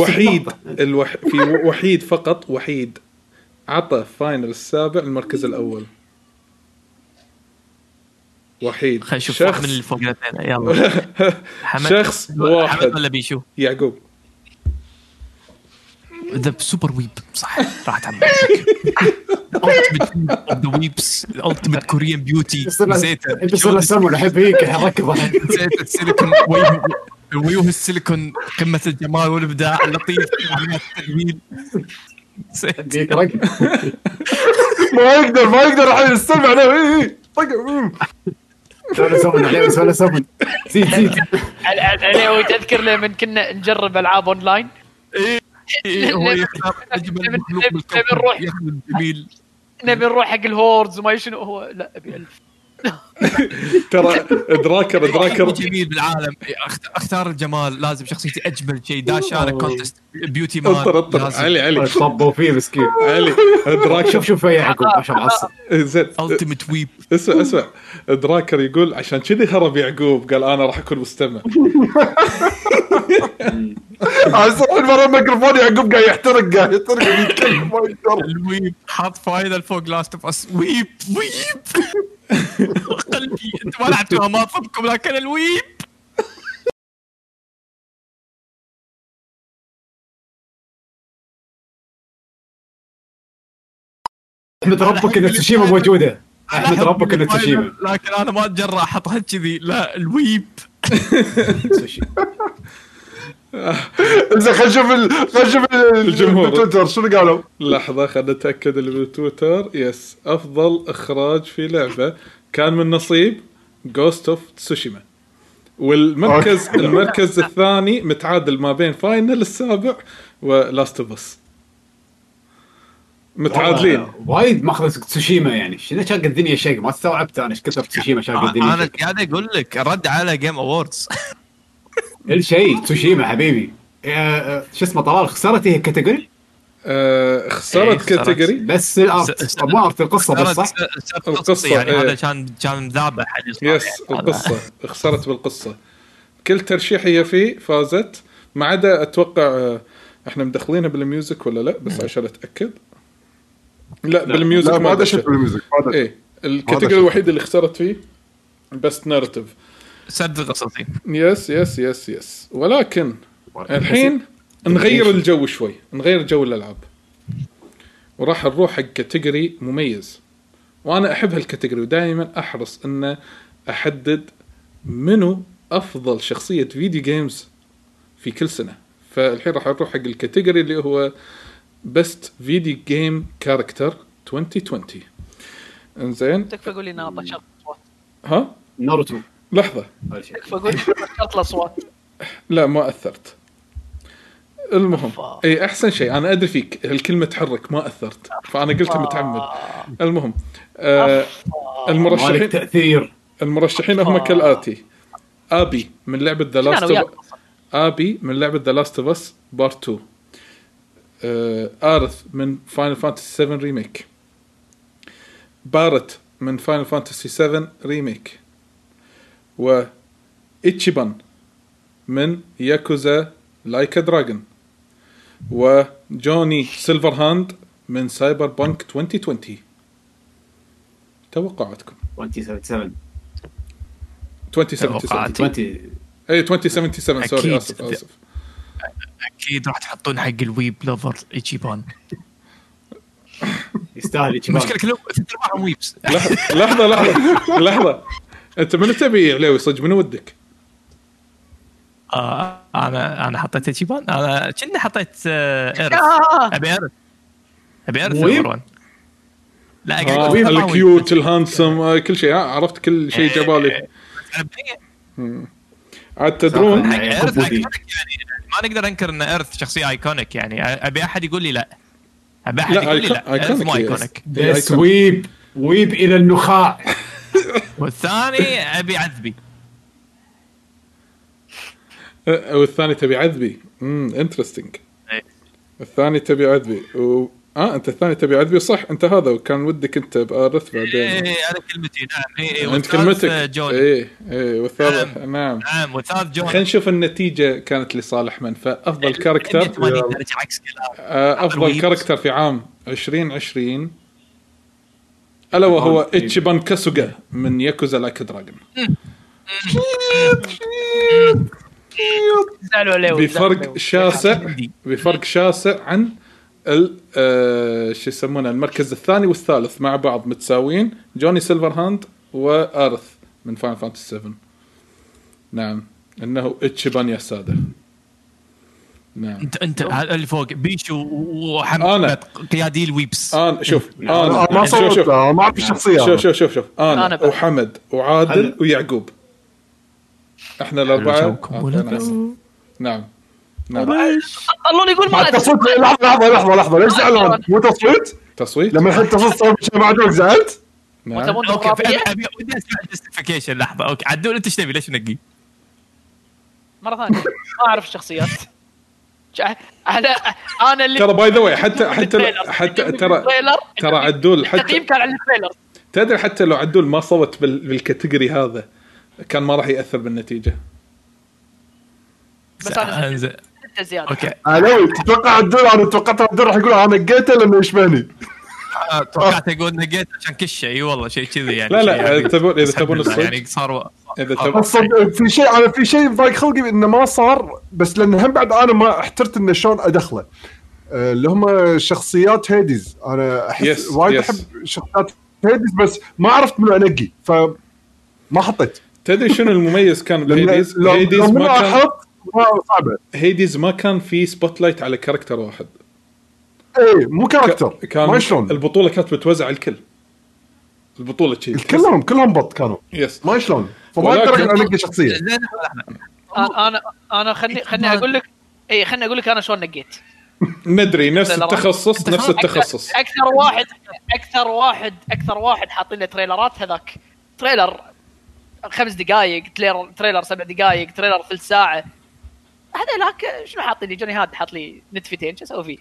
الوحيد فقط عطى فاينل السابع المركز الاول. وحيد. خلينا نشوف واحد من اللي فوق يلا. شخص واحد ولا بيشو يعقوب ذا سوبر ويب صح. راح تعمل ذا ويبس التيمت كوريان بيوتي. نسيتها انت صرنا سمون احب هيك ركض. نسيت السيليكون ويوه السيليكون قمه الجمال والابداع اللطيف عمليات التجميل. ديك ركض ما يقدر راح يستمع عليه. طق ولا سمون زيد عليه. وتذكر لما كنا نجرب العاب اونلاين. هو يختار اجمل مخلوق بالكون ياخذ الجميل. نبي نروح حق الهوردز وما شنو هو. لا ابي 1000. ترى دراكر جميل بالعالم. اختار الجمال. لازم شخصيتي اجمل شيء. داش انا كونتست بيوتي مان. علي طبوا فيه مسكين. علي دراكر شوف يا يعقوب ما شاء الله عصب. التيمت ويب. اسمع دراكر يقول عشان كذي هرب يعقوب قال انا راح اكون مستمع. عصب المره الميكروفون يعقوب قاعد يحترق بيتكلم ما يقدر. الويب حاط فاينل فوق لاست اوف اس. ويب قلبي انت ما لعبتوها ما اطلبكم لكن الويب. احمد ربك ان تسوشيما موجوده. احمد ربك ان تسوشيما. لكن انا ما اتجرأ احطها كذي. لا الويب. إذا خشب الجمهور بتويتر شنو قالوا؟ لحظة خلنا نتأكد اللي بالتويتر. يس أفضل إخراج في لعبة كان من نصيب Ghost of Tsushima. المركز الثاني متعادل ما بين فاينل السابع ولاست اوف اس. متعادلين. وايد ماخذ تسوشيما يعني شنو شاق الدنيا شيء ما استوعبت انا ايش كثر تسوشيما شاق الدنيا. انا قاعد اقول لك الرد على جيم اووردز. الشيء تسوشيما حبيبي. شو اسمه طلال خسرت هي كاتيجوري. خسرت كاتيجوري بس الارت ما ارت القصه بس صح. القصه يعني هذا كان ذابح. يس القصه خسرت بالقصه. كل ترشيح هي فيه فازت ما عدا اتوقع احنا مدخلينها بالميوزك ولا لا بس عشان اتاكد. لا بالميوزك ما دشت بالميوزك. ايه الكاتيجوري الوحيد اللي خسرت فيه بس ناريتيف سرد قصصي. يس ولكن الحين نغير الجو شوي. نغير جو الالعاب وراح نروح حق كاتيجوري مميز. وانا احب هالكاتيجوري ودائما احرص ان احدد منو افضل شخصيه فيديو جيمز في كل سنه. فالحين راح نروح حق الكاتيجوري اللي هو بست فيديو جيم كاركتر 2020. انزين تكفى اقول لي ناطق شرط اصوات. ها ناروتو. لحظه تكفى اقول شرط الاصوات. لا ما اثرت. المهم اي احسن شيء انا ادري فيك الكلمه تحرك ما اثرت فانا قلت متعمد. المهم المرشحين تاثير. المرشحين هم كالاتي: ابي من لعبه ذا لاست اوف اس بارت 2، آرث من فاينل فانتسي 7 ريميك، بارت من فاينل فانتسي 7 ريميك، وإتشيبان من ياكوزا لايكا دراجون، وجوني سيلفر هاند من سايبر بانك 2020. توقعاتكم؟ 2077 2077 اي 2077 سوري اسف اكيد راح تحطون حق الويب لوفر ايتشيبان يستاهل ايتشيبان. المشكله كلهم معهم ويبس. لحظه انت من تبي عليه صدق من ودك؟ انا حطيت ايتشيبان. انا كنا حطيت ايرث. ابي ايرث ويب. لا الكيوت الهانسم كل شيء عرفت كل شيء جبالي. عاد تدرون ايرث يعني ما نقدر ننكر ان ايرث شخصيه ايكونيك يعني. ابي احد يقول لي لا. ابي احد يقول لي لا ايرث مو ايكونيك. بس ويب الى النخاع. والثاني ابي عذبي. والثاني تبي عذبي. انترستينج. الثاني تبي عذبي انت الثاني تبي عذبي صح. انت هذا وكان ودك انت بارث بعدين. انا كلمتي نعم. انت كلمتك والثالث نعم والثالث جون. خلينا نشوف النتيجه كانت لصالح من. فافضل كاركتر افضل كاركتر في عام 2020 الا وهو إيتشيبان كاسوغا من ياكوزا لايك دراجون. بفرق شاسع عن شو يسمونه المركز الثاني والثالث مع بعض متساويين. جوني سيلفر هاند وارث من فاينل فانتسي 7. نعم انه إيتشيبان يا ساده. نعم انت اللي فوق بيشو وحمد قيادي الويبس. شوف ما صوت ما اعرف الشخصيه. شوف انا وحمد وعادل ويعقوب احنا الاربعه. نعم الله يقول ما تصويت. لحظه ليش زعلان؟ مو تصويت لما الحين تصويت صار شيء ما عجبك زعلت. اوكي ابي اسمع جاستيفيكيشن. لحظه اوكي عدول انت ايش تبي ليش نقي مره ثانيه ما اعرف الشخصيات. انا اللي ترى باي ذا واي حتى ترى عدول حتى التقييم كان على التريلر. تدري حتى لو عدول ما صوت بالكاتيجوري هذا كان ما راح يأثر بالنتيجة. بس أنا زيادة. أوكي. تتوقع عدول؟ أنا توقعت عدول راح يقول أنا نقيته لأنه يشبهني. توقعت يقول نقيت عشان كل شيء والله شيء كذي يعني. لا إذا تبون الصدق يعني صار في شيء ضايق خلقي إنه ما صار. بس لأن هم بعد أنا ما احترت إنه شلون أدخله. اللي هم شخصيات هيديز. أنا أحس وايد أحب شخصيات هيديز بس ما عرفت منو أنقي فما حطيت. تدري شنو المميز كان بهيديز؟ هيديز ما كان صعبة. هيديز ما كان في سبوت لايت على كاركتر واحد. ايه مو كاركتر. ما شلون البطولة كانت بتوزع الكل. البطولة شيء كلهم بط كانوا. ما شلون فما اقدر انقي شخصية. انا خلني اقول لك. اي خلني اقول لك انا شلون نقيت. ندري نفس التخصص. اكثر واحد حاطين له تريلرات. هذاك تريلر 5 دقائق، تريلر 7 دقائق، تريلر ثلث ساعه. هذا لك شنو حاطين لي؟ جوني هاد حاط لي نتفتين شو اسوي فيه؟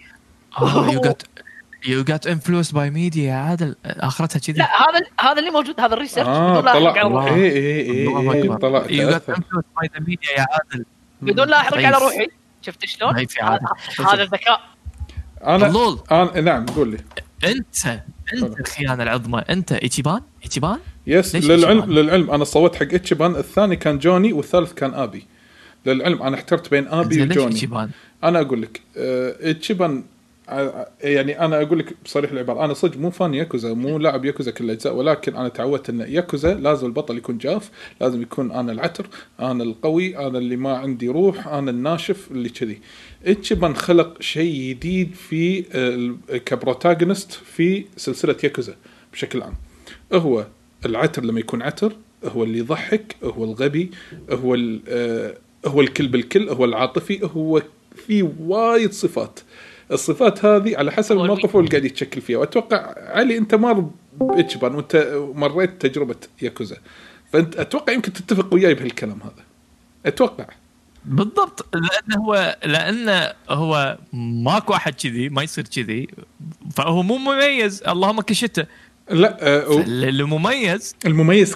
you got influenced by media يا عادل. اخرتها كذي. لا هذا اللي موجود. هذا الريسيرش بدون لا طلع. طلع you got influenced by the media يا عادل بدون لا احرق على روحي. شفت شلون؟ هذا الذكاء. انا نعم قول لي. انت الخيانه العظمى. انت إيتشيبان يس. للعلم انا صوت حق إيتشيبان. الثاني كان جوني والثالث كان ابي. للعلم انا احترت بين ابي وجوني. انا اقول لك إيتشيبان يعني انا اقول لك بصريح العباره انا صدق مو فان ياكوزا، مو لاعب ياكوزا كل الاجزاء، ولكن انا تعودت ان ياكوزا لازم البطل يكون جاف، لازم يكون انا العتر، انا القوي، انا اللي ما عندي روح، انا الناشف اللي كذي. إيتشيبان خلق شيء جديد في كبروتاغونست في سلسله ياكوزا بشكل عام. هو العتر لما يكون عتر، هو اللي يضحك، هو الغبي، هو الكل بالكل، هو العاطفي، هو في وايد صفات. الصفات هذه على حسب الموقف اللي قاعد يتشكل فيها. واتوقع علي انت مر بإيتشيبان وانت مريت تجربه ياكوزا، فانت اتوقع يمكن تتفق وياي بهالكلام هذا. اتوقع بالضبط، لانه هو ماكو احد كذي، ما يصير كذي، فهو مو مميز. اللهم كشته. لا المميز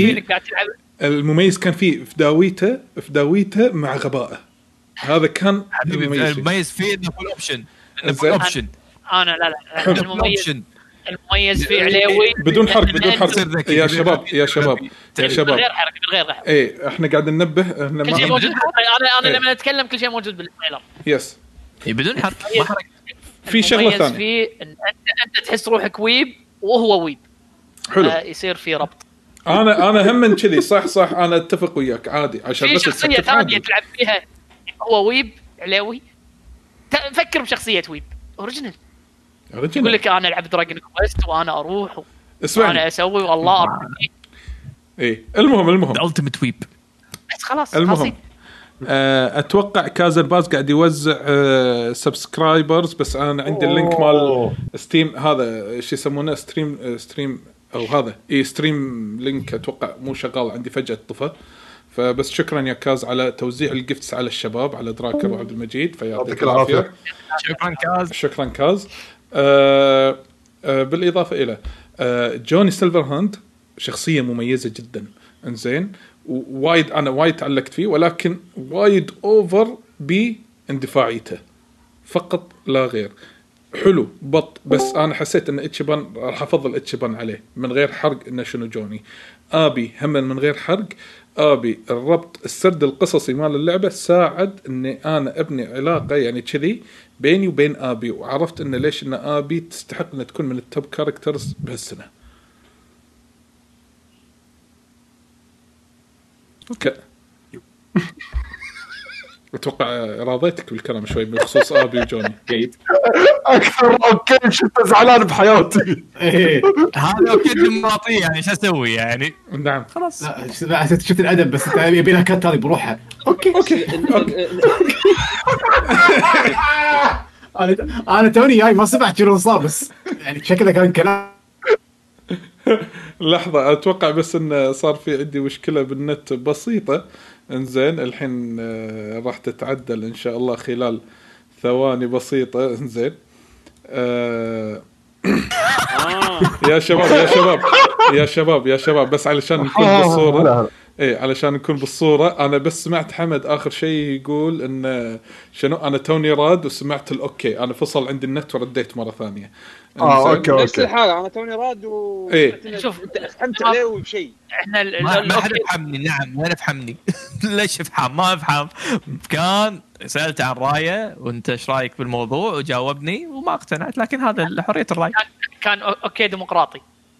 كان فيه في داويته مع غبائه. هذا كان المميز فيه انه فول اوبشن. انا لا المميز المميز فيه عليوي بدون حرق يا شباب غير حرق من غير حرق. ايه احنا قاعد ننبه احنا كل شيء موجود. انا لما اتكلم كل شيء موجود بالتريلر. يس بدون حرق ما حرق. في شغله ثانيه في انت تحس روحك ويب وهو ويب. حلو. يصير في ربط. انا هم من كذي صح انا اتفق وياك عادي عشان بس شخصيه ثانيه تلعب فيها هو ويب عليوي. فكر بشخصيه ويب اوريجينال. يقول لك انا العب دراجون كويست وانا اروح وانا اسوي والله ايه المهم الالتيميت ويب بس خلاص. المهم اتوقع كازر باز قاعد يوزع سبسكرايبرز بس انا عندي اللينك مال ستيم هذا شو يسمونه ستريم او هذا ستريم لينك اتوقع مو شغال عندي فجأة طفى. فبس شكرا يا كاز على توزيع الجفتس على الشباب على دراكر وعبد المجيد فيعطيك العافيه. شكرا كاز. بالاضافه الى جوني سيلفر هاند شخصيه مميزه جدا انزين وايد انا وايد تعلقت فيه ولكن وايد اوفر باندفاعيته فقط لا غير. حلو بط بس انا حسيت ان اتشبان راح افضل اتشبان عليه من غير حرق انه شنو جوني. ابي هم من غير حرق ابي الربط السرد القصصي مال اللعبه ساعد اني انا ابني علاقه يعني كذي بيني وبين ابي وعرفت انه ليش ان ابي تستحق ان تكون من التوب كاركترز بهالسنه. اوكي اتوقع راضيتك بالكلام شوي بخصوص ابي وجوني. جيد اكثر اوكي شفت زعلان بحياتي. هذا اوكي ديمقراطيه يعني شو اسوي يعني. نعم خلاص شفت الادب بس يبي لها كات هذه بروحها. اوكي انا توني جاي ما سمعت شنو صار بس يعني شكله كان كلام. لحظه اتوقع بس انه صار في عندي مشكله بالنت بسيطه انزين الحين راح تتعدل ان شاء الله خلال ثواني بسيطه انزين. يا شباب بس علشان نكون بالصوره علشان نكون بالصوره انا بس سمعت حمد اخر شيء يقول ان شنو انا توني راد وسمعت الاوكي انا فصل عندي النت ورديت مره ثانيه. اوكي نفس الحاله انا توني راد شوف انت فهمت عليه بشيء احنا ما حد فهمني. نعم وين فهمني ليش افهم ما افهم. كان سألت عن رايه وانت ايش رايك بالموضوع وجاوبني وما اقتنعت لكن هذا حريه الراي. كان اوكي ديمقراطي.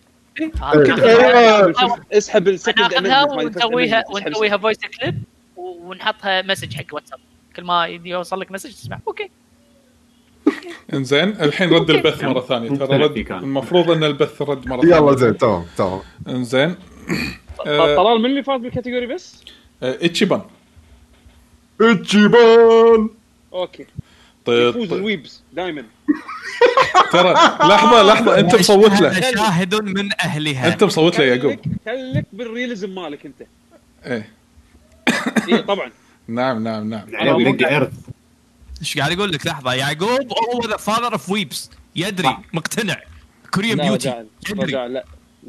اسحب السكند ونسويها فويس كليب ونحطها مسج حق واتساب كل ما يوصل لك مسج تسمع اوكي. انزين الحين رد البث مره ثانيه ترى رد المفروض ان البث رد مره ثانيه. يلا زين تمام انزين طلال من اللي فاز بالكاتيجوري بس اتشيبان اوكي يفوز الويبس دائما. ترى لحظه انت مصوت له شاهد من اهلها انت مصوت له يعقوب خليك بالرياليزم مالك انت. ايه طبعا نعم ايش قاعد يقول لك. لحظه يعقوب هو ذا فاذر اوف ويبس يدري مقتنع كوريا بيوتي رجع لا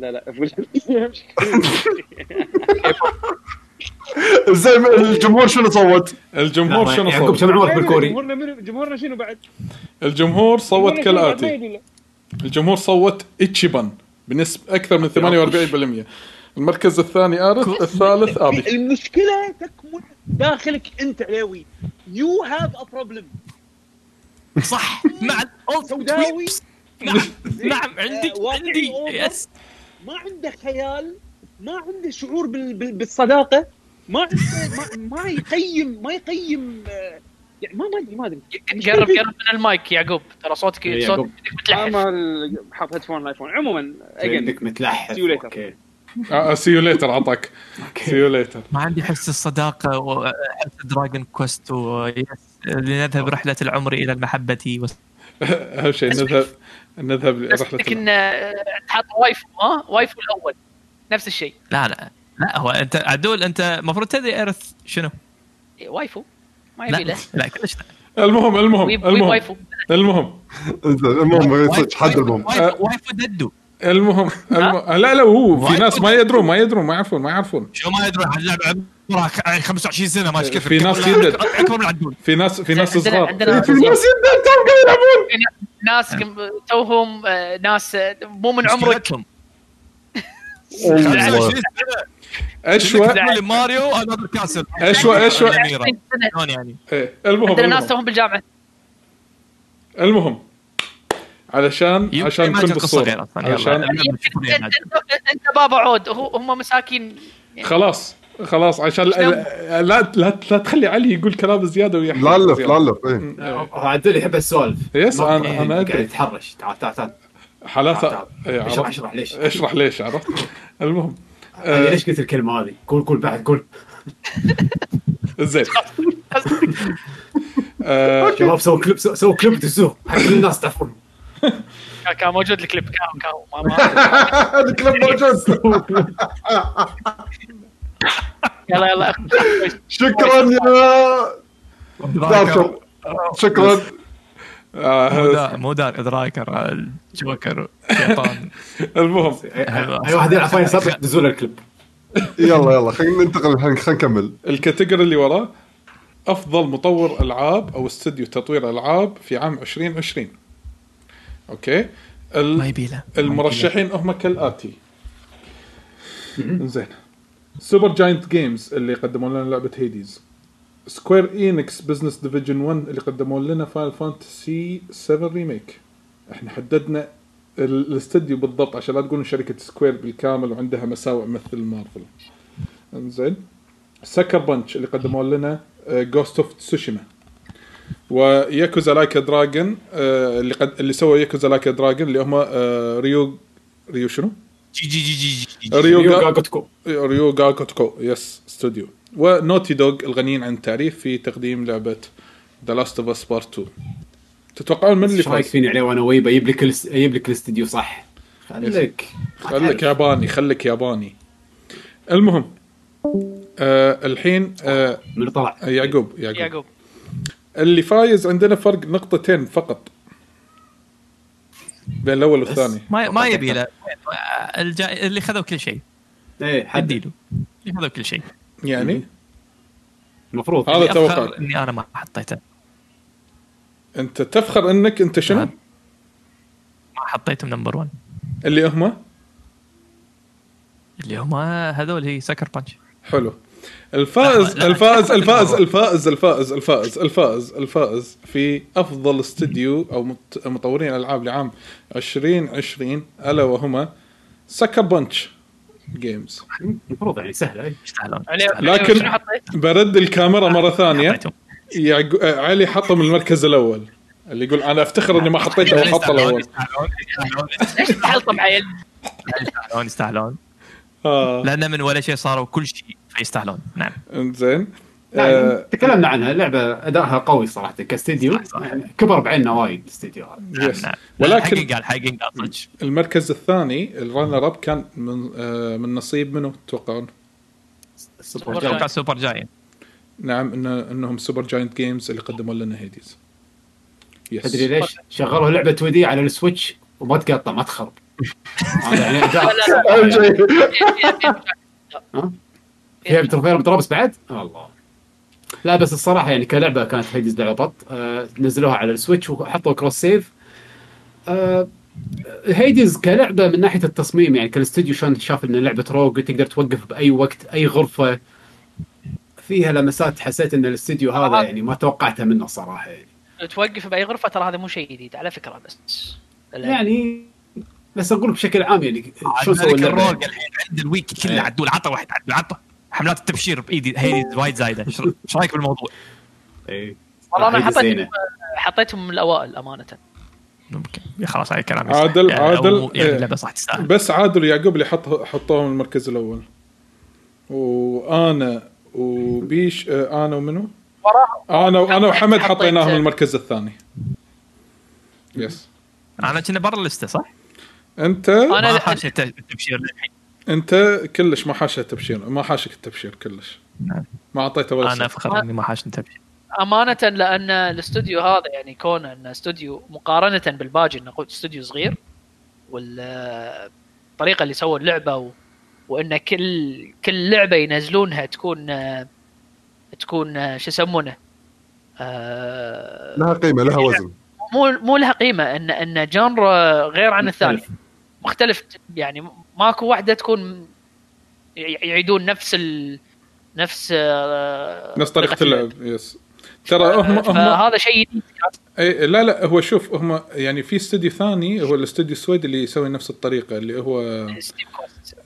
زي الجمهور شنو صوت؟ الجمهور شنو يعقوب صوت؟ سمعوك بالكوري. جمهورنا شنو بعد؟ الجمهور صوت كالآتي. الجمهور صوت اتشيبان بنسبة أكثر من 48%. المركز الثاني آرث الثالث آبي. المشكلة تكمن داخلك أنت عليوي. You have a problem. صح مع سوداوي. نعم عندي يس. ما عنده خيال ما عنده شعور بالصداقة ما يقيم يعني ما ادري قرب من المايك يعقوب ترى صوتك متلحن. حاط هيدفون الايفون عموما عندك متلحن. اوكي سي يو ليتر عطاك سي يو ليتر. ما عندي حس الصداقه وحس دراجون كويست لنذهب رحله العمر الى المحبه اهم شيء نذهب رحله لكن تحط وايفو الاول نفس الشيء. لا هو انت عدول انت المفروض تدري ارث شنو وايفو ما يبي له لا كلش. المهم وايفو ددو. المهم لا هو في ناس ما يدرون ما يعرفون شو ما يدرون عن اللعبه عمرها 25 سنه ما شكفت. في ناس يدد اكبر من عدول. في ناس صغار. في ناس يبدا توم يلعبون. ناس توهم ناس مو من عمرك. اشوى ماريو هذا الكاسل. اشوى يعني المهم عندنا ناس توهم بالجامعه. المهم عشان نكون بالصورة، عشان انت بابا عود هم مساكين يعني. خلاص عشان لا تخلي علي يقول كلام زياده ويحكي. لا عدل يحب السوالف. يس انا قاعد يتحرش. تعال حالات اشرح ليش عرفت. المهم ليش قلت الكلمه هذه؟ قول بعد قول. زين شباب سووا كليب تسوق حق الناس تعرفون. كان موجود الكليب كاو الكليب موجود. يلا شكرا يا شكرا. مو دار ادراكر الجوكر شيطان. المهم اي واحد يلعب فاين سابق نزول الكليب. يلا خلينا ننتقل، خلينا نكمل الكاتيجوري اللي وراه. افضل مطور العاب او استوديو تطوير العاب في عام 2020. اوكي المرشحين هم كالآتي. زين سوبر جاينت جيمز اللي قدموا لنا لعبة هيديز. سكوير إينكس بزنس ديفيجن 1 اللي قدموا لنا فاينل فانتسي 7 ريميك. احنا حددنا الاستوديو بالضبط عشان لا تقولون شركة سكوير بالكامل وعندها مساوئ مثل مارفل. زين سكر بانش اللي قدموا لنا جوست اوف تسوشيما. وياكوزا لايك دراجون اللي سوى ياكوزا لايك دراجون اللي هم ريو شنو ريو غاكوتكو يس استوديو. ونوتي دوغ الغنيين عن التعريف في تقديم لعبة The Last of Us Part 2. تتوقعون من اللي فاز؟ رايك فيني عليه وانا ويبا يجيب لك الاستوديو صح. خليك ياباني. المهم الحين من طلع يعقوب اللي فايز عندنا فرق نقطتين فقط بين الاول والثاني. ما يبي له اللي خذوا كل شيء. ايه حديله اللي خذوا كل شيء يعني المفروض هذا توقع اني انا ما حطيته. انت تفخر انك انت شنو ما حطيتهم نمبر 1 اللي هم هذول هي سكر بانش. حلو. الفائز في افضل استوديو او مطورين العاب لعام 2020 الا وهما سكر بانش جيمز. المفروض يعني سهله يستاهلون. لكن برد الكاميرا مره ثانيه علي حطه من المركز الاول اللي يقول انا افتخر اني ما حطيته وحطه الاول. ايش تحلطم عيل يستاهلون لأن من ولا شيء صاروا كل شيء فيستاهلون. نعم زين تكلمنا عنها اللعبة أدائها قوي صراحة كاستديو يعني كبر بعيننا وايد الاستديو هذا. نعم. ولكن حقيقة المركز الثاني الرانر اب كان من نصيب منه تتوقعون؟ سوبر جاينت. نعم انهم سوبر جاينت جيمز اللي قدموا لنا هيديز. تدري ليش شغلوا لعبة 2D على السويتش وما تقطع ما تخرب. يعني فيها بترابس بعد الله. لا بس الصراحه يعني كلعبه كانت هيدز لعبه نزلوها على السويتش وحطوا كروس سيف. هيدز كلعبه من ناحيه التصميم يعني كالاستوديو شلون شاف ان لعبه روج تقدر توقف باي وقت اي غرفه فيها لمسات. حسيت ان الاستوديو هذا يعني ما توقعتها منه صراحه يعني توقف باي غرفه. ترى هذا مو شيء جديد على فكره بس يعني بس اقول بشكل عام يعني شو سوى اللعبه الحين عند الويك كله عدول عطى واحد عطى حملات التبشير بايدي هيدي وايد زايده. ايش رايك بالموضوع؟ اي والله انا حطيتهم من الاوائل امانه. ممكن خلاص هاي كلام عادل يعني اللعبه صح تستاهل. بس عادل ويعقوب اللي حطوهم المركز الاول وانا وبيش انا ومنو انا وحمد حطيناهم المركز الثاني. يس انا كنا برا اللسته صح. انت ما حاشت التبشير للحين. انت كلش ما حاشة التبشير ما حاشك التبشير كلش. ما اعطيته ولا انا افخر اني ما حاشني التبشير امانه لان الاستوديو هذا يعني كونه انه استوديو مقارنه بالباقي انه استوديو صغير والطريقه اللي سووا اللعبه وان كل لعبه ينزلونها تكون شو يسمونه لها قيمه لها وزن. مو لها قيمه ان جانر غير عن الثاني مختلف. يعني ماكو واحده تكون يعيدون نفس طريقه اللعب. يس ترى هم هذا شيء اي لا هو شوف هم يعني في استوديو ثاني هو الاستوديو السويدي اللي يسوي نفس الطريقه اللي هو ستيم كويست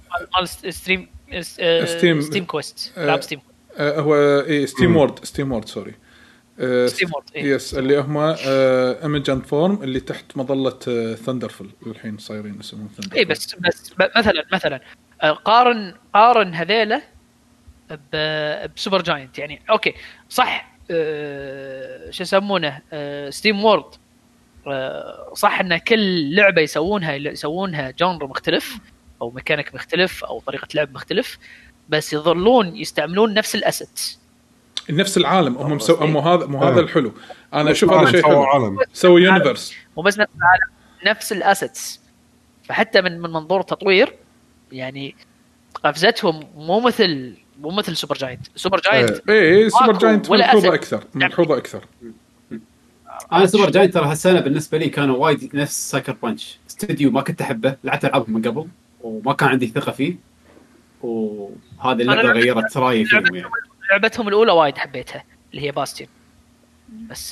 ستيم كويست لعب ستيم هو اي ستيم وورد سوري ستيم وورد يس اللي هم ايميجن فورم اللي تحت مظله ثاندرفل الحين صايرين يسمون ثاندرفل. اي بس مثلا قارن هذيله بسوبر جاينت. يعني اوكي صح شو يسمونه ستيم وورد صح ان كل لعبه يسوونها جانر مختلف او ميكانيك مختلف او طريقه لعب مختلف بس يظلون يستعملون نفس الاسيتس نفس العالم. هم هذا الحلو. انا اشوف هذا شيء حلو سوي يونيفرس مو بس نفس العالم نفس الاسيتس. فحتى من منظور تطوير يعني قفزتهم مو مثل سوبر جاينت. سوبر جاينت ملحوظه اكثر. انا سوبر جاينت ترى هالسنه بالنسبه لي كانوا وايد نفس ساكر بانش. استوديو ما كنت احبه لعبت العابهم من قبل وما كان عندي ثقه فيه وهذه اللعبه غيرت رايي فيهم. يعني لعبتهم الاولى وايد حبيتها اللي هي باستيون بس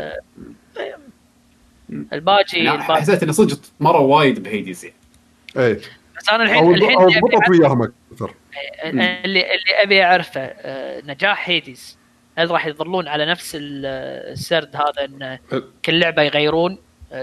الباجي حسيت اني صجت مره وايد بهيديز. اي بس انا الحين ضبط وياهم اكثر. اللي ابي اعرفه نجاح هيديز هل راح يظلون على نفس السرد هذا ان كل لعبه يغيرون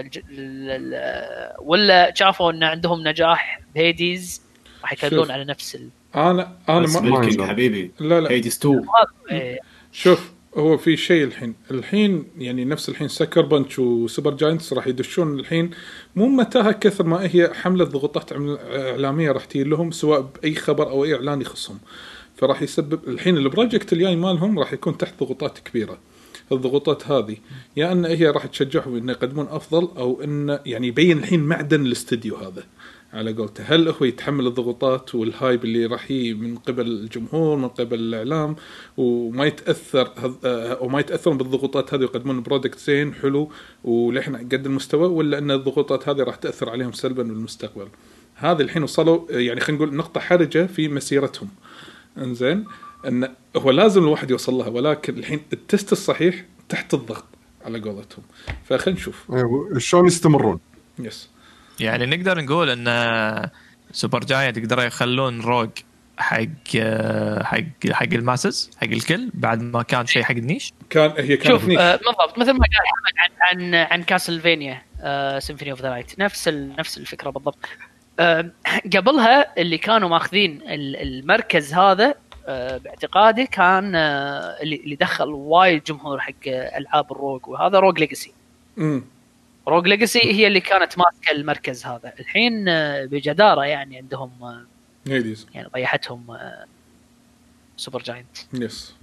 ولا شافوا ان عندهم نجاح بهيديز راح يكملون على نفس انا ما حبيبي لا هيديز 2 شوف هو في شيء الحين يعني نفس الحين سكر بنش وسوبر جاينتس راح يدشون الحين مو متاهه كثر ما هي حمله ضغوطات اعلاميه راح تجي لهم سواء باي خبر او اي اعلان يخصهم. فراح يسبب الحين البروجكت الجاي مالهم راح يكون تحت ضغوطات كبيره. الضغوطات هذه يا ان هي راح تشجعهم ان يقدمون افضل او ان يعني يبين الحين معدن الاستديو هذا على قولته. هل هو يتحمل الضغوطات والهايب اللي راح يجي من قبل الجمهور من قبل الاعلام وما يتاثرون بالضغوطات هذه ويقدمون برودكت زين حلو ولحن قد المستوى ولا ان الضغوطات هذه راح تاثر عليهم سلبا بالمستقبل. هذا الحين وصلوا يعني خلينا نقول نقطه حرجه في مسيرتهم. انزين ان هو لازم الواحد يوصل لها ولكن الحين التست الصحيح تحت الضغط على قولتهم. فخلينا نشوف شلون يستمرون. يس يعني نقدر نقول ان سوبر جاينت يقدروا يخلون روج حق الماسز حق الكل بعد ما كان شيء حق النيش. كانت شوف بالضبط مثل ما قال حمد عن كاسلفينيا سيمفوني اوف ذا نايت نفس الفكره بالضبط. قبلها اللي كانوا ماخذين المركز هذا باعتقادي كان اللي دخل وايد جمهور حق العاب الروج وهذا روج ليجاسي. روج ليجاسي هي اللي كانت ماسكه المركز هذا. الحين بجداره يعني عندهم هيديز يعني ضيعتهم سوبر جاينت. يس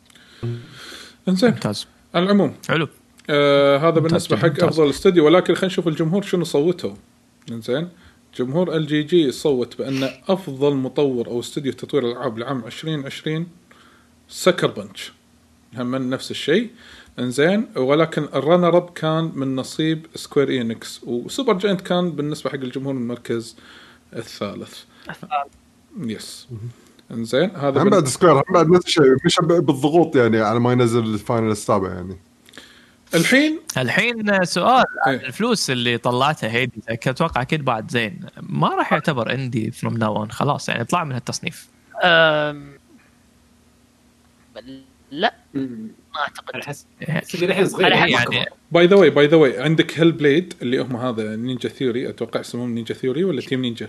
انزين ممتاز. العموم حلو هذا بالنسبه حق افضل استوديو ولكن خلينا نشوف الجمهور شنو صوتوا. انزين جمهور LGG صوت بأن أفضل مطور أو استوديو تطوير الألعاب لعام 2020 سكر بنش هم من نفس الشيء. انزين ولكن الرانر اب كان من نصيب سكوير إينكس وسوبر جاينت كان بالنسبة حق الجمهور المركز الثالث. يس انزين هذا هم بعد سكوير هم بعد نفس الشيء مش بالضغوط يعني على ما ينزل الفاينل السابع. يعني الحين سؤال الفلوس اللي طلعتها هيدي اتوقع اكيد بعد زين ما راح يعتبر اندي فروم ناو اون خلاص يعني طلع من التصنيف. لا ما اعتقد الحين صغير يعني باي ذا واي عندك هيل بليد اللي هم هذا نينجا ثيوري اتوقع اسمهم نينجا ثيوري ولا تيم نينجا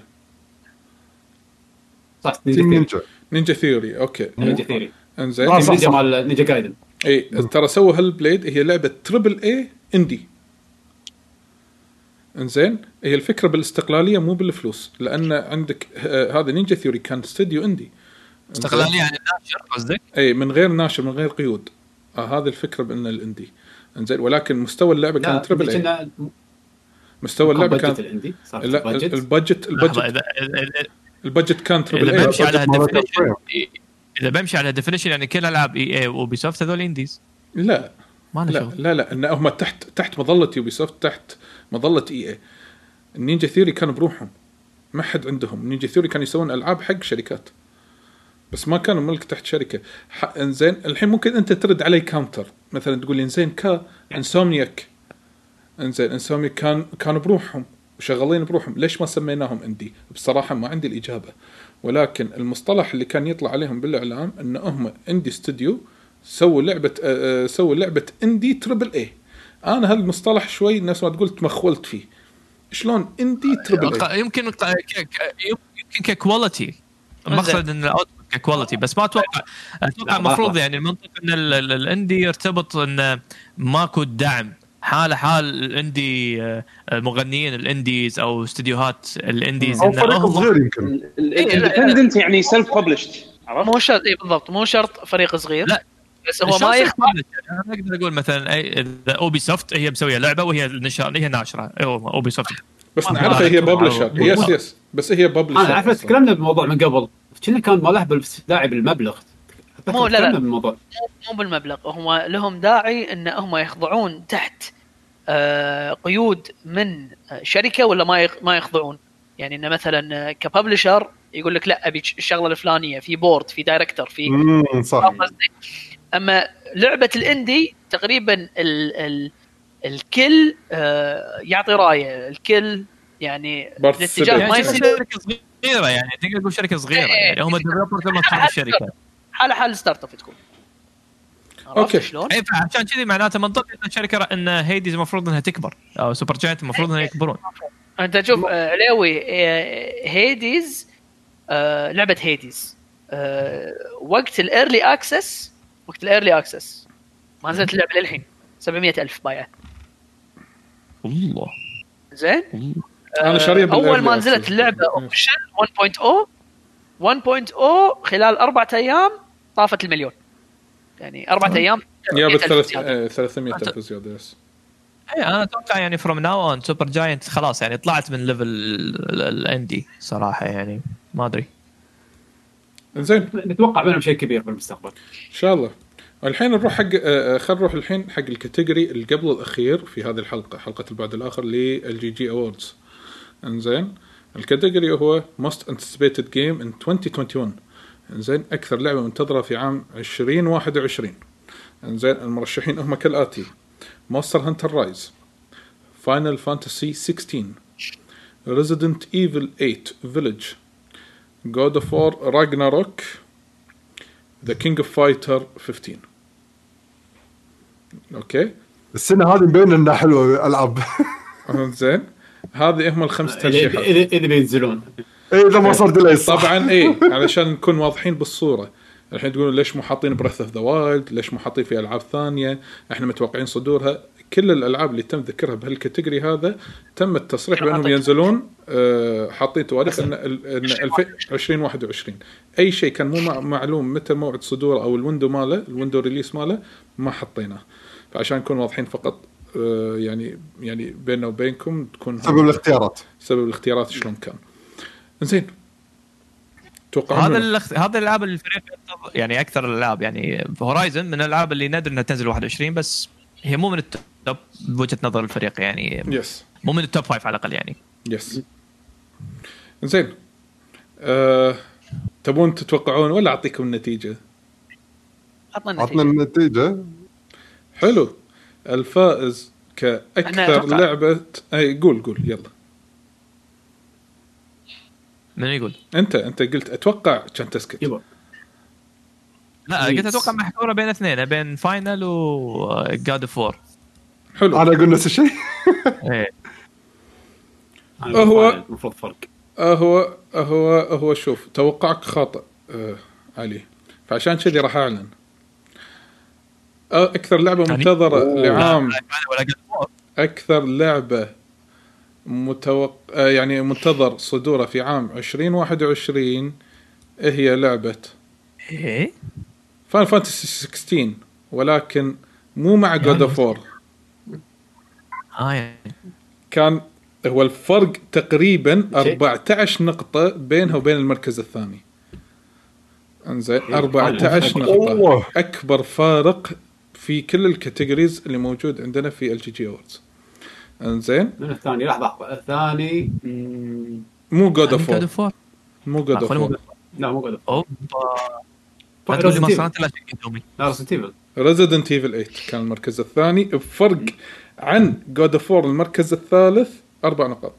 صح نينجا ثيوري اوكي نينجا ثيوري انزين نينجا مال نينجا جايدن. اي ترى سووا هيل بليد هي لعبه تريبل اي اندي. انزين هي الفكره بالاستقلاليه مو بالفلوس لان عندك هذا نينجا ثيوري كان استوديو اندي استقلاليه عن الناشر قصدك. اي من غير ناشر من غير قيود. هذه الفكره بان الاندي انزين ولكن مستوى اللعبه كان تريبل اي. مستوى اللعبه كان الاندي البادجت البادجت كان تربل اذا اي. بمشي على الديفينيشن، اذا بمشي على الديفينيشن يعني كل العاب اي اي وبي سوفت هذول انديز. لا ما له لا شغل. لا ان هم تحت مظله يوبي سوفت، تحت مظله اي اي. النينجا ثيوري كانوا بروحهم، ما حد عندهم. نينجا ثيوري كانوا يسوون العاب حق شركات بس ما كانوا ملك تحت شركه. انزين الحين ممكن انت ترد علي كاونتر مثلا تقول لي انزين انسومنياك، انزين انسومنياك كانوا بروحهم وشغالين بروحهم، ليش ما سميناهم اندي؟ بصراحه ما عندي الاجابه، ولكن المصطلح اللي كان يطلع عليهم بالاعلام ان هم اندي استوديو سووا لعبه اندي تربل اي. انا هالمصطلح شوي الناس ما تقول تمخولت فيه. شلون اندي تربل اي؟ يمكن ككواليتي، المقصد ان الاوتبوت ككواليتي، بس ما اتوقع المفروض يعني المنطق ان الاندي يرتبط ان ماكو دعم حال الاندي مغنيين الانديز او استديوهات الانديز او فريق صغير يمكن الاندبندنت يعني سيلف ببلشد. مو شرط بالضبط، مو شرط فريق صغير. لا بس هو ما يخضع. انا اقدر اقول مثلا اوبي سوفت هي مسويه لعبه وهي هي ناشره اوبي سوفت، بس نعرف هي ببلشر. يس بس هي ببلشر. انا عرفت تكلمنا بالموضوع من قبل، كنا كان ما له داعي بالمبلغ. مو لا مو بالمبلغ، هم لهم داعي ان هم يخضعون تحت قيود من شركه ولا ما يخضعون. يعني ان مثلا كببلشر يقول لك لا ابي الشغله الفلانيه في بورد في دايركتور في صح. اما لعبه الاندي تقريبا الكل يعطي رايه، الكل يعني الاتجاه ما يصير شركه صغيره، يعني تقدر تقول شركه صغيره يعني هم ديفلوبرز كما الشركه حال ستارت اب تكون. اوكي شلون؟ اي عشان كذي معناته منطقي ان الشركه ان هيديز المفروض انها تكبر او سوبر جاينت المفروض انها يكبرون. انت شوف علاوي هيديز لعبه هيديز وقت الايرلي اكسس ما نزلت اللعبه للحين 700,000 بايعه. والله زين. انا شاريه اول ما نزلت اللعبه اوبشن 1.0 خلال 4 ايام طافت المليون. يعني 4 ايام جابت 300,000 زياده. يس انا اتوقع يعني فروم ناو اون سوبر جاينت خلاص يعني طلعت من ليفل الاندي صراحه، يعني ما ادري. زين نتوقع منهم شيء كبير بالمستقبل ان شاء الله. الحين نروح حق خلينا نروح الحين حق الكاتيجوري اللي قبل الاخير في هذه الحلقه، حلقه البعد الاخر للGG Awards. انزين الكاتيجوري هو Most Anticipated Game in 2021. انزين اكثر لعبه منتظره في عام 2021. انزين المرشحين هم كالاتي: Monster Hunter Rise, Final Fantasy 16, Resident Evil 8 Village, God of War Ragnarok, The King of Fighter 15. اوكي السنه هذه مبين انها حلوه العاب. زين هذه هم الخمس ترشيحات اذا بينزلون. اذا ما صار ديلي طبعا علشان نكون واضحين بالصوره. الحين تقولون ليش مو حاطين بريث اوف ذا وايلد، ليش مو حاطين في العاب ثانيه احنا متوقعين صدورها. كل الالعاب اللي تم ذكرها بهالكاتيجوري هذا تم التصريح بانهم ينزلون حاطين تواريخ ان 2021. اي شيء كان مو معلوم متى موعد صدوره او الويندو ريليس ماله ما حطيناه. فعشان نكون واضحين فقط يعني بيننا وبينكم تكون سبب الاختيارات شلون كان. زين هذا الالعاب الفريق يعني اكثر الالعاب يعني هورايزن من الالعاب اللي نادر انها تنزل 21 بس هي مو من التوب بوجهه نظر الفريق يعني يس مو من التوب 5 على الاقل يعني. يس زين تبون تتوقعون ولا اعطيكم النتيجه؟ عطنا النتيجه. حلو. الفائز كاكثر لعبه قول يلا. من يقول؟ انت قلت اتوقع كان تسكت. يبا. لا قلت اتوقع محكوره بين اثنين، بين فاينل وجاد اوف وور. حلو. انا اقول نفس الشيء. ايه هو المفروض فرق. هو شوف توقعك خاطئ علي، فعشان كذي راح اعلن اكثر لعبه منتظره لعام اكثر لعبه يعني منتظر صدورها في عام 2021 هي لعبه ايه فاينل فانتسي 16 ولكن مو مع جود اوف وور. يعني. كان هو الفرق تقريبا 14 نقطة بينها وبين المركز الثاني. انزين 14 نقطة أكبر فارق في كل الكاتيجوريز اللي موجود عندنا في LGG Awards. انزين من الثاني لحظة الثاني مو God of War مو God of War لا مو God of War Resident Evil 8 كان المركز الثاني بفرق عن God of War المركز الثالث 4 نقاط.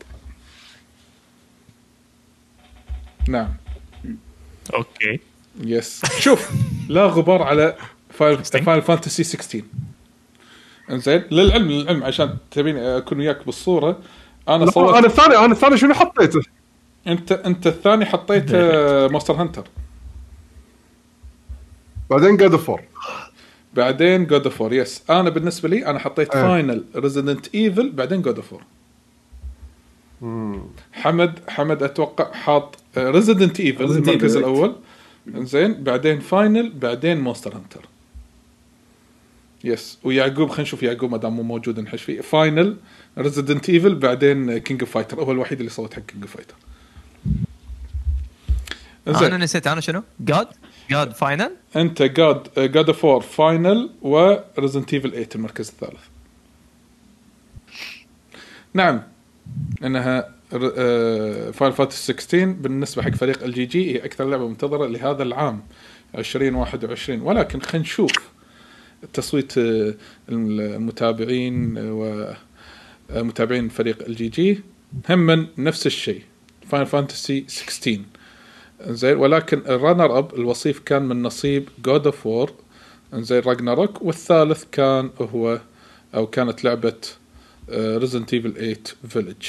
نعم اوكي يس شوف لا غبار على فاينل فانتسي 16. انزين للعلم عشان تبين اكون وياك بالصوره. انا الثاني شنو حطيته؟ انت الثاني حطيت مونستر هانتر بعدين God of War بعدين God of War يس. انا بالنسبه لي انا حطيت فاينل ريزيدنت ايفل بعدين God of War. حمد اتوقع حاط ريزيدنت ايفل المركز الاول انزين بعدين فاينل بعدين مونستر هانتر يس. ويعقوب خلينا نشوف يعقوب ما دام مو موجود نحش فيه فاينل ريزيدنت ايفل بعدين كينج اوف فايتر. هو الوحيد اللي صوت حق كينج اوف فايتر. انا نسيت انا شنو جاد فاينل. انت جاد اوف وور فاينل وريزيدنت ايفل 8 المركز الثالث. نعم انها فاينل فانتسي 16 بالنسبه حق فريق LGG هي اكثر لعبه منتظره لهذا العام 2021. ولكن خلينا نشوف تصويت المتابعين ومتابعين فريق LGG هم من نفس الشيء فاينل فانتسي 16 زين. ولكن الرانر اب الوصيف كان من نصيب God of War زين راجناروك. والثالث كان هو او كانت لعبه Resident Evil 8 Village.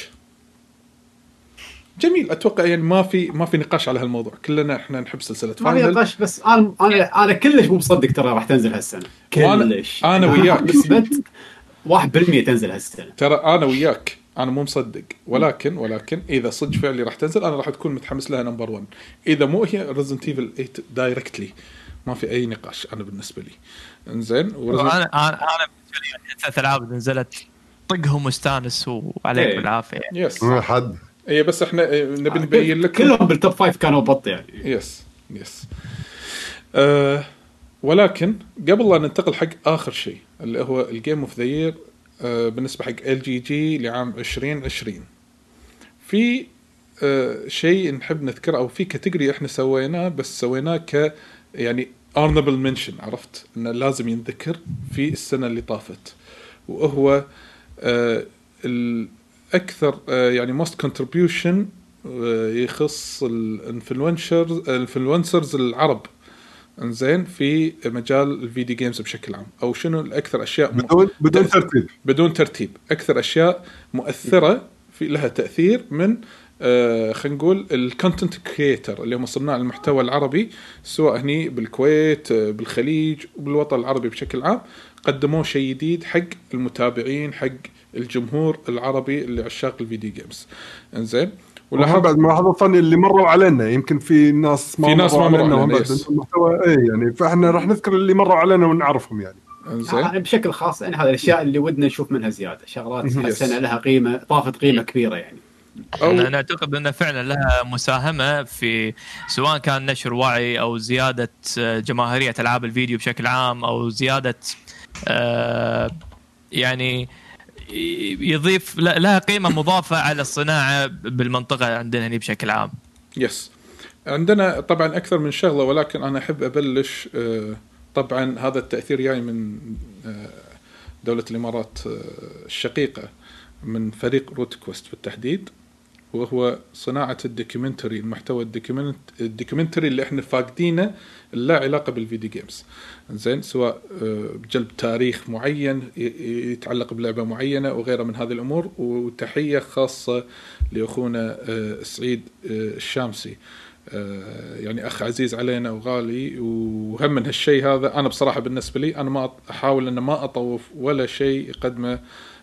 جميل اتوقع يعني ما في نقاش على هالموضوع. كلنا احنا نحب سلسله فاينل. ما في نقاش بس انا كلش مو مصدق ترى راح تنزل هالسنه. كلش انا وياك نسبه 1% تنزل هالسنه. ترى انا وياك انا مو مصدق. ولكن اذا صدق فعلي راح تنزل انا راح اكون متحمس لها نمبر 1. اذا مو هي Resident Evil 8 دايركتلي ما في اي نقاش انا بالنسبه لي. انزين انا بالنسبه لي ثلاث العاب نزلت طقهم مستانس وعليك بالعافيه. يس حد اي بس احنا نبي نبين لكم كلهم بالتوب 5 كانوا بط يعني. يس ولكن قبل لا ننتقل حق اخر شيء اللي هو الجيم اوف ذا يير بالنسبه حق LGG لعام 2020 في شيء نحب نذكره او في كاتيجوري احنا سويناه بس سويناه ك يعني honorable mention. عرفت انه لازم ينذكر في السنه اللي طافت. وهو الاكثر يعني most contribution يخص الانفلونسرز العرب انزين في مجال الفيديو جيمز بشكل عام. او شنو الاكثر اشياء بدون ترتيب اكثر اشياء مؤثره في لها تاثير من خلينا نقول الكونتنت كرييتر اللي هم صناع المحتوى العربي سواء هني بالكويت بالخليج وبالوطن العربي بشكل عام. قدموا شيء جديد حق المتابعين حق الجمهور العربي اللي عشاق الفيديو جيمز انزين. ولا بعد ملاحظه ثانيه اللي مروا علينا يمكن في ناس ما مروا علينا المحتوى يعني فاحنا راح نذكر اللي مروا علينا ونعرفهم يعني بشكل خاص. يعني هذه الاشياء اللي ودنا نشوف منها زياده شغلات حسنا لها قيمه ضافت قيمه كبيره يعني. أنا أعتقد أن فعلا لها مساهمة في سواء كان نشر وعي أو زيادة جماهيرية ألعاب الفيديو بشكل عام أو زيادة يعني يضيف لها قيمة مضافة على الصناعة بالمنطقة عندنا هنا بشكل عام. يس عندنا طبعا أكثر من شغلة ولكن أنا أحب أبلش طبعا هذا التأثير جاي من دولة الإمارات الشقيقة من فريق روت كويست بالتحديد. وهو صناعة الدوكيومنتري المحتوى الدوكيومنتري اللي احنا فاقدينه لا علاقة بالفيديو جيمز زين سواء بجلب تاريخ معين يتعلق بلعبة معينة وغيرها من هذه الأمور. وتحية خاصة لأخونا سعيد الشامسي يعني أخ عزيز علينا وغالي. وهم من هالشيء هذا أنا بصراحة بالنسبة لي أنا ما أحاول أن ما أطوف ولا شيء يقدمه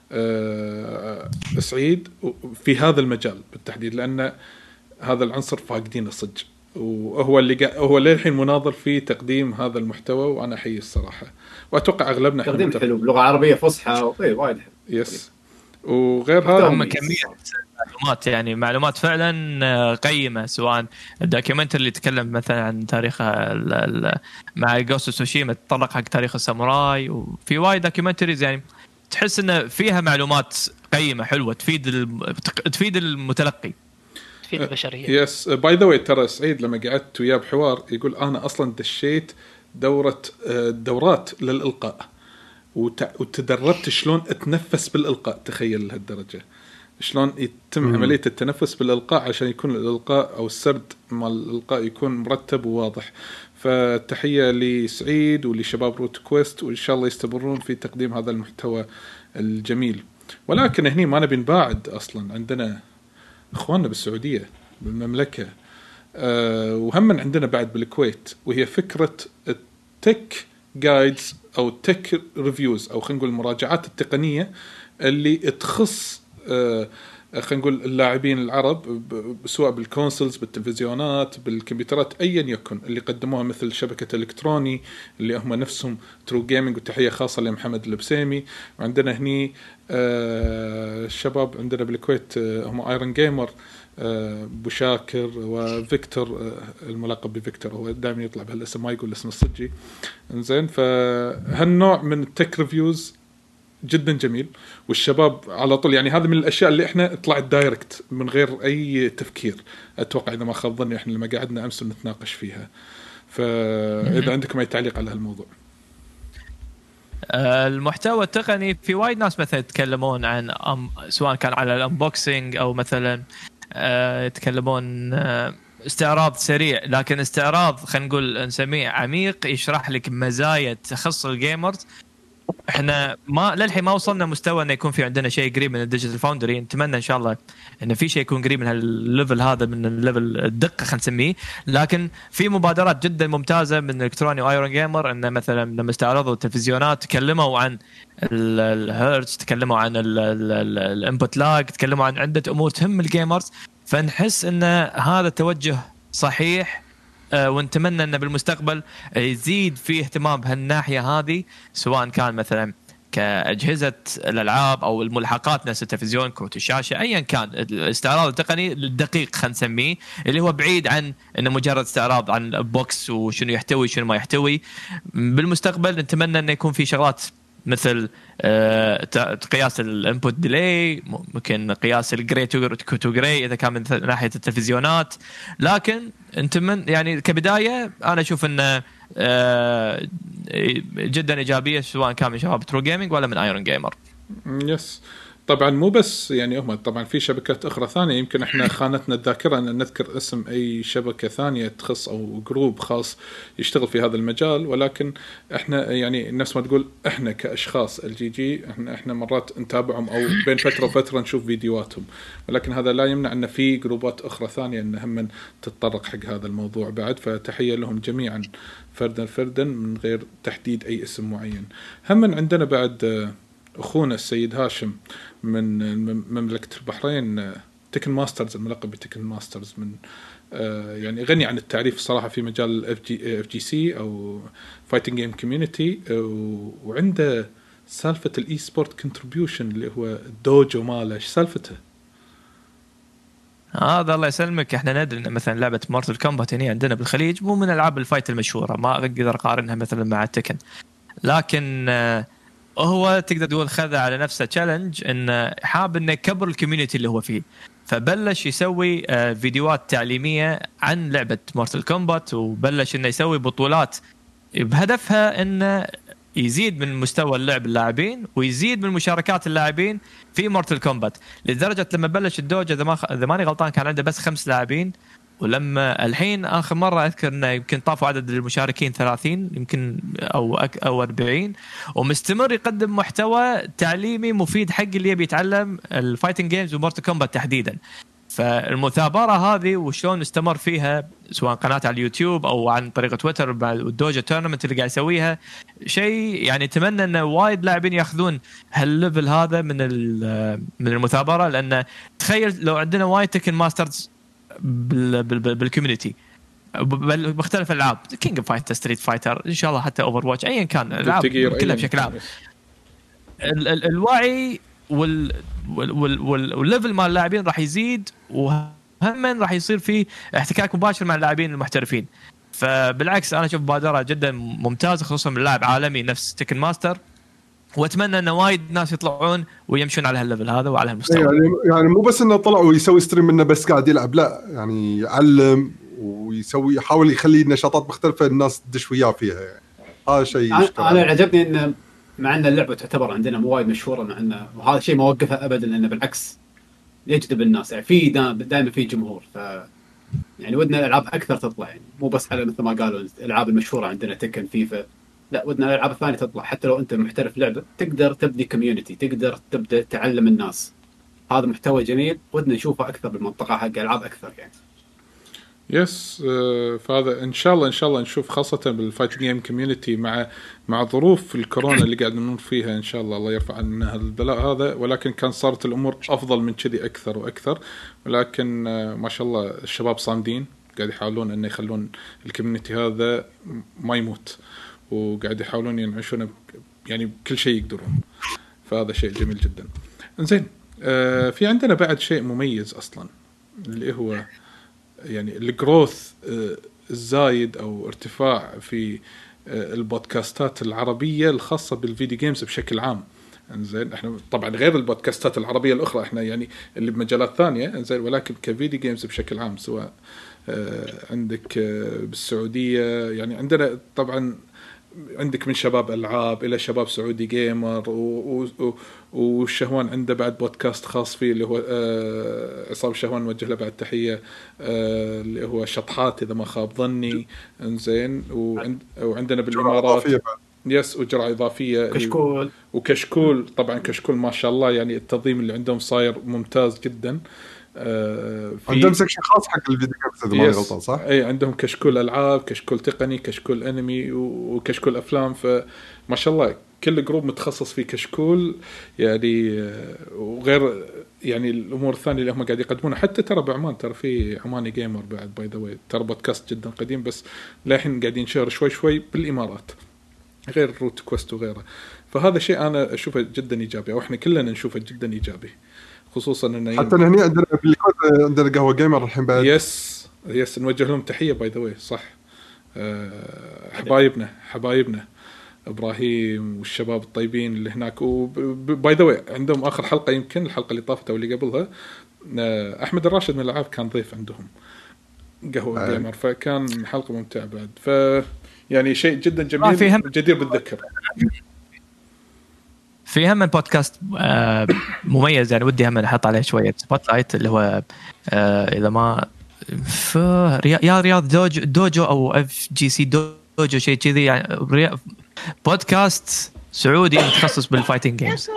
سعيد في هذا المجال بالتحديد لأن هذا العنصر فاقدين الصج. وهو هو للحين مناظر في تقديم هذا المحتوى وأنا أحيي الصراحة. وأتوقع أغلبنا تقديم حلو بلغة عربية فصحى وايد يس. وغير هذا هم كمية معلومات يعني معلومات فعلا قيمه، سواء الدوكيومنتري اللي يتكلم مثلا عن تاريخ مع جوست سوشيما تطرق حق تاريخ الساموراي، وفي وايد دوكيومنتريز يعني تحس ان فيها معلومات قيمه حلوه تفيد المتلقي، تفيد البشريه. يس باي ذا واي ترى سعيد لما قعدت وياه بحوار يقول انا اصلا دشيت دورات للإلقاء وتدربت شلون اتنفس بالإلقاء. تخيل لهالدرجة شلون يتم عملية التنفس بالإلقاء عشان يكون الإلقاء أو السرد مال الإلقاء يكون مرتب وواضح. فتحية لسعيد ولشباب روت كويست، وإن شاء الله يستمرون في تقديم هذا المحتوى الجميل. ولكن هني ما نبي نباعد، أصلا عندنا إخواننا بالسعودية بالمملكة وهم عندنا بعد بالكويت، وهي فكرة التك جايدز أو تك ريفيوز أو خلينا نقول المراجعات التقنية اللي تخص خلينا نقول اللاعبين العرب، سواء بالكونسولز بالتلفزيونات بالكمبيوترات أيا يكن، اللي قدموها مثل شبكة إلكتروني اللي هم نفسهم ترو جيمينج، وتحية خاصة لمحمد البسيمي. وعندنا هني الشباب عندنا بالكويت هم ايرون جيمر، بوشاكر وفيكتور الملقب بفيكتور، هو دائما يطلع بهالاسم ما يقول اسم الصجي. انزين فهالنوع من التك ريفيوز جدا جميل، والشباب على طول يعني هذا من الاشياء اللي احنا طلعت دايركت من غير اي تفكير. اتوقع اذا ما خاب ظني احنا لما قعدنا امس نتناقش فيها. فاذا عندكم اي تعليق على هالموضوع. المحتوى التقني في وايد ناس مثلا يتكلمون عن سواء كان على الانبوكسينج او مثلا يتكلمون استعراض سريع، لكن استعراض خلينا نقول نسميه عميق يشرح لك مزايا تخص الجيمرز. احنا للحين ما وصلنا مستوى انه يكون في عندنا شيء قريب من الديجيتال فاوندري. نتمنى ان شاء الله انه في شيء يكون قريب من هالليفل هذا، من الليفل الدقه خلينا نسميه. لكن في مبادرات جدا ممتازه من الكتروني وايرون جيمر، انه مثلا لما استعرضوا التلفزيونات تكلموا عن الهيرتز، تكلموا عن الانبوت لاج، تكلموا عن عده امور تهم الجيمرز. فنحس ان هذا التوجه صحيح، ونتمنى أن بالمستقبل يزيد فيه اهتمام بهالناحية هذه، سواء كان مثلا كأجهزة الألعاب أو الملحقات نفس التلفزيون، كروت الشاشة، أيا كان الاستعراض التقني الدقيق خلينا نسميه، اللي هو بعيد عن إنه مجرد استعراض عن بوكس وشنو يحتوي شنو ما يحتوي. بالمستقبل نتمنى أن يكون في شغلات مثل قياس الانبوت ديلي، ممكن قياس الجري تو جري اذا كان من ناحيه التلفزيونات. لكن نتمنى يعني كبدايه انا اشوف انه جدا ايجابيه، سواء كان من شباب ترو جيمينج ولا من ايرون جيمر. يس طبعا مو بس يعني هم طبعا في شبكات اخرى ثانيه، يمكن احنا خانتنا الذاكره ان نذكر اسم اي شبكه ثانيه تخص او جروب خاص يشتغل في هذا المجال، ولكن احنا يعني نفس ما تقول احنا كاشخاص الجي احنا مرات نتابعهم او بين فتره وفتره نشوف فيديوهاتهم، ولكن هذا لا يمنع ان في جروبات اخرى ثانيه ان هم تتطرق حق هذا الموضوع بعد. فتحيه لهم جميعا فردا من غير تحديد اي اسم معين. هم عندنا بعد أخونا السيد هاشم من مملكة البحرين، تكن ماسترز، الملقب بتكن ماسترز، من يعني غني عن التعريف صراحة في مجال FGC أو Fighting Game Community، وعنده سالفة الإي سبورت كونتريبيوشن اللي هو الدوجو ماله. إيش سالفته؟ هذا الله يسلمك. احنا ندري ان مثلا لعبه مورتال كومبات هنا عندنا بالخليج مو من العاب الفايت المشهوره، ما اقدر اقارنها مثلا مع تكن، لكن هو تقدر تقول خذ على نفسه تشالنج انه حاب انه يكبر الكوميونتي اللي هو فيه، فبلش يسوي فيديوهات تعليميه عن لعبه مورتال كومبات، وبلش انه يسوي بطولات بهدفها انه يزيد من مستوى اللعب اللاعبين ويزيد من مشاركات اللاعبين في مورتال كومبات، لدرجه لما بلش الدوجة اذا ماني غلطان كان عنده بس 5 لاعبين، ولما الحين اخر مره اذكر انه يمكن طافوا عدد المشاركين 30 يمكن او 40، ومستمر يقدم محتوى تعليمي مفيد حق اللي يبي يتعلم الفايتنج جيمز ومورتال كومبات تحديدا. فالمثابره هذه وشلون استمر فيها سواء قناه على اليوتيوب او عن طريق تويتر والدوجا تورنمنت اللي قاعد يسويها، شيء يعني اتمنى ان وايد لاعبين ياخذون هالليفل هذا من المثابره، لان تخيل لو عندنا وايد تكن ماسترز بالكوميونتي بمختلف الالعاب، كينج اوف فايتر، ستريت فايتر، ان شاء الله حتى اوفر واتش، ايا كان الالعاب كلها بشكل عام، الوعي والليفل مال اللاعبين راح يزيد، وهم راح يصير في احتكاك مباشر مع اللاعبين المحترفين. فبالعكس انا اشوف مبادره جدا ممتازه، خصوصا من لاعب عالمي نفس تيكن ماستر، واتمنى ان وايد ناس يطلعون ويمشون على هالليفل هذا وعلى هالمستوى. يعني مو بس انه طلع ويسوي ستريم منه بس قاعد يلعب، لا يعني يعلم ويسوي، يحاول يخلي نشاطات مختلفه الناس تدش وياه فيها يعني. هذا شيء انا عجبني ان مع ان اللعبه تعتبر عندنا مو وايد مشهوره، مع انه وهذا شيء ما وقفها ابدا، لانه بالعكس يجذب الناس، يعني في دائما في جمهور، ف يعني ودنا الالعاب اكثر تطلع، يعني مو بس على مثل ما قالوا الالعاب المشهوره عندنا تكن فيفا، لا ودنا الالعاب الثانيه تطلع. حتى لو انت محترف لعبه تقدر تبني كوميونتي، تقدر تبدا تعلم الناس. هذا محتوى جميل ودنا نشوفه اكثر بالمنطقه حق العاب اكثر يعني. يس فهذا ان شاء الله نشوف، خاصه بالفايت جيم كوميونتي مع ظروف الكورونا اللي قاعد نمر فيها، ان شاء الله يرفع عنا البلاء هذا. ولكن كان صارت الامور افضل من كذي اكثر واكثر، ولكن ما شاء الله الشباب صامدين، قاعد يحاولون ان يخلون الكوميونتي هذا ما يموت، وقاعد يحاولون ينعشونه يعني بكل شيء يقدرون. فهذا شيء جميل جدا. انزين في عندنا بعد شيء مميز اصلا، اللي هو يعني الجروث الزايد او ارتفاع في البودكاستات العربيه الخاصه بالفيديو جيمز بشكل عام. انزين احنا طبعا غير البودكاستات العربيه الاخرى، احنا يعني اللي بمجالات ثانيه، انزين ولكن كفيديو جيمز بشكل عام، سواء عندك بالسعوديه، يعني عندنا طبعا عندك من شباب ألعاب إلى شباب سعودي جيمر، والشهوان عنده بعد بودكاست خاص فيه اللي هو عصام الشهوان، نوجه له بعد تحية، اللي هو شطحات إذا ما خاب ظني. إنزين وعندنا بالإمارات يس وجرعة إضافية كشكول وكشكول. طبعا كشكول ما شاء الله يعني التنظيم اللي عندهم صاير ممتاز جدا. عندهم سكشن خاص حق الفيديو جيمز اذا ما غلطان صح؟ اي عندهم كشكول العاب، كشكول تقني، كشكول انمي، وكشكول افلام. فما شاء الله كل جروب متخصص في كشكول يعني. وغير يعني الامور الثانيه اللي هم قاعد يقدمونها، حتى ترى بعمان ترى في عماني جيمر بعد باي ذا واي، ترى بودكاست جدا قديم بس للحين قاعدين ينشهر شوي بالامارات، غير روت كويست وغيره. فهذا شيء انا اشوفه جدا ايجابي، او احنا كلنا نشوفه جدا ايجابي، خصوصا انه حتى هنا عندنا بالكود عندنا قهوه جيمر الحين بعد. يس نوجه لهم تحيه باي ذا واي صح. حبايبنا ابراهيم والشباب الطيبين اللي هناك. وباي ذا واي عندهم اخر حلقه، يمكن الحلقه اللي طافت او اللي قبلها، احمد الراشد من الالعاب كان ضيف عندهم قهوه جيمر، فكان حلقه ممتعه بعد. ف يعني شيء جدا جميل جدير بالذكر. في هم بودكاست مميز يعني ودي هم نحط عليه شويه سبوت لايت، اللي هو اذا ما رياض دوجو او اف جي سي دوجو شيء كذي يعني، بودكاست سعودي متخصص بالفايتنج جيمز.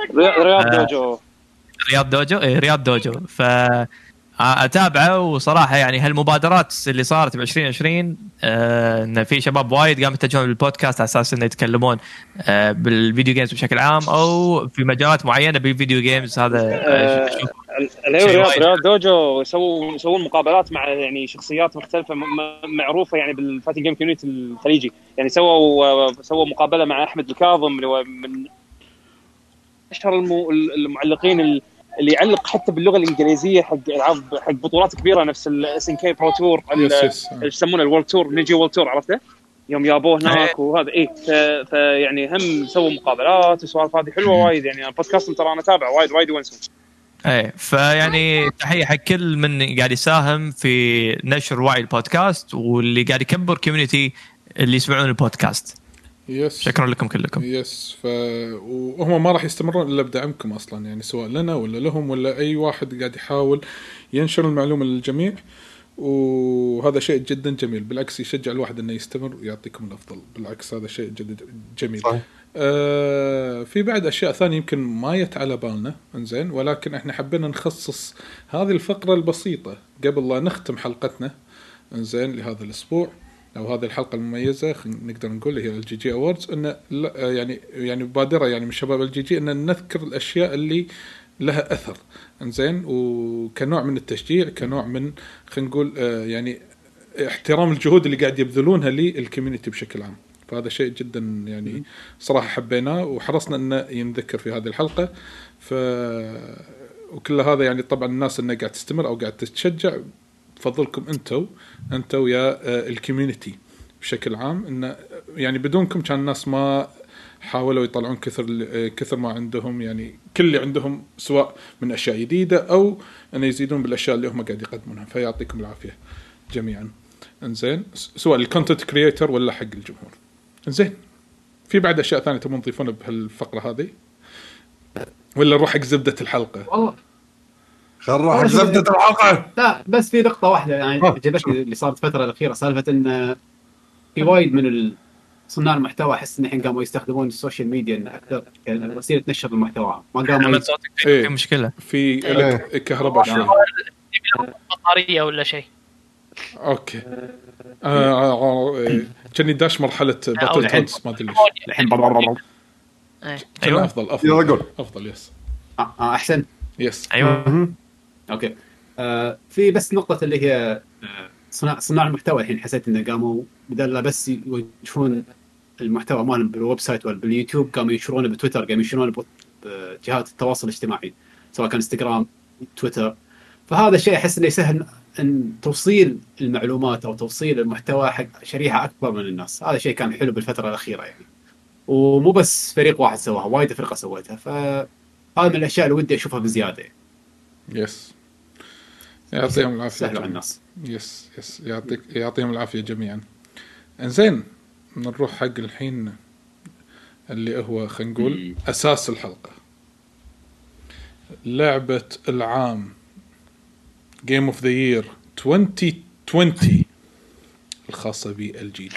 رياض دوجو اتابعه، وصراحه يعني هالمبادرات اللي صارت ب 2020 ان في شباب وايد قاموا يتجهون بالبودكاست على اساس انه يتكلمون بالفيديو جيمز بشكل عام او في مجالات معينه بالفيديو جيمز. هذا رياض دوجو يسوون مقابلات مع يعني شخصيات مختلفه معروفه يعني بالفايتنج جيم كوميونتي الخليجي. يعني سووا مقابله مع احمد الكاظم اللي هو من اشهر المعلقين اللي يعلق حتى باللغه الانجليزيه حق العاب، حق بطولات كبيره نفس الاس ان كي برو تور، اللي يسمونه الورلد تور، نيجي وورلد تور، عرفته يوم يابوه هناك وهذا. فيعني هم سووا مقابلات وسوالف هذه حلوه وايد يعني. البودكاست ترى انا اتابع وايد ونسون. فيعني تحيه حق كل من قاعد يساهم في نشر وعي البودكاست واللي قاعد يكبر كوميونتي اللي يسمعون البودكاست. شكرا لكم كلكم. وهم ما راح يستمرون الا بدعمكم اصلا، يعني سواء لنا ولا لهم ولا اي واحد قاعد يحاول ينشر المعلومه للجميع، وهذا شيء جدا جميل. بالعكس يشجع الواحد انه يستمر ويعطيكم الافضل. بالعكس هذا شيء جدا جميل. في بعد اشياء ثانيه يمكن ما يتعلى بالنا انزين، ولكن احنا حبينا نخصص هذه الفقره البسيطه قبل لا نختم حلقتنا انزين لهذا الاسبوع او هذه الحلقه المميزه، نقدر نقول هي الجي جي اووردز، ان يعني مبادره يعني من شباب الجي جي ان نذكر الاشياء اللي لها اثر انزين، وكنوع من التشجيع، كنوع من خلينا نقول يعني احترام الجهود اللي قاعد يبذلونها للكوميونتي بشكل عام. فهذا شيء جدا يعني صراحه حبيناه وحرصنا انه ينذكر في هذه الحلقه. وكل هذا يعني طبعا الناس اللي قاعد تستمر او قاعد تتشجع بفضلكم انتو يا الكوميونتي بشكل عام، انه يعني بدونكم كان الناس ما حاولوا يطلعون كثر ما عندهم، يعني كل اللي عندهم سواء من اشياء جديده او ان يزيدون بالاشياء اللي هم قاعد يقدمونها. فيعطيكم العافيه جميعا. انزين سواء الكونتنت كرييتر ولا حق الجمهور. انزين في بعد اشياء ثانيه تبون تضيفونها بهالفقره هذه ولا نروح حق زبده الحلقه؟ والله خل نروح حق زبده الحلقه. لا بس في نقطه واحده يعني عجبتني اللي صارت الفتره الاخيره، سالفه ان في وايد من صناع المحتوى احس ان الحين قاموا يستخدمون السوشيال ميديا اكثر كوسيله نشر المحتوى. ما قاموا في مشكله في كهرباء شوي بطاريه ولا شيء. اوكي كني داش مرحله باتل تونس ما ادري ليش الحين ايوه افضل يس احسن يس ايوه اوكي. في بس نقطه اللي هي صناع المحتوى الحين حسيت انه قاموا بدل لا بس يوجهون المحتوى مالهم بالويب سايت ولا باليوتيوب، قاموا ينشرونه بتويتر، قاموا ينشرونه بجهات التواصل الاجتماعي سواء كان انستغرام تويتر. فهذا الشيء احس انه يسهل ان توصيل المعلومات او توصيل المحتوى حق شريحه اكبر من الناس. هذا شيء كان حلو بالفتره الاخيره يعني، ومو بس فريق واحد سواها، وايد فرقه سويتها. فهذا من الاشياء اللي ودي اشوفها بزياده يعني. يس يعطيهم العافيه سهل الناس. يس يعطيهم العافيه جميعا. انزين نروح حق الحين اللي هو خلينا نقول اساس الحلقه، لعبه العام Game of the Year 2020 الخاصة ب LGG.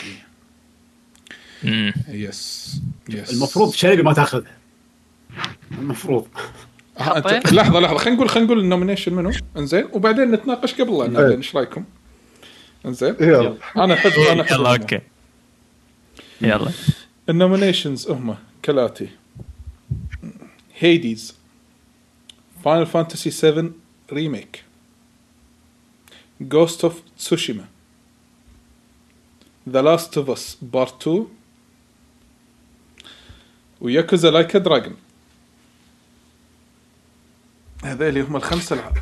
يس المفروض شريبي ما تاخذها المفروض. لحظة خلينا نقول النومينيشن منه انزين وبعدين نتناقش قبل لا ايش رايكم. انزين انا احب يلا اوكي يلا. النومينيشنز هم كالاتي: هيديز، Final Fantasy 7 Remake, Ghost of Tsushima, The Last of Us Part 2 وياكوزا لايك دراجون. هذول هم الخمسة العاب.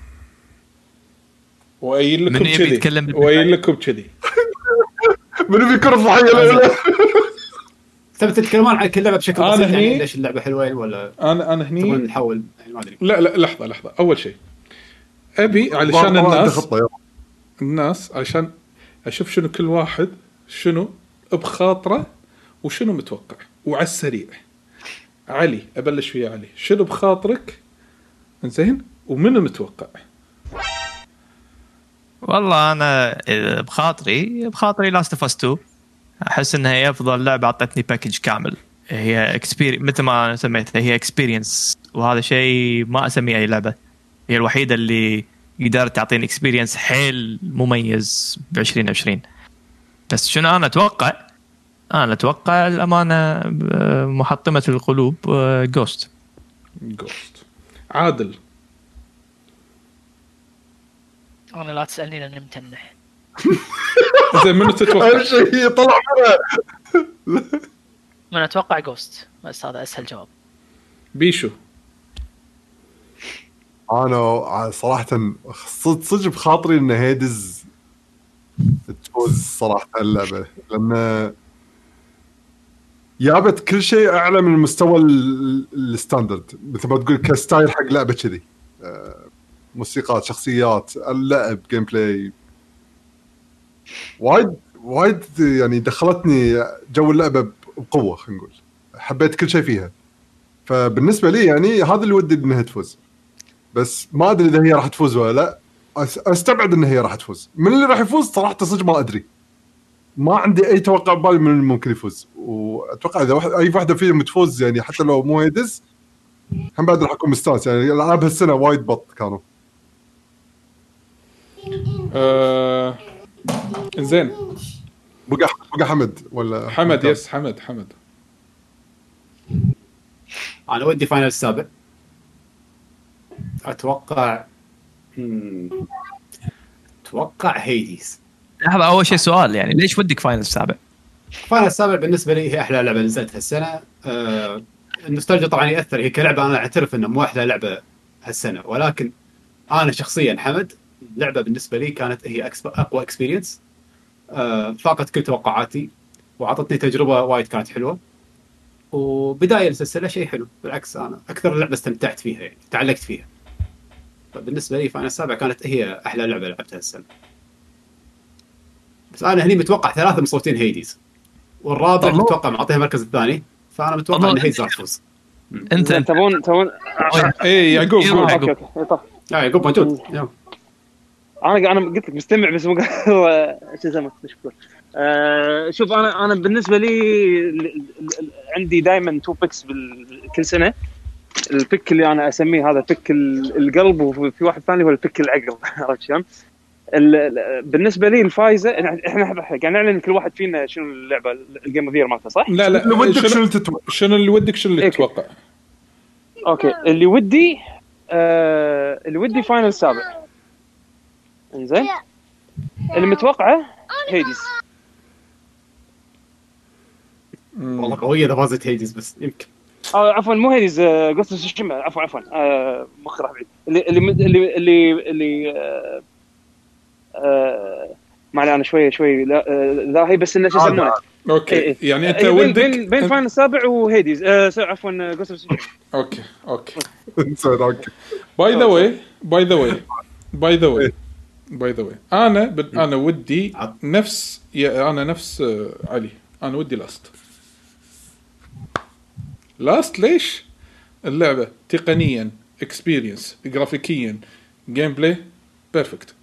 وأيل لكم كذي من بيكون الضحية. تبي تتكلمون عن كل لعبة بشكل بسيط يعني ليش اللعبة حلوة ولا أنا هني تبون نحول يعني ما أدري. لا لحظة أول شيء أبي علشان الناس عشان أشوف شنو كل واحد شنو بخاطره وشنو متوقع. وعلى السريع علي أبلش فيها. علي شنو بخاطرك إنزين ومنو متوقع؟ والله أنا بخاطري Last of Us 2 أحس إنها هي أفضل لعبة عطتني باكيج كامل. هي مثل ما سميتها هي experience، وهذا شيء ما أسميه أي لعبة. هي الوحيدة اللي قدرت تعطيني experience حيل مميز ب2020. بس شنو أنا أتوقع الأمانة محطمة القلوب Ghost. عادل أنا لا تسألني لأن متنح. زي منو تتوقع؟ شيء طلع منه. من أتوقع Ghost، بس هذا أسهل جواب. بيشو أنا صراحة صدق بخاطري إن هيدز تفوز صراحة اللعبة، لأن جابت كل شيء أعلى من المستوى الستاندرد مثل ما تقول كستايل حق لعبة كذي. موسيقات، شخصيات، اللعب، جيم بلاي وايد يعني دخلتني جو اللعبة بقوة. خلينا نقول حبيت كل شيء فيها. فبالنسبة لي يعني هذا اللي ودي إنها تفوز، بس ما أدري إذا هي راح تفوز ولا لا. أستبعد إن هي راح تفوز. من اللي راح يفوز صراحة صدق ما أدري، ما عندي أي توقع بالي من اللي ممكن يفوز. وأتوقع إذا أي واحدة فيهم تفوز يعني حتى لو مو هيدز هم بعد راح أكون مستانس. يعني الألعاب هالسنة وايد بط كانوا. زين بقى حمد ولا حمد؟ يس حمد. أنا ودي فاينل السابع. أتوقع هيديز. هذا أول شيء سؤال يعني ليش ودك فاينل السابع؟ فانا السابع بالنسبه لي هي احلى لعبه نزلت هالسنه. النوستالجيا طبعا ياثر، هي كلعبه انا اعترف انها مو احلى لعبه هالسنه، ولكن انا شخصيا حمد اللعبه بالنسبه لي كانت هي اقوى اكسبيرينس، فاقت كل توقعاتي وعطتني تجربه وايد كانت حلوه، وبدايه السلسله شيء حلو. بالعكس انا اكثر لعبه استمتعت فيها يعني تعلقت فيها. فبالنسبه لي فانا السابع كانت هي احلى لعبه لعبتها السنه. بس انا هني متوقع 3 مصوتين هيديز، والرابع متوقع معطيها المركز الثاني، فانا متوقع ان هيديز راح تفوز. انت تبون ايه يعقوب اوكي يعقوب موجود. انا قلت لك مستمع بس مو شو اسمه مشكور. شوف انا بالنسبه لي عندي دائما تو بيكس كل سنه. البيك اللي انا اسميه هذا بيك القلب، وفي واحد ثاني هو البيك العقل. عرفت شلون؟ بالنسبه لي الفايزه احنا قاعد نعلن كل واحد فينا شنو اللعبه الجيم اوف ذير مالته صح؟ لا اللي ودك شنو تتوقع؟ شنو اللي ودك شنو اللي تتوقع؟ اوكي اللي ودي فاينل السابع. انزين اللي متوقعه هيديز. والله قويه اذا فازت هيديز، بس يمكن عفوا مو هيديز قصة الشمع. عفوا مخ راح بعيد. اللي معلي انا شوي لا هي بس انه شو يسمونه. اوكي يعني انت ودك بين فاينل السابع وهيديز. عفوا قصة الشمع. اوكي باي ذا واي انا ودي نفس علي. انا ودي لاست ليش؟ اللعبه تقنيا، اكسبيرينس، جرافيكيا، جيم بلاي بيرفكت،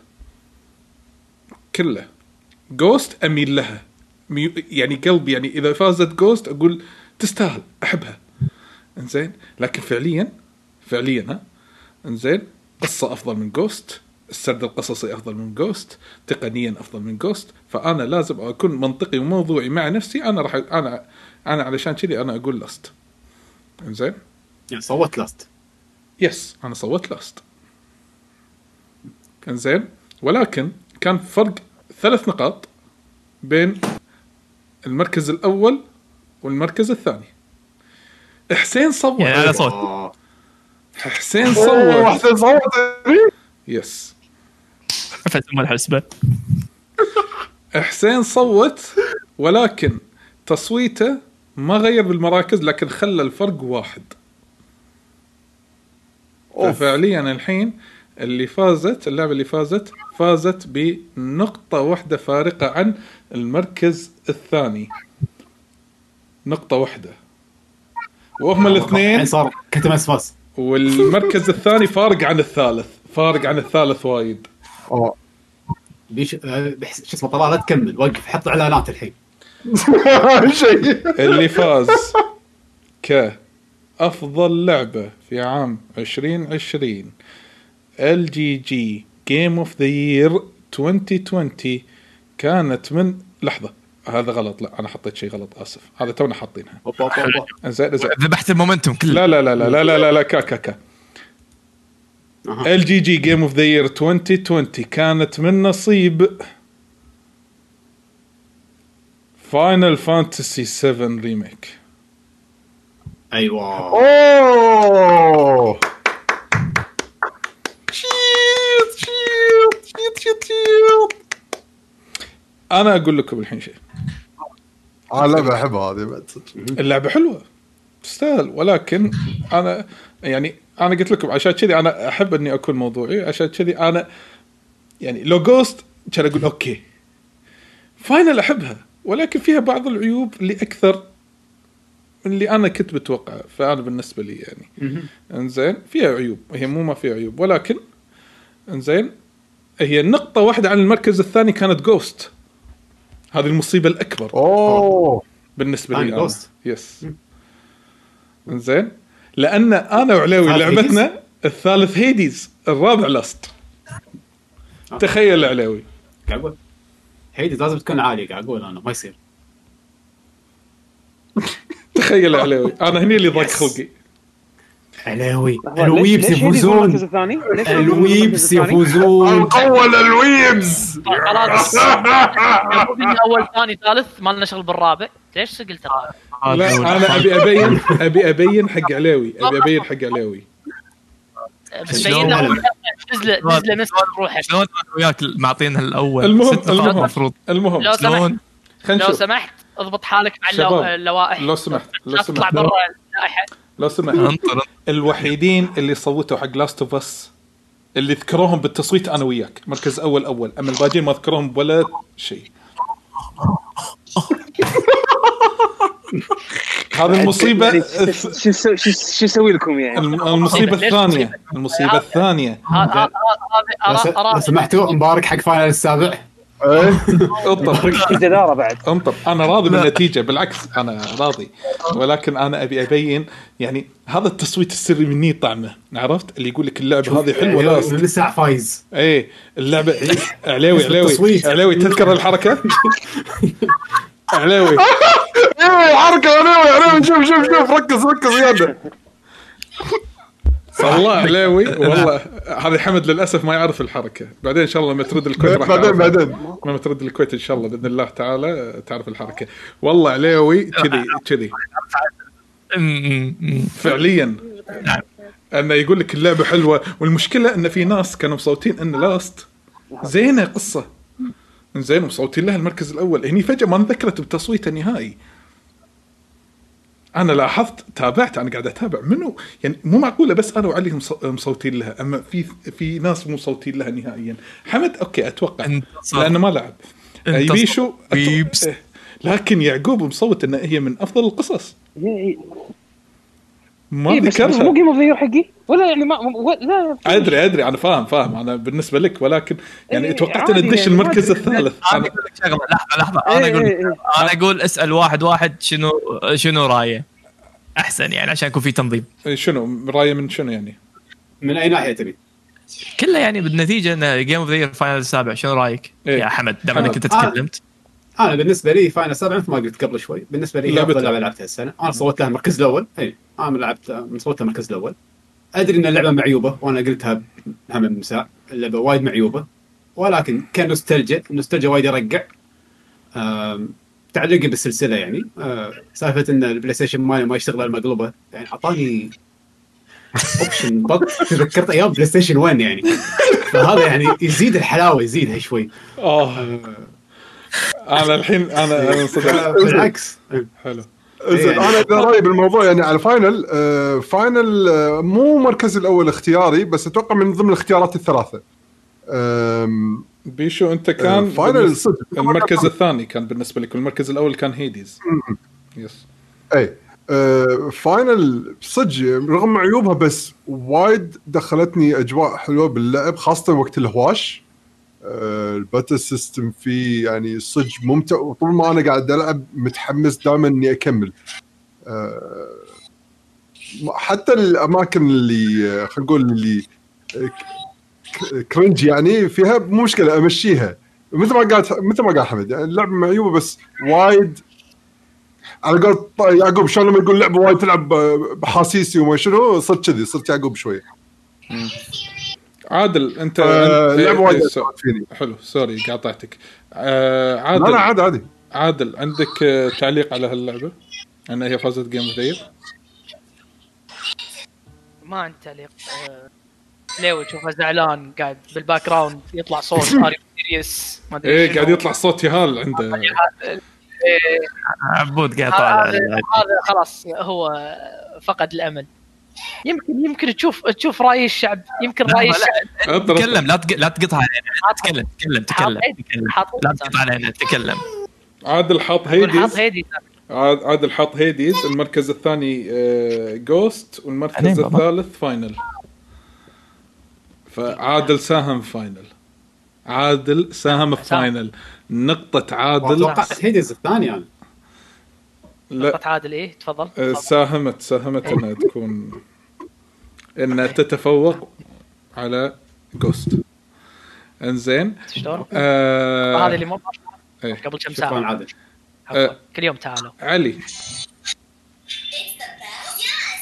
كله جوست اميل لها يعني قلبي، يعني اذا فازت جوست اقول تستاهل، احبها. انزين لكن فعليا ها انزين قصه افضل من جوست، السرد القصصي افضل من جوست، تقنيا افضل من جوست. فانا لازم اكون منطقي وموضوعي مع نفسي. انا علشان كذي انا اقول لاست. انزين يعني صوت لاست. يس انا صوت لاست. انزين ولكن كان فرق 3 نقاط بين المركز الاول والمركز الثاني. حسين صوت يعني انا صوت حسين صوت يس فسموا الحسبة. حسين صوت ولكن تصويته ما غير بالمراكز، لكن خلى الفرق 1. ففعليا الحين اللعبة اللي فازت بنقطة واحدة فارقة عن المركز الثاني، نقطة واحدة، وهم الاثنين صار كتم اسفاس. والمركز الثاني فارق عن الثالث وايد. شو اسمه طلال لا تكمل، وقف حط اعلانات الحين. اللي فاز كأفضل لعبة في عام 2020 LGG Game of the Year 2020 كانت من لحظة. هذا غلط، لا أنا حطيت شيء غلط، آسف. هذا تونا حاطينها. إنزين ذبحت المومنتوم كله. لا كا LGG Game of the Year 2020 كانت من نصيب Final Fantasy 7 Remake. أيوة. أنا أقول لكم الحين شيء. أنا بحب هذه. اللعبة حلوة تستاهل، ولكن أنا قلت لكم عشان كذي أنا أحب إني أكون موضوعي. عشان كذي أنا يعني لو جوست كان أقول أوكي فاينل أحبها، ولكن فيها بعض العيوب اللي أكثر من اللي أنا كنت بتوقع. فأنا بالنسبة لي يعني إنزين فيها عيوب، هي مو ما فيها عيوب، ولكن إنزين هي نقطة واحدة عن المركز الثاني كانت جوست. هذه المصيبة الأكبر بالنسبة لي أنا. يس إنزين لأن أنا وعلوي لعبتنا الثالث هيديز، الرابع لاست. تخيل علوي قاعد هيديز لازم تكون عالية، قاعد أقول أنا ما يصير. تخيل علوي أنا هني اللي ضاق خلقي. علاوي الويبس يفوزون، الويبس يفوزون، اول الويبس خلاص قلنا اول ثاني ثالث ما لنا شغل بالرابع. ليش قلت الرابع؟ لا انا ابي ابين حق علاوي، بس بينا نزله نسبه روحك شلون وياك معطينها الاول. المهم لو سمحت اضبط حالك مع اللوائح. لو سمحت اطلع برا اللائحه لو سمحت. الوحيدين اللي صوتوا حق لاست اوف اس اللي ذكروهم بالتصويت انا وياك مركز اول، اما الباقيين ما ذكرهم ولا شيء. هذه المصيبه. شو اسوي لكم يعني؟ المصيبه الثانيه لو سمحتوا مبارك حق فاينل السابع. جدارة بعد أنا راضي بالنتيجة، بالعكس أنا راضي، ولكن أنا أبي أبين يعني هذا التصويت السري مني طعمه، عرفت اللي يقول لك اللعبة هذه حلوة لاست لسه فايز. إيه اللعبة علاوي تذكر الحركة علاوي حركة علاوي شوف ركز زيادة والله علاوي والله. هذا حمد للأسف ما يعرف الحركة، بعدين إن شاء الله لما ترد الكويت بعدين لما ترد الكويت إن شاء الله بإذن الله تعالى تعرف الحركة. والله علاوي كذي فعليا أنه يقول لك اللعبة حلوة، والمشكلة أن في ناس كانوا مصوتين أن لاست زينة قصة زين ومصوتين لها المركز الأول، هني فجأة ما نذكرت بتصويت النهائي. أنا لاحظت تابعت، أنا قاعد أتابع منه يعني مو معقولة بس أنا وعلي مصوتين لها، أما في ناس مصوتين لها نهائيا. حمد أوكي أتوقع لأنه ما لعب بيشو لكن يعقوب مصوت إن هي من أفضل القصص. ما ذكرها مو جيم اوف ذا يير حقي ولا يعني ما لا أدري أنا فاهم أنا بالنسبة لك، ولكن يعني توقعت أن تدش المركز الثالث. أنا لحظة أنا أقول اسأل واحد شنو رأيه أحسن يعني عشان يكون في تنظيم. شنو رأيه من شنو يعني من أي ناحية تبي؟ كله يعني بالنتيجة إن جيم اوف ذا يير فاينل السابع. شنو رأيك يا حمد دام انك انت تكلمت؟ انا بالنسبه لي فاينل 7 مثل ما قلت قبل شوي، بالنسبه لي افضل لعبه لعبتها السنه. انا صوت لها المركز الاول. انا لعبت صوت المركز الاول. ادري ان اللعبه معيوبه وانا قلتها هم من مساء، اللعبه وايد معيوبه، ولكن كان نوستالجيا وايد يرجع. تعلقي بالسلسله يعني سالفه ان البلاي ستيشن مالي ما يشتغل على المقلوبه يعني اعطاني اوبشن تذكرت ايام بلاي ستيشن 1 يعني، فهذا يعني يزيد الحلاوه يزيدها شوي. انا الحين انا صدق بالعكس حلو. انا رايي بالموضوع يعني على فاينل مو مركز الاول اختياري، بس اتوقع من ضمن الاختيارات الثلاثه. بيشو انت كان فاينل المركز الثاني كان بالنسبه لك، والمركز الاول كان هيديز. يس اي فاينل صدق رغم عيوبها بس وايد دخلتني اجواء حلوه باللعب، خاصه وقت الهواش. الباتل سيستم فيه يعني صدق ممتع، وطول ما انا قاعد العب متحمس دائما اني اكمل. حتى الاماكن اللي خلينا نقول اللي كرنج يعني فيها مو مشكله امشيها مثل ما قال حمد. يعني اللعبه معيوبه بس وايد على قول يعقوب شلون لما يقول لعبه وايد تلعب بحاسيسي وما شنو، صرت كذي صرت يعقوب شويه. عادل انت اللعبه وايد فيني. حلو سوري قاطعتك. عادل لا عادي. عادل عندك تعليق على هاللعبه انها هي فازت جيم اوف ذا يير؟ ما عندي تعليق. ليو تشوفه زعلان قاعد بالباك جراوند يطلع صوت اري سيريس ما ادري ايه قاعد يطلع صوت يهال عنده عبود قاطع. هذا خلاص هو فقد الامل. يمكن تشوف راي الشعب، يمكن راي الشعب. تكلم لا تقطع علينا. تكلم لا تقطع علينا تكلم. عادل حاط هيديز المركز الثاني جوست، والمركز الثالث فاينل. فعادل ساهم فاينل. نقطة عادل توقعت هيديز الثاني يعني. نقطة عادل ايه تفضل. ساهمت انها تكون انها تتفوق على جوست. انزين شلون هذا اللي مو قبل كم ساعة عادل كل يوم تعالوا علي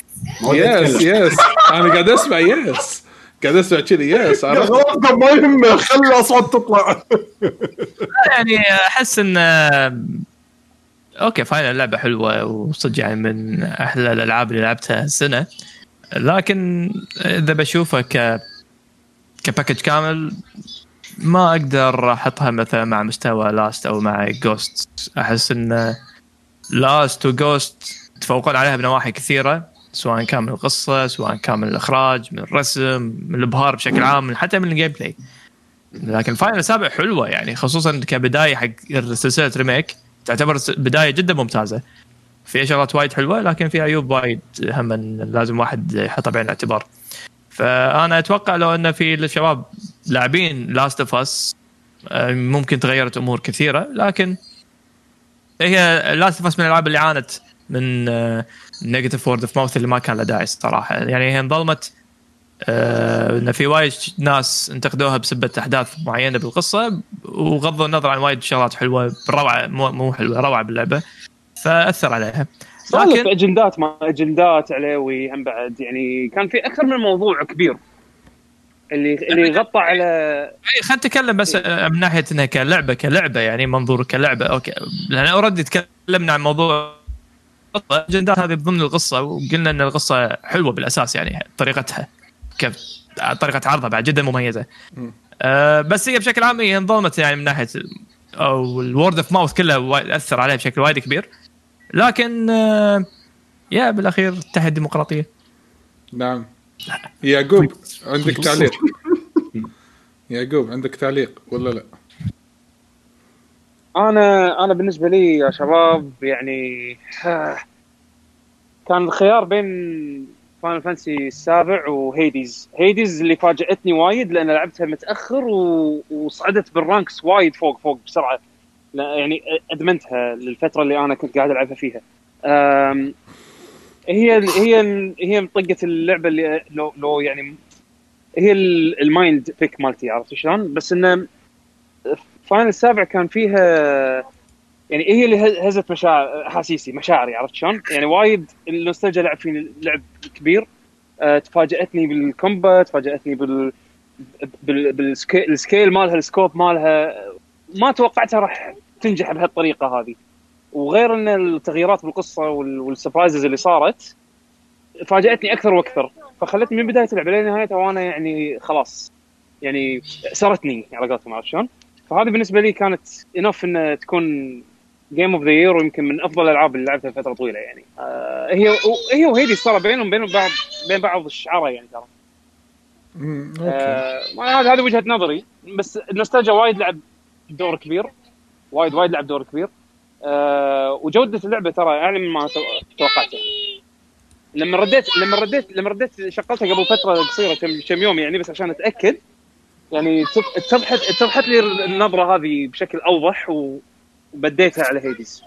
يس انا قاعد اسمع قاعد اسمع كذي خلاص ما يهمه خلي الاصوات تطلع. يعني احس ان اوكي فاينل لعبه حلوه وصدق يعني من احلى الالعاب اللي لعبتها السنه، لكن اذا بشوفه كباكج كامل ما اقدر احطها مثلا مع مستوى لاست او مع جوست. احس ان لاست وجوست تفوقون عليها بنواحي كثيره، سواء كان من القصه، سواء كان من الاخراج، من الرسم، من الابهار بشكل عام، حتى من الجيم بلاي. لكن فاينل 7 حلوه يعني، خصوصا كبدايه حق سلسله ريميك تعتبر بدايه جدا ممتازه. في شغلات وايد حلوه لكن في عيوب وايد هم لازم واحد يحطها بعين الاعتبار. فانا اتوقع لو ان في الشباب لاعبين لاست اوف اس ممكن تغيرت امور كثيره، لكن هي لاست اوف اس من الالعاب اللي عانت من نيجاتيف وورد اوف ماوث اللي ما كان له داعي الصراحه. يعني هي انظلمت ان في وايد ناس انتقدوها بسبب احداث معينه بالقصه، وغضوا النظر عن وايد شغلات حلوه بالروعه، مو حلوه روعه باللعبه، فاثر عليها. لكن اجندات ما اجندات عليوي هم بعد، يعني كان في اكثر من موضوع كبير اللي غطى على. خلينا نتكلم بس من ناحيه انها كلعبه يعني منظور كلعبه اوكي، لان اوريدي تكلمنا عن موضوع الاجندات هذه ضمن القصه، وقلنا ان القصه حلوه بالاساس يعني طريقتها طريقه عرضها بعد جدا مميزه. بس هي بشكل عام هي انظلمت يعني من ناحيه او الورد اوف ماوث كله اثر عليها بشكل وايد كبير. لكن يا بالاخير تحت الديمقراطيه. نعم. يعقوب عندك تعليق؟ يعقوب عندك تعليق ولا لا؟ انا بالنسبه لي يا شباب يعني كان الخيار بين فاينل فانتسي السابع وهيديز اللي فاجأتني وايد لأن لعبتها متأخر وصعدت بالرانكس وايد فوق بسرعة، يعني أدمنتها للفترة اللي أنا كنت قاعد ألعبها فيها. هي طقة اللعبة اللي لو يعني هي المايند بيك مالتي، عرفت شلون؟ بس إن فاينل السابع كان فيها يعني هي اللي هزت مشاعري عرفت شلون؟ يعني وايد النوستالجيا لعب فيني لعب كبير. تفاجأتني بالكومبات، تفاجأتني بالسكيل مالها، السكوب مالها ما توقعتها راح تنجح بهالطريقة هذه. وغير ان التغييرات بالقصة والسربرايزز اللي صارت فاجأتني أكثر وأكثر، فخلتني من بداية اللعبة لنهايتها وأنا يعني خلاص يعني سرتني على قولتهم عرفت شلون؟ فهذه بالنسبة لي كانت إنف إن تكون جيم اوف ذا يير، ويمكن من افضل الالعاب اللي لعبتها فتره طويله يعني. هي وهيدي صار بين بعض الشعاره يعني ترى. هذه وجهه نظري، بس النوستالجيا وايد لعب دور كبير، وايد لعب دور كبير. وجوده اللعبه ترى اعلى مما توقعته. لما رديت شغلتها قبل فتره قصيره كم يوم يعني، بس عشان اتاكد يعني اتضحت لي النظره هذه بشكل اوضح وبديتها على هيديز.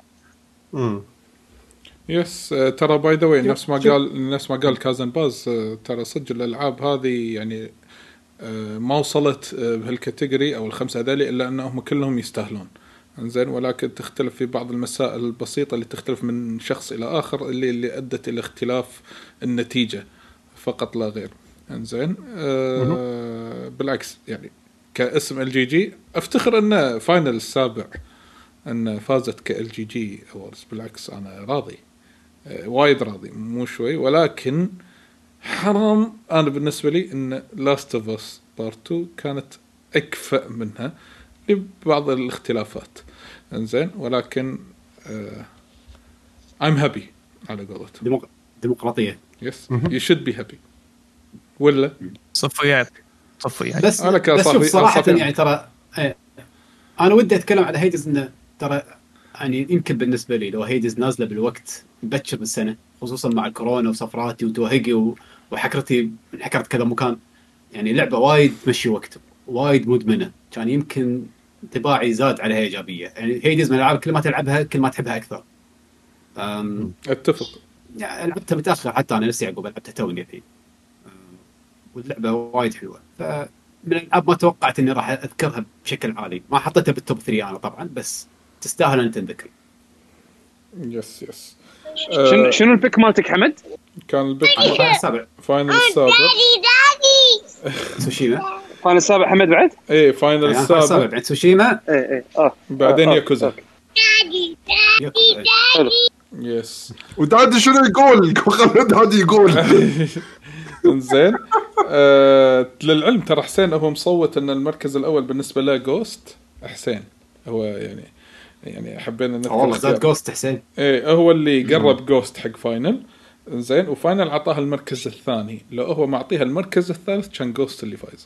يس ترى باي ذا واي نفس ما قال كازن باز، ترى صدق الالعاب هذه يعني ما وصلت بهالكاتيجوري او الخمسه هذول الا انهم كلهم يستاهلون انزين، ولكن تختلف في بعض المسائل البسيطه اللي تختلف من شخص الى اخر اللي ادت الى اختلاف النتيجه فقط لا غير انزين. بالعكس يعني كاسم LGG افتخر ان فاينل السابع ان فازت كLGG أوردز. بالعكس انا راضي وايد راضي مو شوي، ولكن حرام انا بالنسبه لي ان لاست اوف اس بارت 2 كانت اكفأ منها لبعض الاختلافات انزين، ولكن I'm happy على قولتهم ديمقراطيه. يس you should be happy ولا صفيات. بس شوف صراحه يعني ترى انا ودي اتكلم على هيدز انه ترى يعني يمكن بالنسبه لي لو هيدز نازله بالوقت مبكر بالسنه، خصوصا مع الكورونا وسفراتي وتوهقي وحكرتي حكرت كذا مكان، يعني لعبه وايد تمشي وقت وايد مدمنه، كان يمكن انطباعي زاد عليها ايجابيه. يعني هيدز من الالعاب كل ما تلعبها كل ما تحبها اكثر. اتفق. يعني لعبتها متاخر حتى انا نفسي يعقوب لعبتها توني الحين، واللعبه وايد حلوه. فمن الالعاب ما توقعت اني راح اذكرها بشكل عالي، ما حطيتها بالتوب 3 انا طبعا، بس تستاهل ان تنذكر. يس شنو البيك مالتك حمد؟ كان البيك السابع فاينل السابع سوشيما. فاينل السابع حمد بعد؟ ايه فاينل السابع بعد سوشيما. ايه بعدين ياكوزا. حلو. يس. ودادي شنو يقول؟ خلي دادي يقول. انزين للعلم ترى حسين هو مصوت ان المركز الاول بالنسبه له جوست. حسين هو يعني حبينا نذكر والله زاد جوست حسين. ايه هو اللي قرب جوست حق فاينل. زين وفاينل عطاها المركز الثاني. لو هو معطيها المركز الثالث كان جوست اللي فايزه.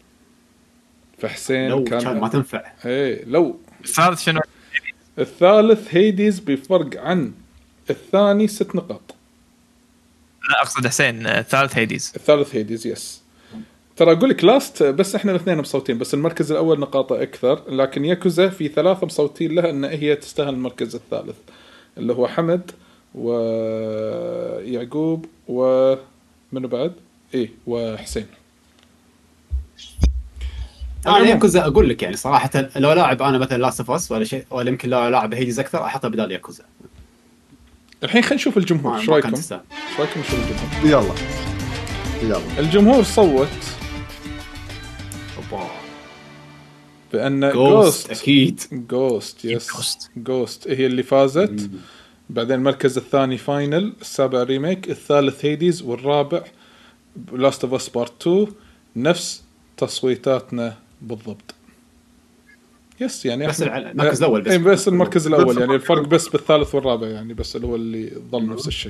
فحسين كان ما تنفع. ايه لو الثالث شنو؟ الثالث هيديز بفرق عن الثاني 6 نقاط. لا اقصد حسين الثالث هيديز. الثالث هيديز يس. ترى اقول لك لاست بس احنا الاثنين مصوتين بس المركز الاول نقاطه اكثر لكن ياكوزا في 3 مصوتين لها ان هي تستاهل المركز الثالث اللي هو حمد ويعقوب ومنو بعد وحسين. انا ياكوزا اقول لك يعني صراحه لو لاعب انا مثلا لاست اوف اس ولا شيء ولا يمكن لو لاعب هيديز اكثر احطه بدال ياكوزا. الحين خلينا نشوف الجمهور ايش رايكم؟ نشوف الجمهور. يلا الجمهور صوت بأن جوست أكيد جوست يس جوست هي اللي فازت. بعدين المركز الثاني فاينل، السابع ريميك، الثالث هيديز، والرابع لاست اوف اس بارت 2. نفس تصويتاتنا بالضبط. يس يعني بس المركز الأول بس المركز الأول يعني الفرق بس بالثالث والرابع يعني بس اللي هو اللي ظل نفس الشيء.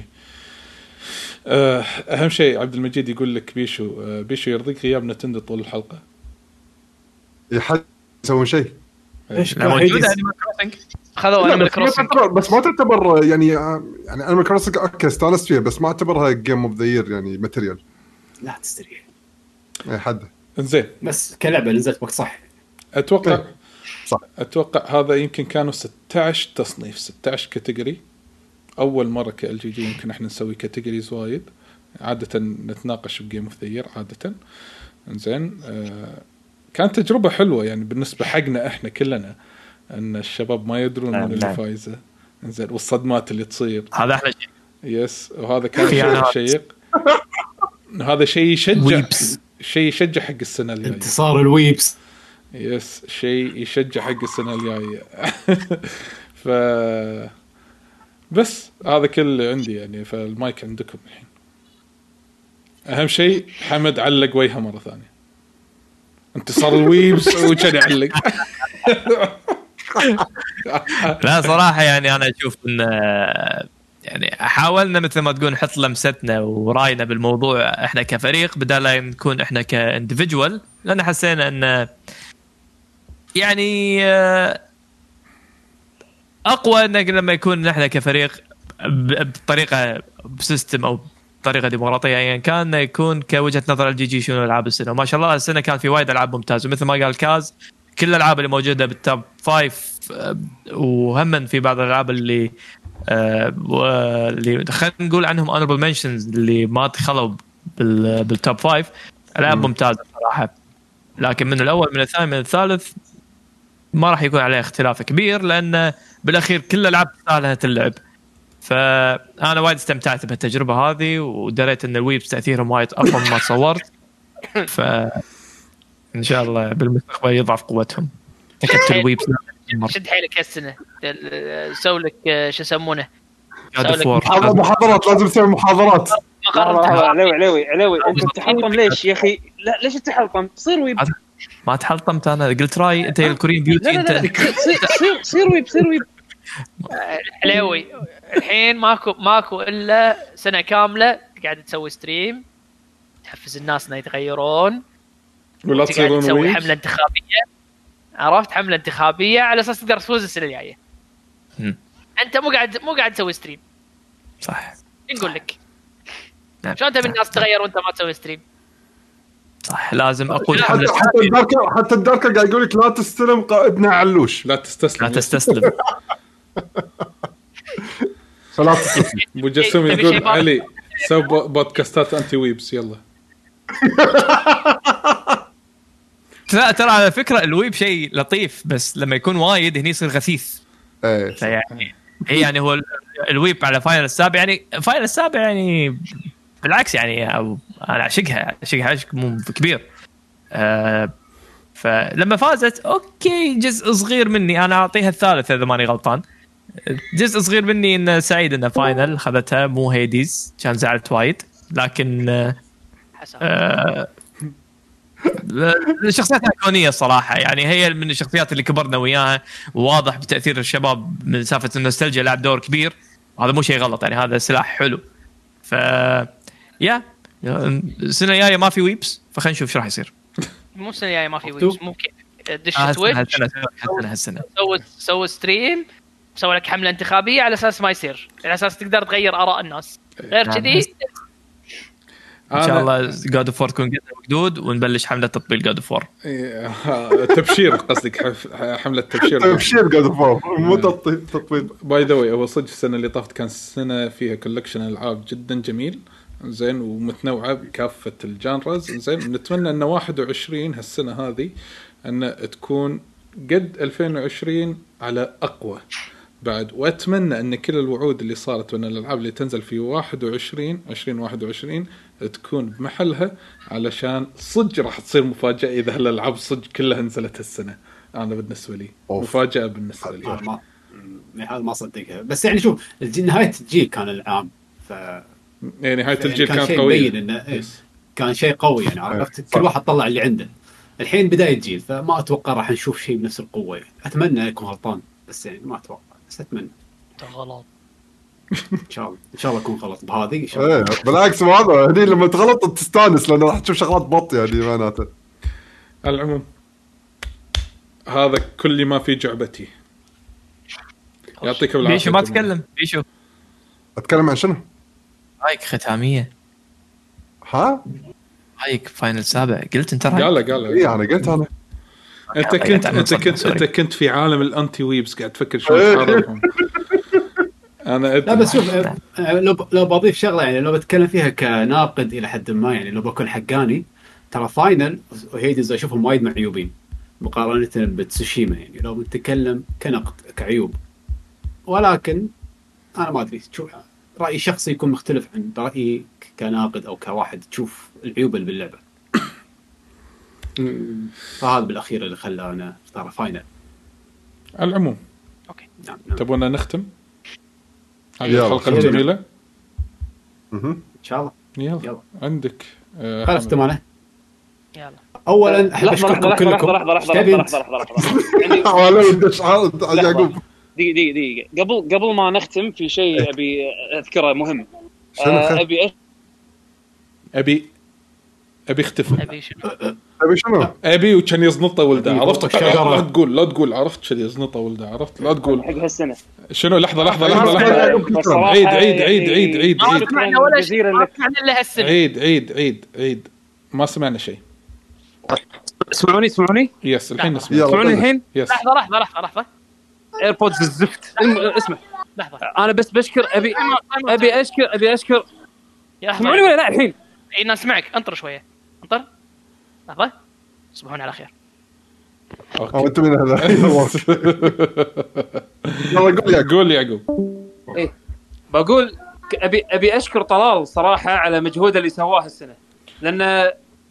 أهم شيء عبد المجيد يقول لك بيشو يرضيك غياب نتندو طول الحلقة؟ يحد يسوون شيء ايش موجود خذوا انيمال كروسنج بس ما تعتبر يعني انيمال كروسنج اوكي استانست فيها بس ما اعتبرها جيم اوف ذا يير يعني ماتيريال. لا تستريح اي حد زين بس كلعبه نزلت وقت صح. اتوقع صح. اتوقع هذا يمكن كانوا 16 تصنيف 16 كاتيجوري. اول مره كال جي يمكن احنا نسوي كاتيجوريز وايد. عاده نتناقش بجيم اوف ذا يير عاده. زين كانت تجربه حلوه يعني بالنسبه حقنا احنا كلنا ان الشباب ما يدرون من اللي فايزه. زين والصدمات اللي تصير هذا احلى شيء. يس وهذا كان شيء شيق. هذا شيء يشجع شيء يشجع حق السنه الجايه. انتصار الويبس. يس شيء يشجع حق السنه الجايه. ف بس هذا كل عندي يعني. فالمايك عندكم الحين. اهم شيء حمد علق وجهه مره ثانيه. انتصار الويبس وكان يعلق. لا صراحه يعني انا اشوف ان يعني حاولنا مثل ما تقول نحط لمستنا وراينا بالموضوع احنا كفريق بدل لا نكون احنا كانديفيدوال لان حسينا ان يعني اقوى انك لما يكون نحن كفريق بطريقه بسيستم او بطريقه ديمقراطيه ايا كان يكون كوجهه نظر الجي جي شنو العاب السنه. وما شاء الله السنه كان في وايد العاب ممتازه ومثل ما قال كاز كل الالعاب اللي موجوده بالتوب 5 وهم في بعض الالعاب اللي خلينا نقول عنهم honorable mentions اللي ما دخلوا بالتوب 5 العاب ممتازه صراحه. لكن من الاول من الثاني من الثالث ما راح يكون عليه اختلاف كبير لان بالاخير كل الالعاب تستاهل اللعب. فانا وايد استمتعت بالتجربه هذه ودريت ان الويبس تاثيرهم وايد اقوى مما تصورت. فان شاء الله بالمستقبل يضعف قوتهم. تكتل الويبس شد حيلك هالسنه سوي لك شو يسمونه محاضرات لازم تسوي محاضرات. علوي انت تحلطم ليش يا اخي؟ لا ليش تحلطم؟ صير ويب. ما تحلطمت انا قلت راي انت الكوريين بيوتي انت صير ويب علوي. الحين ماكو الا سنه كامله قاعد تسوي ستريم تحفز الناس انه يتغيرون ولا تصيرون تسوي حمله انتخابيه. عرفت حمله انتخابيه على اساس تقدر تفوز السنه الجايه. انت مو قاعد تسوي ستريم صح. نقول لك شلون تبي الناس تتغير وانت ما تسوي ستريم؟ صح لازم اقول حتى الداركة قاعد يقول لك لا تستلم قائدنا علوش. لا تستسلم لا تستسلم. ابو جسوم يقول علي سوي بودكاستات انتي ويبس يلا. ترى على فكره الويب شيء لطيف بس لما يكون وايد هني يصير غثيث. ايه يعني هي يعني هو الويب على فاينل السابع، يعني فاينل السابع يعني بالعكس يعني انا اعشقها عشق مو كبير. فلما فازت اوكي جزء صغير مني انا اعطيها الثالث اذا ماني غلطان، جزء صغير مني ان سعيد ان فاينل خذتها مو هيديز، كان زعلت وايد. لكن الشخصيات ايقونيه الصراحه، يعني هي من الشخصيات اللي كبرنا وياها، وواضح بتاثير الشباب من سالفه النوستالجيا لعب دور كبير، هذا مو شيء غلط يعني، هذا سلاح حلو. يا السنه الجايه ما في ويبس، فخلينا نشوف ايش راح يصير. مو السنه الجايه ما في ويبس، ممكن دش تويتش هالسنه سوي ستريم، سوي لك حمله انتخابيه على اساس ما يصير، على اساس تقدر تغير اراء الناس. غير كذي ان شاء الله جاد اوف وور تكون مقدود ونبلش حمله تطبيل جاد اوف وور. تبشير قصدك حمله تبشير جاد اوف وور مو تطبيل. باي ذا واي هو صدق السنه اللي طافت كان سنه فيها كولكشن العاب جدا جميل زين ومتنوعه بكافه الجانرز زين. نتمنى ان 21 هالسنه هذه ان تكون قد 2020 على اقوى بعد، واتمنى ان كل الوعود اللي صارت وان الالعاب اللي تنزل في 2021 تكون بمحلها، علشان صدق راح تصير مفاجاه اذا هالالعاب صدق كلها نزلت هالسنه. انا بالنسبه لي مفاجاه بالنسبه لي هذا ما صدقها. بس يعني شوف نهايه الجيل كان العام، ف يعني نهايه الجيل كانت قويه، انه كان شيء قوي يعني عرفت كل واحد طلع اللي عنده. الحين بدايه جيل، فما اتوقع راح نشوف شيء بنفس القوه يعني. اتمنى اكون غلطان بس يعني ما اتوقع، بس اتمنى غلط. ان شاء الله اكون غلط بهذه ان شاء الله. بالعكس هذا هني لما تغلط تستانس لانه راح تشوف شغلات بط يعني معناته. العموم هذا كل ما في جعبتي. يعطيك العافيه. بيشو ما تكلم. بيشو اتكلم عن شنو؟ رايك ختاميه. رايك فاينل سابع قلت انت رايك؟ قال اي انا قلت انا. انت كنت في عالم الانتي ويبس قاعد تفكر شلون تحاربهم. انا لا بس شوف لو بضيف شغله يعني لو بتكلم فيها كناقد الى حد ما يعني لو بكون حقاني، ترى فاينل وهيدز اشوفهم وايد معيوبين مقارنه بتسوشيما يعني لو بنتكلم كنقد كعيوب. ولكن انا ما ادري شوف رايي شخصي يكون مختلف عن رايي كناقد او كواحد تشوف العيوب اللي باللعبه. فهذا بالاخير اللي خلانا اختار فاينل. العموم اوكي نعم. تبغون نختم هذه الحلقه الجميله ان شاء الله. يلا عندك اختم انا. يلا اولا احب اشكركم كلكم. لحظه دقيقه قبل ما نختم في شيء ابي اذكره مهم. ابي اختفى. ابي شنو؟ ابي وكان يزنطه ولده. عرفت؟ لا تقول عرفت كان يزنطه ولده. عرفت؟ لا تقول حق هالسنه شنو. لحظه عيد ما سمعنا شيء. اسمعوني يس الحين نسمع. اسمعوني الحين. لحظه ايربودز الزفت. اسمع لحظه انا بس بشكر ابي اشكر اسمعوني ولا لا الحين؟ اي نسمعك. انطر شويه انطر لحظه. تصبحون على خير. انت من هذا؟ قول يا يعقوب. ايه بقول ابي اشكر طلال صراحه على مجهوده اللي سواه السنه، لان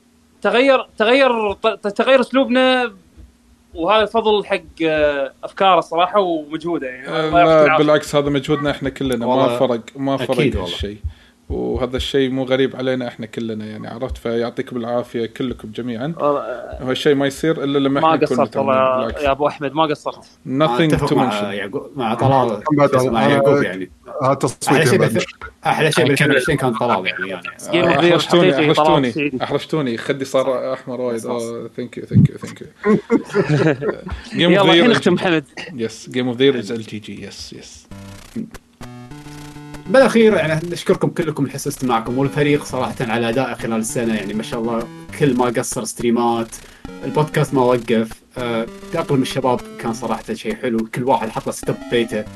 تغير اسلوبنا، وهذا فضل حق افكاره الصراحه ومجهوده يعني. بالعكس هذا مجهودنا احنا كلنا ما فرق الشيء، وهذا الشيء مو غريب علينا احنا كلنا يعني. عرفت؟ فيعطيكم العافيه كلكم جميعا. هو الشيء ما يصير الا لما احنا نكون متعاونين. يا ابو احمد ما قصرت. nothing to mention مع طلال مع يعقوب يعني. هذا تصويت احلى شيء بالحين كان طلال يعني احرجتوني خدي صار احمر وايد. ثانك يو يلا نختم محمد. يس جيم اوف ذا يير از LGG. يس بالاخير يعني نشكركم كلكم اللي حسست معكم والفريق صراحه على اداء خلال السنه يعني ما شاء الله. كل ما قصر ستريمات البودكاست ما وقف. تأقلم الشباب كان صراحه شيء حلو. كل واحد حط له ستوب بيته.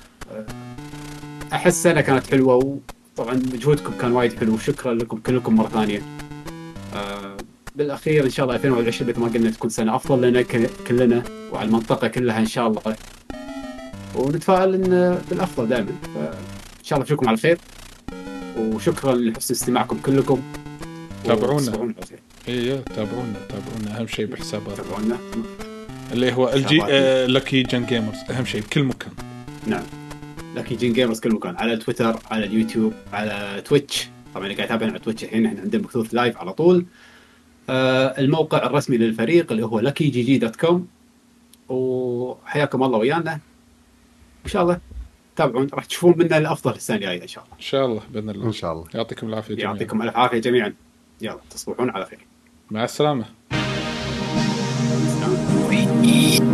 احس سنه كانت حلوه وطبعا مجهودكم كان وايد حلو. شكرا لكم كلكم مره ثانيه. بالاخير ان شاء الله 2020 مثل ما قلنا تكون سنه افضل لنا كلنا وعلى المنطقه كلها ان شاء الله. ونتفائل ان بالافضل دائما. فان شاء الله نشوفكم على خير، وشكرا لحسن استماعكم كلكم. تابعونا. ايوه تابعونا اهم شيء بحسابات تابعونا اللي هو لكي جن جيمرز اهم شيء بكل مكان. نعم لكي جن جيمرز كل مكان، على تويتر، على اليوتيوب، على تويتش. طبعا اللي قاعد يتابعنا على تويتش الحين احنا عندنا بثوث لايف على طول. الموقع الرسمي للفريق اللي هو luckygg.com. وحياكم الله ويانا ان شاء الله. تابعون راح تشوفون منا الافضل السنه الجايه ان شاء الله. ان شاء الله باذن الله. ان شاء الله. يعطيكم العافيه جميعا. يعطيكم الف عافيه جميعا. يلا تصبحون على خير. مع السلامه.